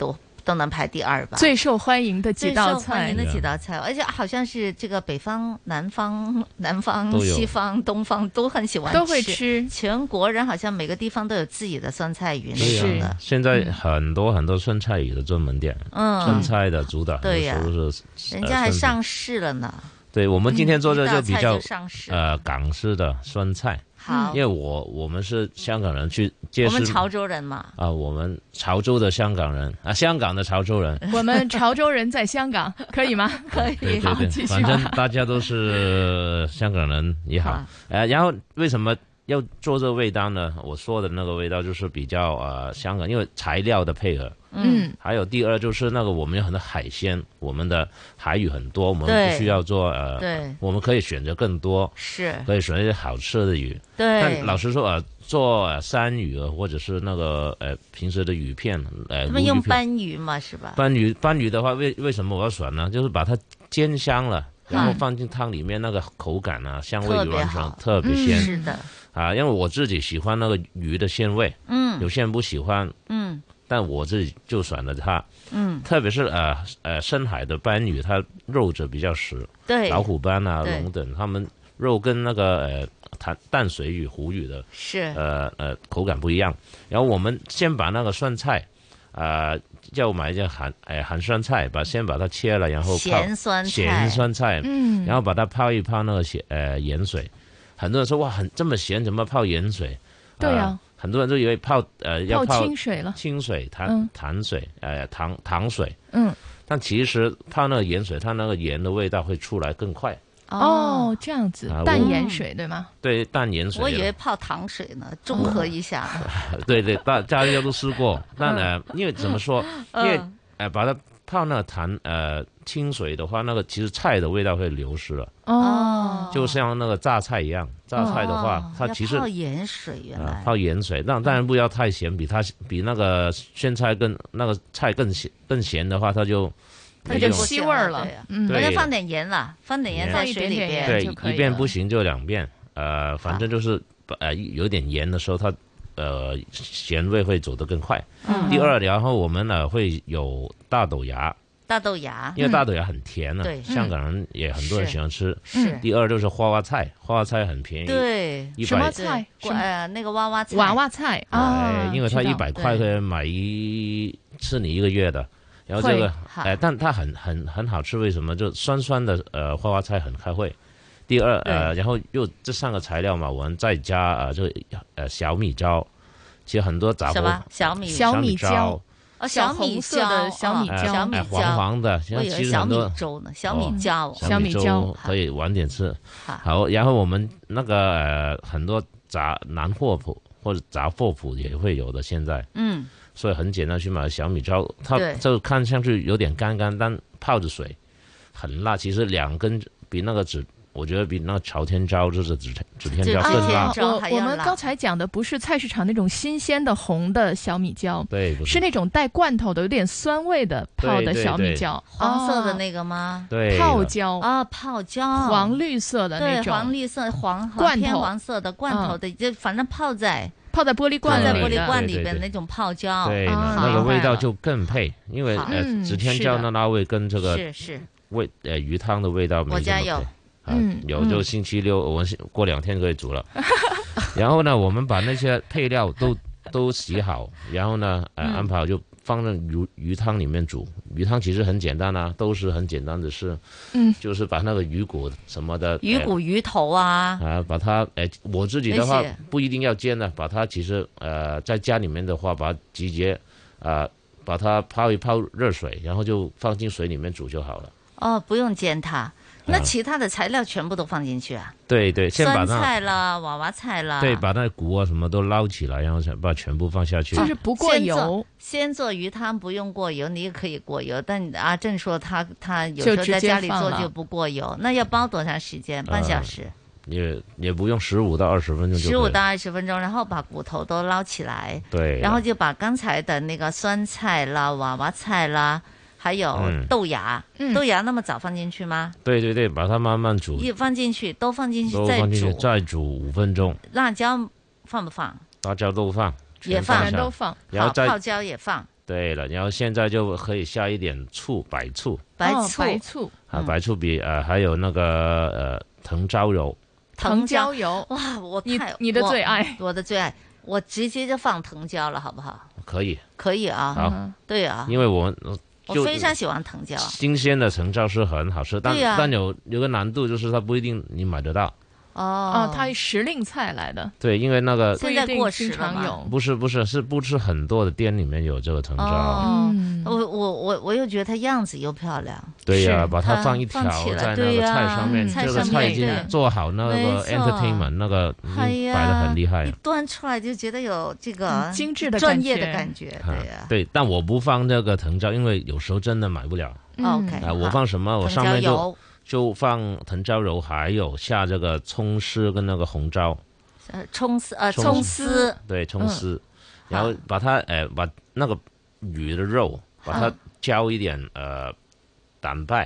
都能排第2吧。 最受欢迎的几道菜， 最受欢迎的几道菜，而且好像是这个北方、南方、西方、东方都很喜欢吃， 都会吃。 全国人好像每个地方都有自己的酸菜鱼那种的。 现在很多酸菜鱼的专门店，酸菜的主打， 对呀，人家还上市了呢。 对，我们今天做的就比较港式的酸菜。 好， 因为我们是香港人去街市， 我们潮州人嘛。 我们潮州的香港人香港的潮州人。 我们潮州人在香港，可以吗？ 可以。 对，反正大家都是香港人也好。然后为什么要做这个味道呢？我说的那个味道就是比较香港，因为材料的配合。还有第二就是那个我们有很多海鲜，我们的海鱼很多，我们不需要做我们可以选择更多， 是可以选一些好吃的鱼。 对， 但老实说做山鱼或者是那个平时的鱼片， 他们用斑鱼嘛，是吧？ 斑鱼的话，为什么我要选呢？就是把它煎香了，然后放进汤里面，那个口感香味完全特别鲜。 是的。 因为我自己喜欢那个鱼的鲜味，有些人不喜欢，但我自己就选了它，特别是深海的斑鱼，它肉质比较实， 对， 老虎斑龙等，它们肉跟那个淡水鱼、湖鱼的是口感不一样。然后我们先把那个酸菜，要买一件韩酸菜，先把它切了，然后咸酸菜，然后把它泡一泡那个盐水。很多人说哇，这么咸，怎么泡盐水？ 对啊， 很多人都以为要泡清水了， 清水、糖水、糖水。但其实泡那个盐水，它那个盐的味道会出来更快。 哦，这样子，淡盐水对吗？ 对，淡盐水。 我以为泡糖水呢，中和一下。 对，大家都试过。但因为怎么说？因为把它泡那个清水的话，那个其实菜的味道会流失了。就像那个榨菜一样，榨菜的话，它其实泡盐水，原来泡盐水，当然不要太咸，比那个鲜菜跟那个菜更咸的话，它就吸味儿了。 我再放点盐了，放点盐在水里边， 对，一遍不行就2遍，反正就是有点盐的时候，它咸味会走得更快。第二，然后我们会有大豆芽。因为大豆芽很甜呢，香港人也很多人喜欢吃。第二就是花花菜很便宜。 对， 什么菜？ 那个娃娃菜因为它100块可以买吃你1个月的。然后这个但它很好吃，为什么？就酸酸的花花菜很开胃。第二然后又这3个材料嘛，我们再加小米椒，其实很多什么小米椒。 小米色的小米椒， 黄黄的，其实很多粥呢，小米椒可以晚点吃。好，然后我们那个很多南货铺或者杂货铺也会有的，现在，所以很简单去买小米椒，它就看上去有点干，但泡着水，很辣。其实2根比那个我觉得比那个朝天椒就是指天椒更辣。 我们刚才讲的不是菜市场那种新鲜的红的小米椒， 对， 是那种带罐头的、有点酸味的泡的小米椒， 黄色的那个吗？ 对， 泡椒泡椒， 黄绿色的那种， 对，黄绿色罐头偏黄色的罐头的，就反正泡在玻璃罐里边那种泡椒， 对，那个味道就更配，因为指天椒那辣味跟这个是鱼汤的味道没这么配。 我家有。 有就星期6，我们过2天可以煮了。然后呢，我们把那些配料都洗好，然后呢，安排好就放在鱼汤里面煮。鱼汤其实很简单都是很简单的事。就是把那个鱼骨什么的， 鱼骨、鱼头把它我自己的话不一定要煎的，把它其实在家里面的话，把它直接把它泡一泡热水，然后就放进水里面煮就好了。 不用煎它。那其他的材料全部都放进去啊？ 对，先把酸菜啦、娃娃菜啦， 对，把那骨什么都捞起来，然后把全部放下去。 就是不过油。 先做鱼汤不用过油，你也可以过油。但阿正说他有时候在家里做就不过油，那要煲多长时间？半小时？ 也不用15到20分钟就可以。 15到20分钟，然后把骨头都捞起来。 对。 然后就把刚才的那个酸菜啦、娃娃菜啦。还有豆芽，豆芽那么早放进去吗？ 对，把它慢慢煮， 放进去，都放进去， 再煮5分钟。 辣椒放不放？ 辣椒都放， 也放， 都放。 然后泡椒也放。 对了，然后现在就可以下一点醋，白醋， 白醋白醋比还有那个藤椒油， 藤椒油， 哇， 你的最爱， 我的最爱，我直接就放藤椒了，好不好？ 可以啊， 好， 对啊， 因为我非常喜欢藤椒， 新鲜的藤椒是很好吃，但有个难度就是它不一定你买得到。 它时令菜来的。 对，因为那个现在过时了嘛。 不是很多的店里面有这个藤椒。 我又觉得它样子又漂亮。 对呀，把它放一条在那个菜上面，这个菜已经做好那个 entertainment 那个摆得很厉害。 一端出来就觉得有这个精致的专业的感觉。对呀。 对，但我不放这个藤椒，因为有时候真的买不了。 OK。 我放什么？我上面就放藤椒油，还有下这个葱丝跟那个红椒， 葱丝， 对，葱丝，然后把它把那个鱼的肉，把它浇一点蛋白，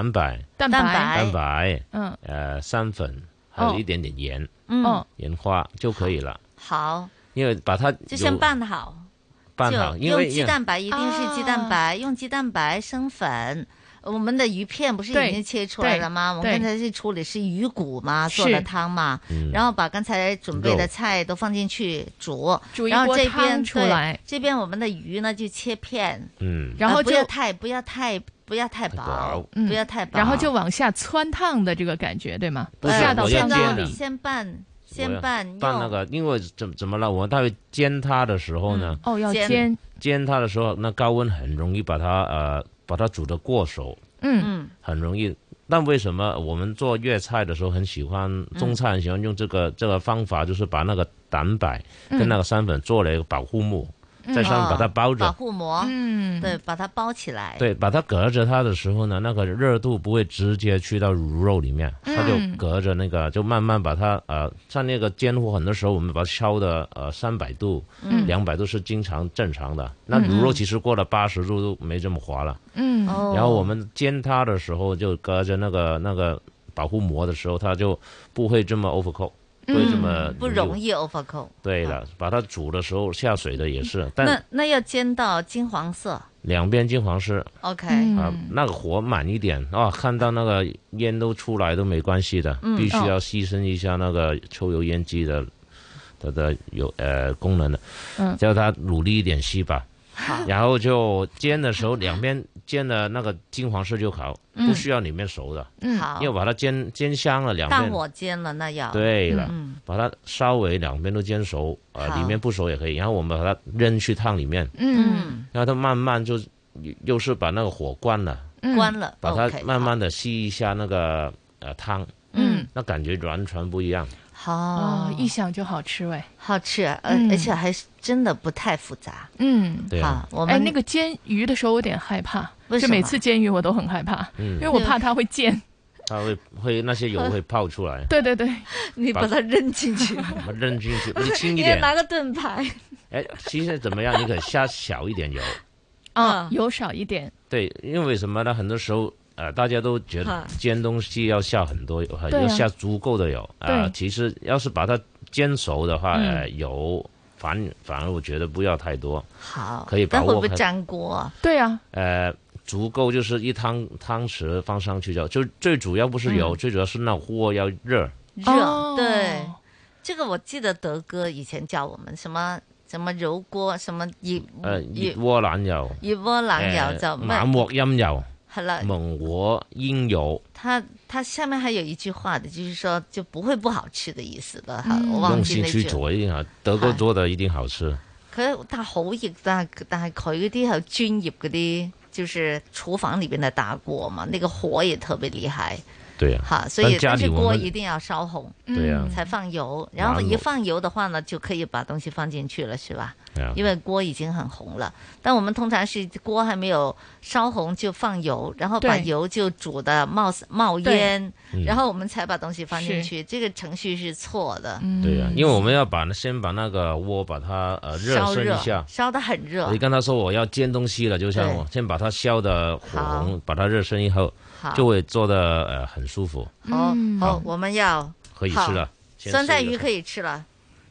生粉，还有一点点盐，盐花就可以了。 好， 因为把它就先拌好，因为用鸡蛋白一定是鸡蛋白，用鸡蛋白生粉。我们的鱼片不是已经切出来了吗？我们刚才是处理是鱼骨嘛，做的汤嘛，然后把刚才准备的菜都放进去煮然后这边出来， 这边我们的鱼呢就切片， 然后不要太薄，不要太薄， 然后就往下汆烫的这个感觉，对吗？ 下到汤里， 先拌那个，因为怎么了？我待会煎它的时候呢， 要煎它的时候，那高温很容易把它煮得过熟，很容易。但为什么我们做粤菜的时候很喜欢，中菜很喜欢用这个方法，就是把那个蛋白跟那个生粉做了一个保护膜，在上面把它包着， 保护膜，对，把它包起来， 对，把它隔着它的时候呢，那个热度不会直接去到卤肉里面，它就隔着那个，就慢慢把它像那个煎火，很多时候我们把它烧的300度、200度是经常正常的，那卤肉其实过了80度都没这么滑了，然后我们煎它的时候就隔着那个保护膜的时候，它就不会这么 overcook。不会这么不容易 overcook。 对了，把它煮的时候下水的也是， 那要煎到金黄色， 两边金黄色。 OK。 那个火慢一点看到那个烟都出来都没关系的，必须要牺牲一下那个抽油烟机的有功能的，叫它努力一点吸吧。然后就煎的时候，两边煎的那个金黄色就好，不需要里面熟的。 好， 因为把它煎香了，两边大火煎了那要。 对了，把它稍微两边都煎熟，里面不熟也可以。然后我们把它扔去汤里面，然后它慢慢就又是把那个火关了，把它慢慢的吸一下那个汤，那感觉完全不一样。 一想就好吃喂， 好吃，而且还真的不太复杂。 对啊。 我们那个煎鱼的时候有点害怕，就每次煎鱼我都很害怕，因为我怕它会溅， 它会那些油会泡出来。 对对对， 你把它扔进去， 扔进去，你轻一点， 拿个盾牌。 其实怎么样？你可以下小一点油， 油少一点。 对，因为什么呢？很多时候。大家都觉得煎东西要下很多油，要下足够的油。其实要是把它煎熟的话，油反而我觉得不要太多。 好， 可以把握。 那会不会粘锅？ 对啊。 足够就是一汤匙放上去就最主要不是油，最主要是那锅要热。 对，这个我記得德哥以前教我們什麼油鍋，什麼熱鍋冷油， 熱鍋冷油就猛鑊陰油。 係啦， 猛鍋陰油， 它下面還有一句話的，就是說就不會不好吃的意思的。我忘記那句。用心去做一定好，德國做的一定好吃。但好熱，但係佢嗰啲係專業嗰啲，就是廚房裏邊的大鍋嘛，那個火也特別厲害。對啊，所以但是鍋一定要燒紅，對啊，才放油。然後一放油的話呢，就可以把東西放進去了，是吧？因為鍋已經很紅了。但我們通常是鍋還沒有燒紅就放油，然後把油就煮得冒煙，然後我們才把東西放進去。這個程序是錯的。對啊，因為我們要先把那個鍋把它熱身一下，燒得很熱。你跟他說我要煎東西了，就像我先把它燒得火紅，把它熱身以後。就會做得很舒服。好，我們要可以吃了，酸菜魚可以吃了。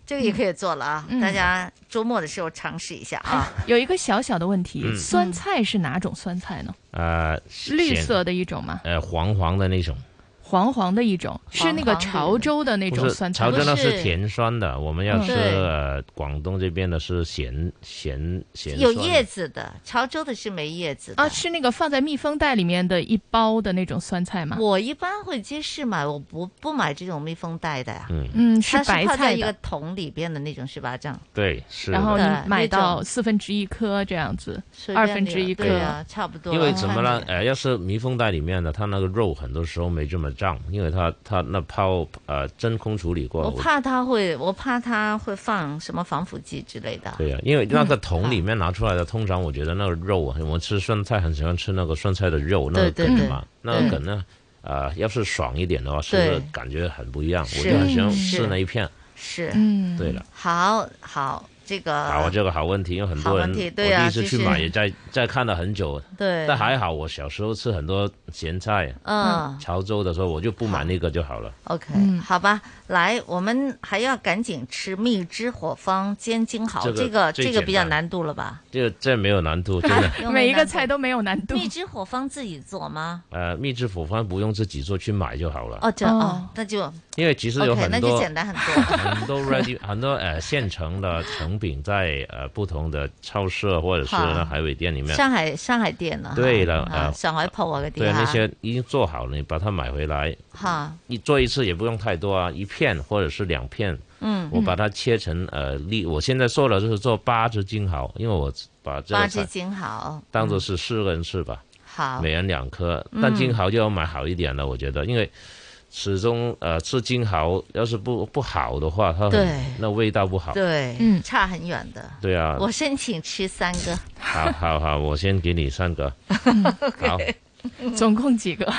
这个也可以做了啊，大家周末的时候尝试一下啊。 有一个小小的问题，酸菜是哪种酸菜呢？绿色的一种吗？ 黄黄的那种。 黄黄的一种，是那个潮州的那种酸菜。 潮州那是甜酸的，我们要吃广东这边的是咸酸。 有叶子的，潮州的是没叶子的。 是那个放在密封袋里面的一包的那种酸菜吗？ 我一般会街市买，我不买这种密封袋的呀。 是白菜的。它是放在一个桶里边的那种是吧？这样。 对，是。 然后你买到1/4颗这样子，1/2颗。 对啊，差不多。 因为怎么呢？要是密封袋里面的，它那个肉很多时候没这么胀，因为它那真空处理过。 我怕它会放什么防腐剂之类的。 对呀，因为那个桶里面拿出来的，通常我觉得那个肉啊，我们吃酸菜很喜欢吃那个酸菜的肉，那个梗嘛，那个梗呢，要是爽一点的话，是不是感觉很不一样？我就很喜欢吃那一片。 是， 对了， 好。这个好问题，因为很多人我第一次去买也在看了很久， 对， 但还好我小时候吃很多咸菜，潮州的时候我就不买那个就好了。 OK，好吧，来，我们还要赶紧吃蜜汁火方煎金蚝，这个比较难度了吧？ 这没有难度，真的， 每一个菜都没有难度。 蜜汁火方自己做吗？ 蜜汁火方不用自己做，去买就好了。 那就因为其实有很多， 那就简单很多， 很多现成的成品在不同的超市或者是海味店里面。 上海店呢？ 对了， 上海鋪啊嗰啲。 对，那些已经做好了，你把它买回来。你做一次也不用太多啊，1片或者是2片。我把它切成我现在做了就是做8只金蚝，因为我把这个 8只金蚝当做是4个人吃吧。 好， 每人2颗，但金蚝就要买好一点的，我觉得，因为始终吃金蚝要是不好的话，它那味道不好， 对，差很远的。 对啊， 我申请吃3个。 好，我先给你3个。好， 总共几个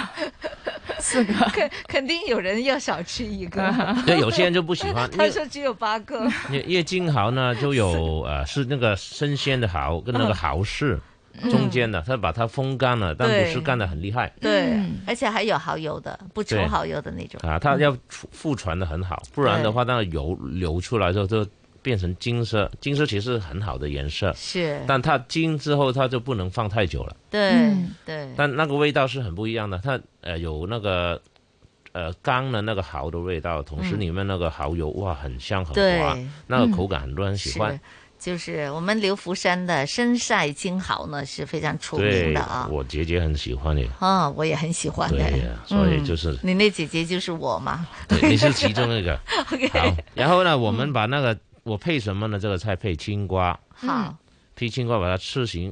？4个。 肯定有人要少吃1个。 对，有些人就不喜欢。 他说只有8个。 因为金蚝呢，就有是那个生鲜的蚝跟那个蚝柿。中间的，它把它风干了，但不是干得很厉害。 对，而且还有蚝油的，不抽蚝油的那种。 它要复传的很好，不然的话，那个油流出来之后就变成金色。金色其实很好的颜色， 是， 但它金之后它就不能放太久了。 对。 但那个味道是很不一样的，它有那个干的那个蚝的味道，同时里面那个蚝油哇很香很滑，那个口感很多人喜欢。 就是我们流浮山的生晒金蚝呢是非常出名的啊， 我姐姐很喜欢的我也很喜欢的， 对呀，所以就是你那姐姐就是我嘛， 对，你是其中一个。好，然后呢，我们把那个我配什么呢？这个菜配青瓜， 好， 配青瓜把它切成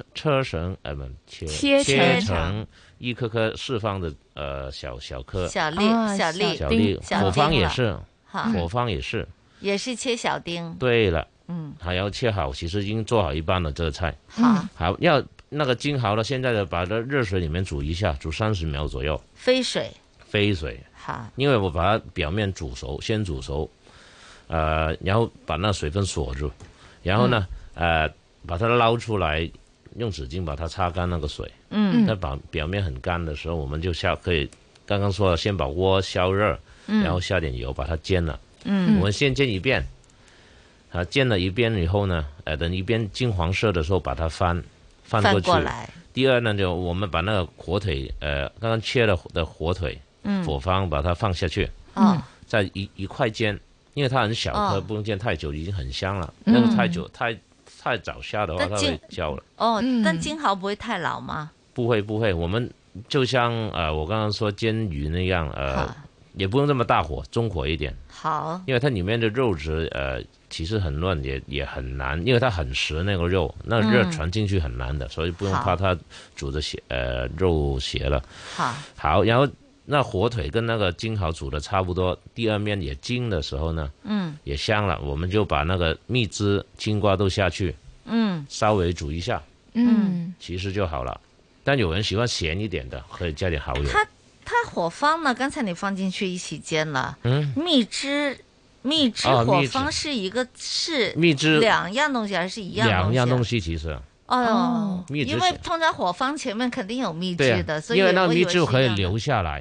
切成1颗颗四方的小颗小粒， 火方也是，火方也是切小丁。 对了。还要切好，其实已经做好一半了这个菜。好，要那个金蚝呢，现在的把它热水里面煮一下，煮30秒左右。飞水。 好， 因为我把它表面先煮熟，然后把那水分锁住，然后呢，把它捞出来，用纸巾把它擦干那个水。那把表面很干的时候，我们就可以刚刚说了，先把锅烧热，然后下点油把它煎了。我们先煎一遍。煎了一边以后呢，等一边金黄色的时候，把它翻过来。 第二呢，就我们把那个火腿，刚刚切了的火腿，火方把它放下去，再一块煎，因为它很小颗，不用煎太久，已经很香了。那个太久太早下的话，它会焦了。 但金蚝不会太老吗？ 不会，我们就像我刚刚说煎鱼那样，也不用这么大火，中火一点。 好， 因为它里面的肉质其实很嫩，也很难，因为它很实那个肉，那热传进去很难的，所以不用怕它煮的肉邪了。好，然后那火腿跟那个金蚝煮的差不多，第2面也金的时候呢，也香了，我们就把那个蜜汁、青瓜都下去，稍微煮一下，其实就好了。但有人喜欢咸一点的，可以加点蚝油。 它火方呢？刚才你放进去一起煎了，蜜汁火方是蜜汁2样东西还是1样东西？2 样东西其实。 因为通常火方前面肯定有蜜汁的，所以因为那个蜜汁可以留下来。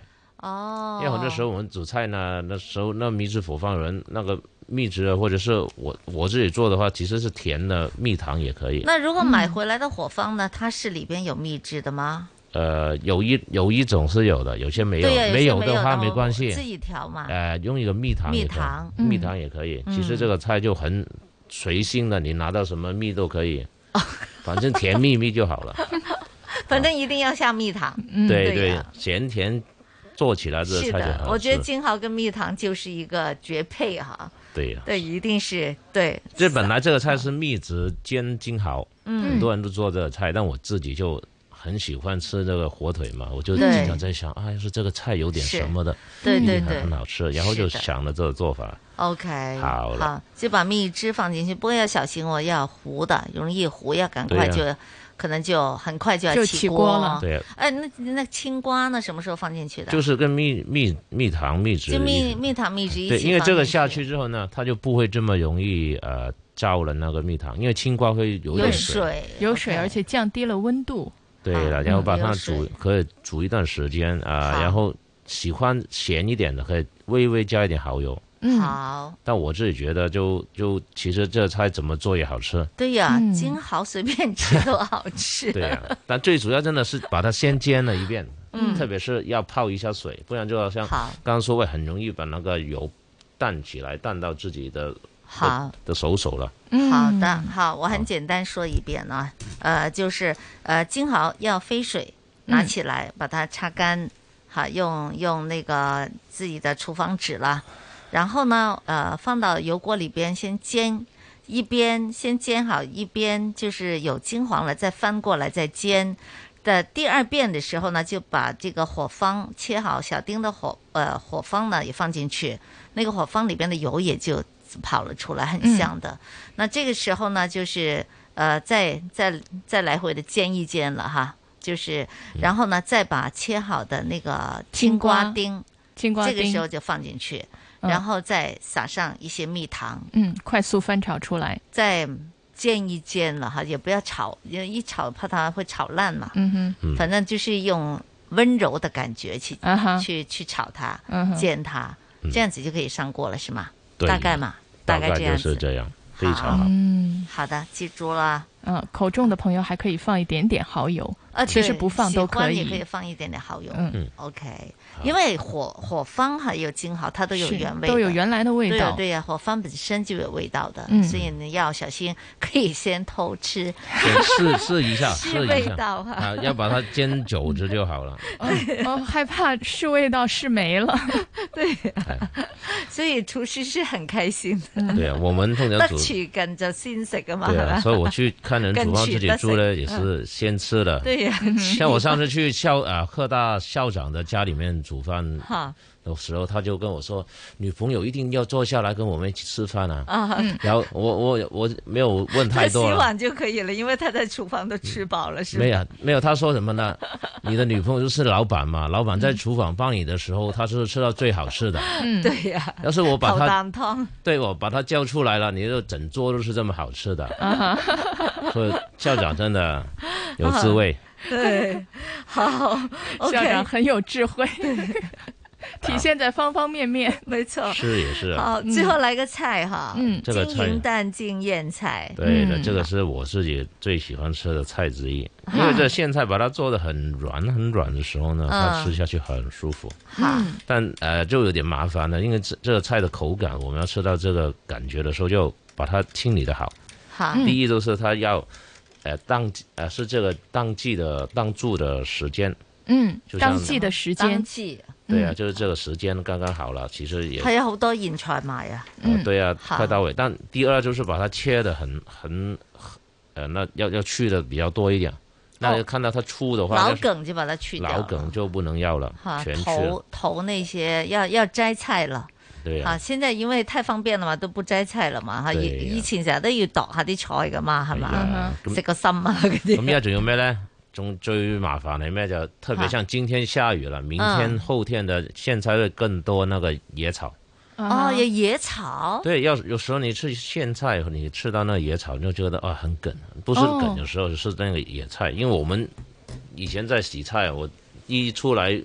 哦， 因为很多时候我们煮菜呢，那时候那秘制火方人那个秘制，或者是我自己做的话，其实是甜的蜜糖也可以。 那如果买回来的火方呢，它是里边有秘制的吗？ 有一种是有的，有些没有。 对呀， 没有的话没关系， 自己调嘛。 用一个蜜糖也可以，蜜糖也可以。其实这个菜就很随性的，你拿到什么蜜都可以，反正甜蜜蜜就好了。 反正一定要下蜜糖。 对，咸甜做起来这个菜就好吃。 是的，我觉得金蚝跟蜜糖就是一个绝配哈。 对呀， 对，一定是对。 这本来这个菜是蜜汁煎金蚝，很多人都做这个菜，但我自己就很喜欢吃这个火腿嘛，我就经常在想，要是这个菜有点什么的， 对， 很好吃，然后就想了这个做法。 OK， 好， 就把蜜汁放进去，不过要小心哦，要糊的，容易糊，要赶快就。可能就很快就要起锅了。 对， 那青瓜呢？什么时候放进去的？ 就是跟蜜糖蜜汁， 就蜜糖蜜汁一起。 对，因为这个下去之后呢，它就不会这么容易焦了那个蜜糖，因为青瓜会有点有水，而且降低了温度。 对了，然后把它可以煮一段时间然后喜欢咸一点的，可以微微加一点蚝油。 好， 但我自己觉得就其实这菜怎么做也好吃。 对呀，金蚝随便吃都好吃。 对呀，但最主要真的是把它先煎了一遍，特别是要泡一下水，不然就好像刚刚说会很容易把那个油淡起来，淡到自己的手了。 好的，好，我很简单说一遍啊，就是金蚝要飞水，拿起来把它擦干，好，用那个自己的厨房纸啦。然后呢，放到油锅里边先煎，一边先煎好，一边就是有金黄了，再翻过来再煎。的第二遍的时候呢，就把这个火方切好小丁的火方呢也放进去，那个火方里边的油也就跑了出来，很香的。那这个时候呢，就是再来回的煎一煎了哈，就是然后呢再把切好的那个青瓜丁这个时候就放进去。然后再撒上一些蜜糖， 快速翻炒出来， 再煎一煎了哈，也不要炒，一炒怕它会炒烂嘛。反正就是用温柔的感觉去炒它，煎它，这样子就可以上锅了，是吗？大概这样子， 就是这样，非常好。 好的，记住了。 口重的朋友还可以放一点点蚝油，其实不放都可以， 也可以放一点点蚝油。OK， 因为火方还有金蚝，它都有原味， 都有原来的味道。 对呀，火方本身就有味道的，所以你要小心，可以先偷吃， 试一下， 味道哈。 要把它煎久着就好了。 害怕试味道试没了。 对，所以厨师是很开心的。 对啊，我们通常得廚近就先食噶嘛。 对啊，所以我去看人煮饭自己煮呢，也是先吃的。 对呀， 像我上次去科大校长的家里面煮饭的时候，他就跟我说，女朋友一定要坐下来跟我们一起吃饭啊。然后我没有问太多了， 洗碗就可以了，因为他在厨房都吃饱了，是吧？ 没有，他说什么呢？你的女朋友就是老板嘛，老板在厨房帮你的时候，他是吃到最好吃的。 对呀。 要是我把他对我把他叫出来了，你就整桌都是这么好吃的。所以校长真的有智慧。 对，好， 校长很有智慧。体现在方方面面， 没错， 也是。 好，最后来个菜哈， 这个金银蛋净燕菜。 对的，这个是我自己最喜欢吃的菜之一，因为这苋菜把它做的很软的时候呢，它吃下去很舒服。但就有点麻烦了，因为这个菜的口感，我们要吃到这个感觉的时候，就把它清理的好。第一就是它要是这个当住的时间。 当季的时间， 对啊，就是这个时間剛剛好了，其實也係有好多現菜賣啊。 對啊，快到位。但第二就是把它切得很那要去的比較多一點。那看到它粗的話， 老梗就把它去掉， 老梗就不能要了，全去。 頭那些要摘菜了。 對啊， 現在因為太方便了嘛，都不摘菜了嘛。以前成日都要度下啲菜噶嘛，係嘛？食個心啊嗰啲。 咁而家仲有咩咧？最麻煩係咩？就特別像今天下雨了，明天後天的苋菜會更多那個野草。 有野草。 對，有時候你吃苋菜，你吃到那個野草，你就覺得很梗，不是梗，有時候是那個野菜。因為我們以前在洗菜，我一出來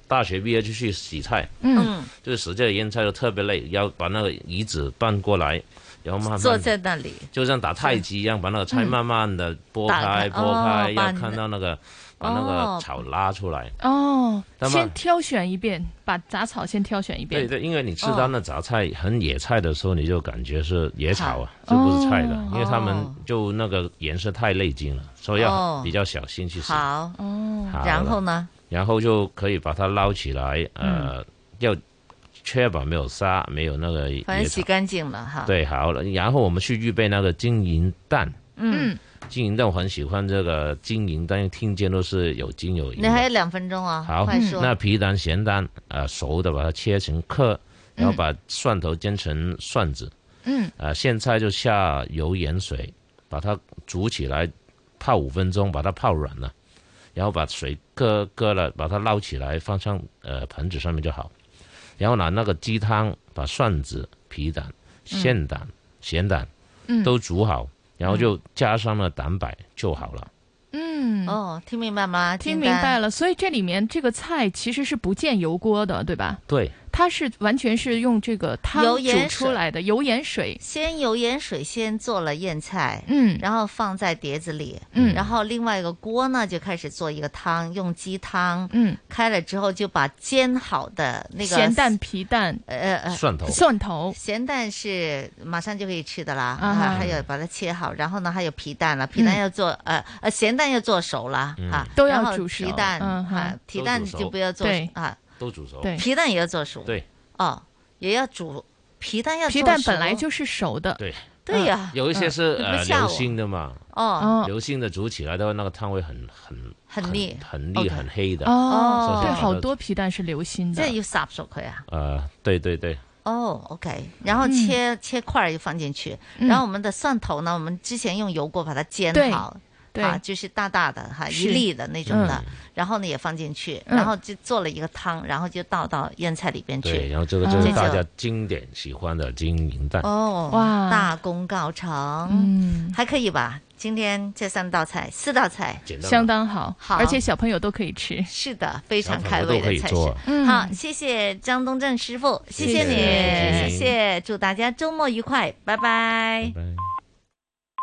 大学毕业就去洗菜，就是使劲腌菜就特别累，要把那个椅子搬过来，然后慢慢坐在那里， 就像打太极一样，把那个菜慢慢的剥开，要看到那个把那个草拉出来。 先挑选一遍，把杂草先挑选一遍。 对，因为你吃到那杂菜很野菜的时候，你就感觉是野草啊，这不是菜的，因为他们就那个颜色太泪晶了，所以要比较小心去洗。 好，然后呢？ 然后就可以把它捞起来，要确保没有沙，没有那个野草， 反正洗干净了哈。 对，好了，然后我们去预备那个金银蛋。金银蛋我很喜欢这个金银蛋，听见都是有金有银。 你还有2分钟啊， 好，那皮蛋、咸蛋熟的把它切成颗，然后把蒜头煎成蒜子。苋菜就下油盐水，把它煮起来，泡5分钟，把它泡软了。然后把水搁了，把它捞起来，放上盆子上面就好。然后拿那个鸡汤，把蒜子、皮蛋、苋蛋、咸蛋都煮好，然后就加上了蛋白就好了。 听明白吗？ 听明白了。所以这里面这个菜其实是不见油锅的，对吧？ 对。 它是完全是用这个汤煮出来的油盐水， 先油盐水先做了腌菜，然后放在碟子里，然后另外一个锅呢就开始做一个汤，用鸡汤，开了之后就把煎好的那个咸蛋、皮蛋、蒜头， 咸蛋是马上就可以吃的啦，还有把它切好，然后呢还有皮蛋了，皮蛋要做咸蛋要做熟了都要煮熟， 皮蛋就不要做都煮熟， 对，皮蛋也要做熟， 对， 也要煮，皮蛋要做熟， 皮蛋本来就是熟的， 对呀， 有一些是流心的嘛，流心的煮起来的话，那个汤会很腻、很黑的， 对，好多皮蛋是流心的， 这要烚熟佢啊， 对。 OK， 然后切块就放进去，然后我们的蒜头呢，我们之前用油锅把它煎好。就是大大的一粒的那种的，然后呢也放进去，然后就做了一个汤，然后就倒到腌菜里边去。 对，然后这个就是大家经典喜欢的金银蛋。 哇，大功告成，还可以吧？今天这4道菜相当好，而且小朋友都可以吃。 是的，非常开胃的菜式。好，谢谢张东正师傅，谢谢你，谢谢，祝大家周末愉快，拜拜。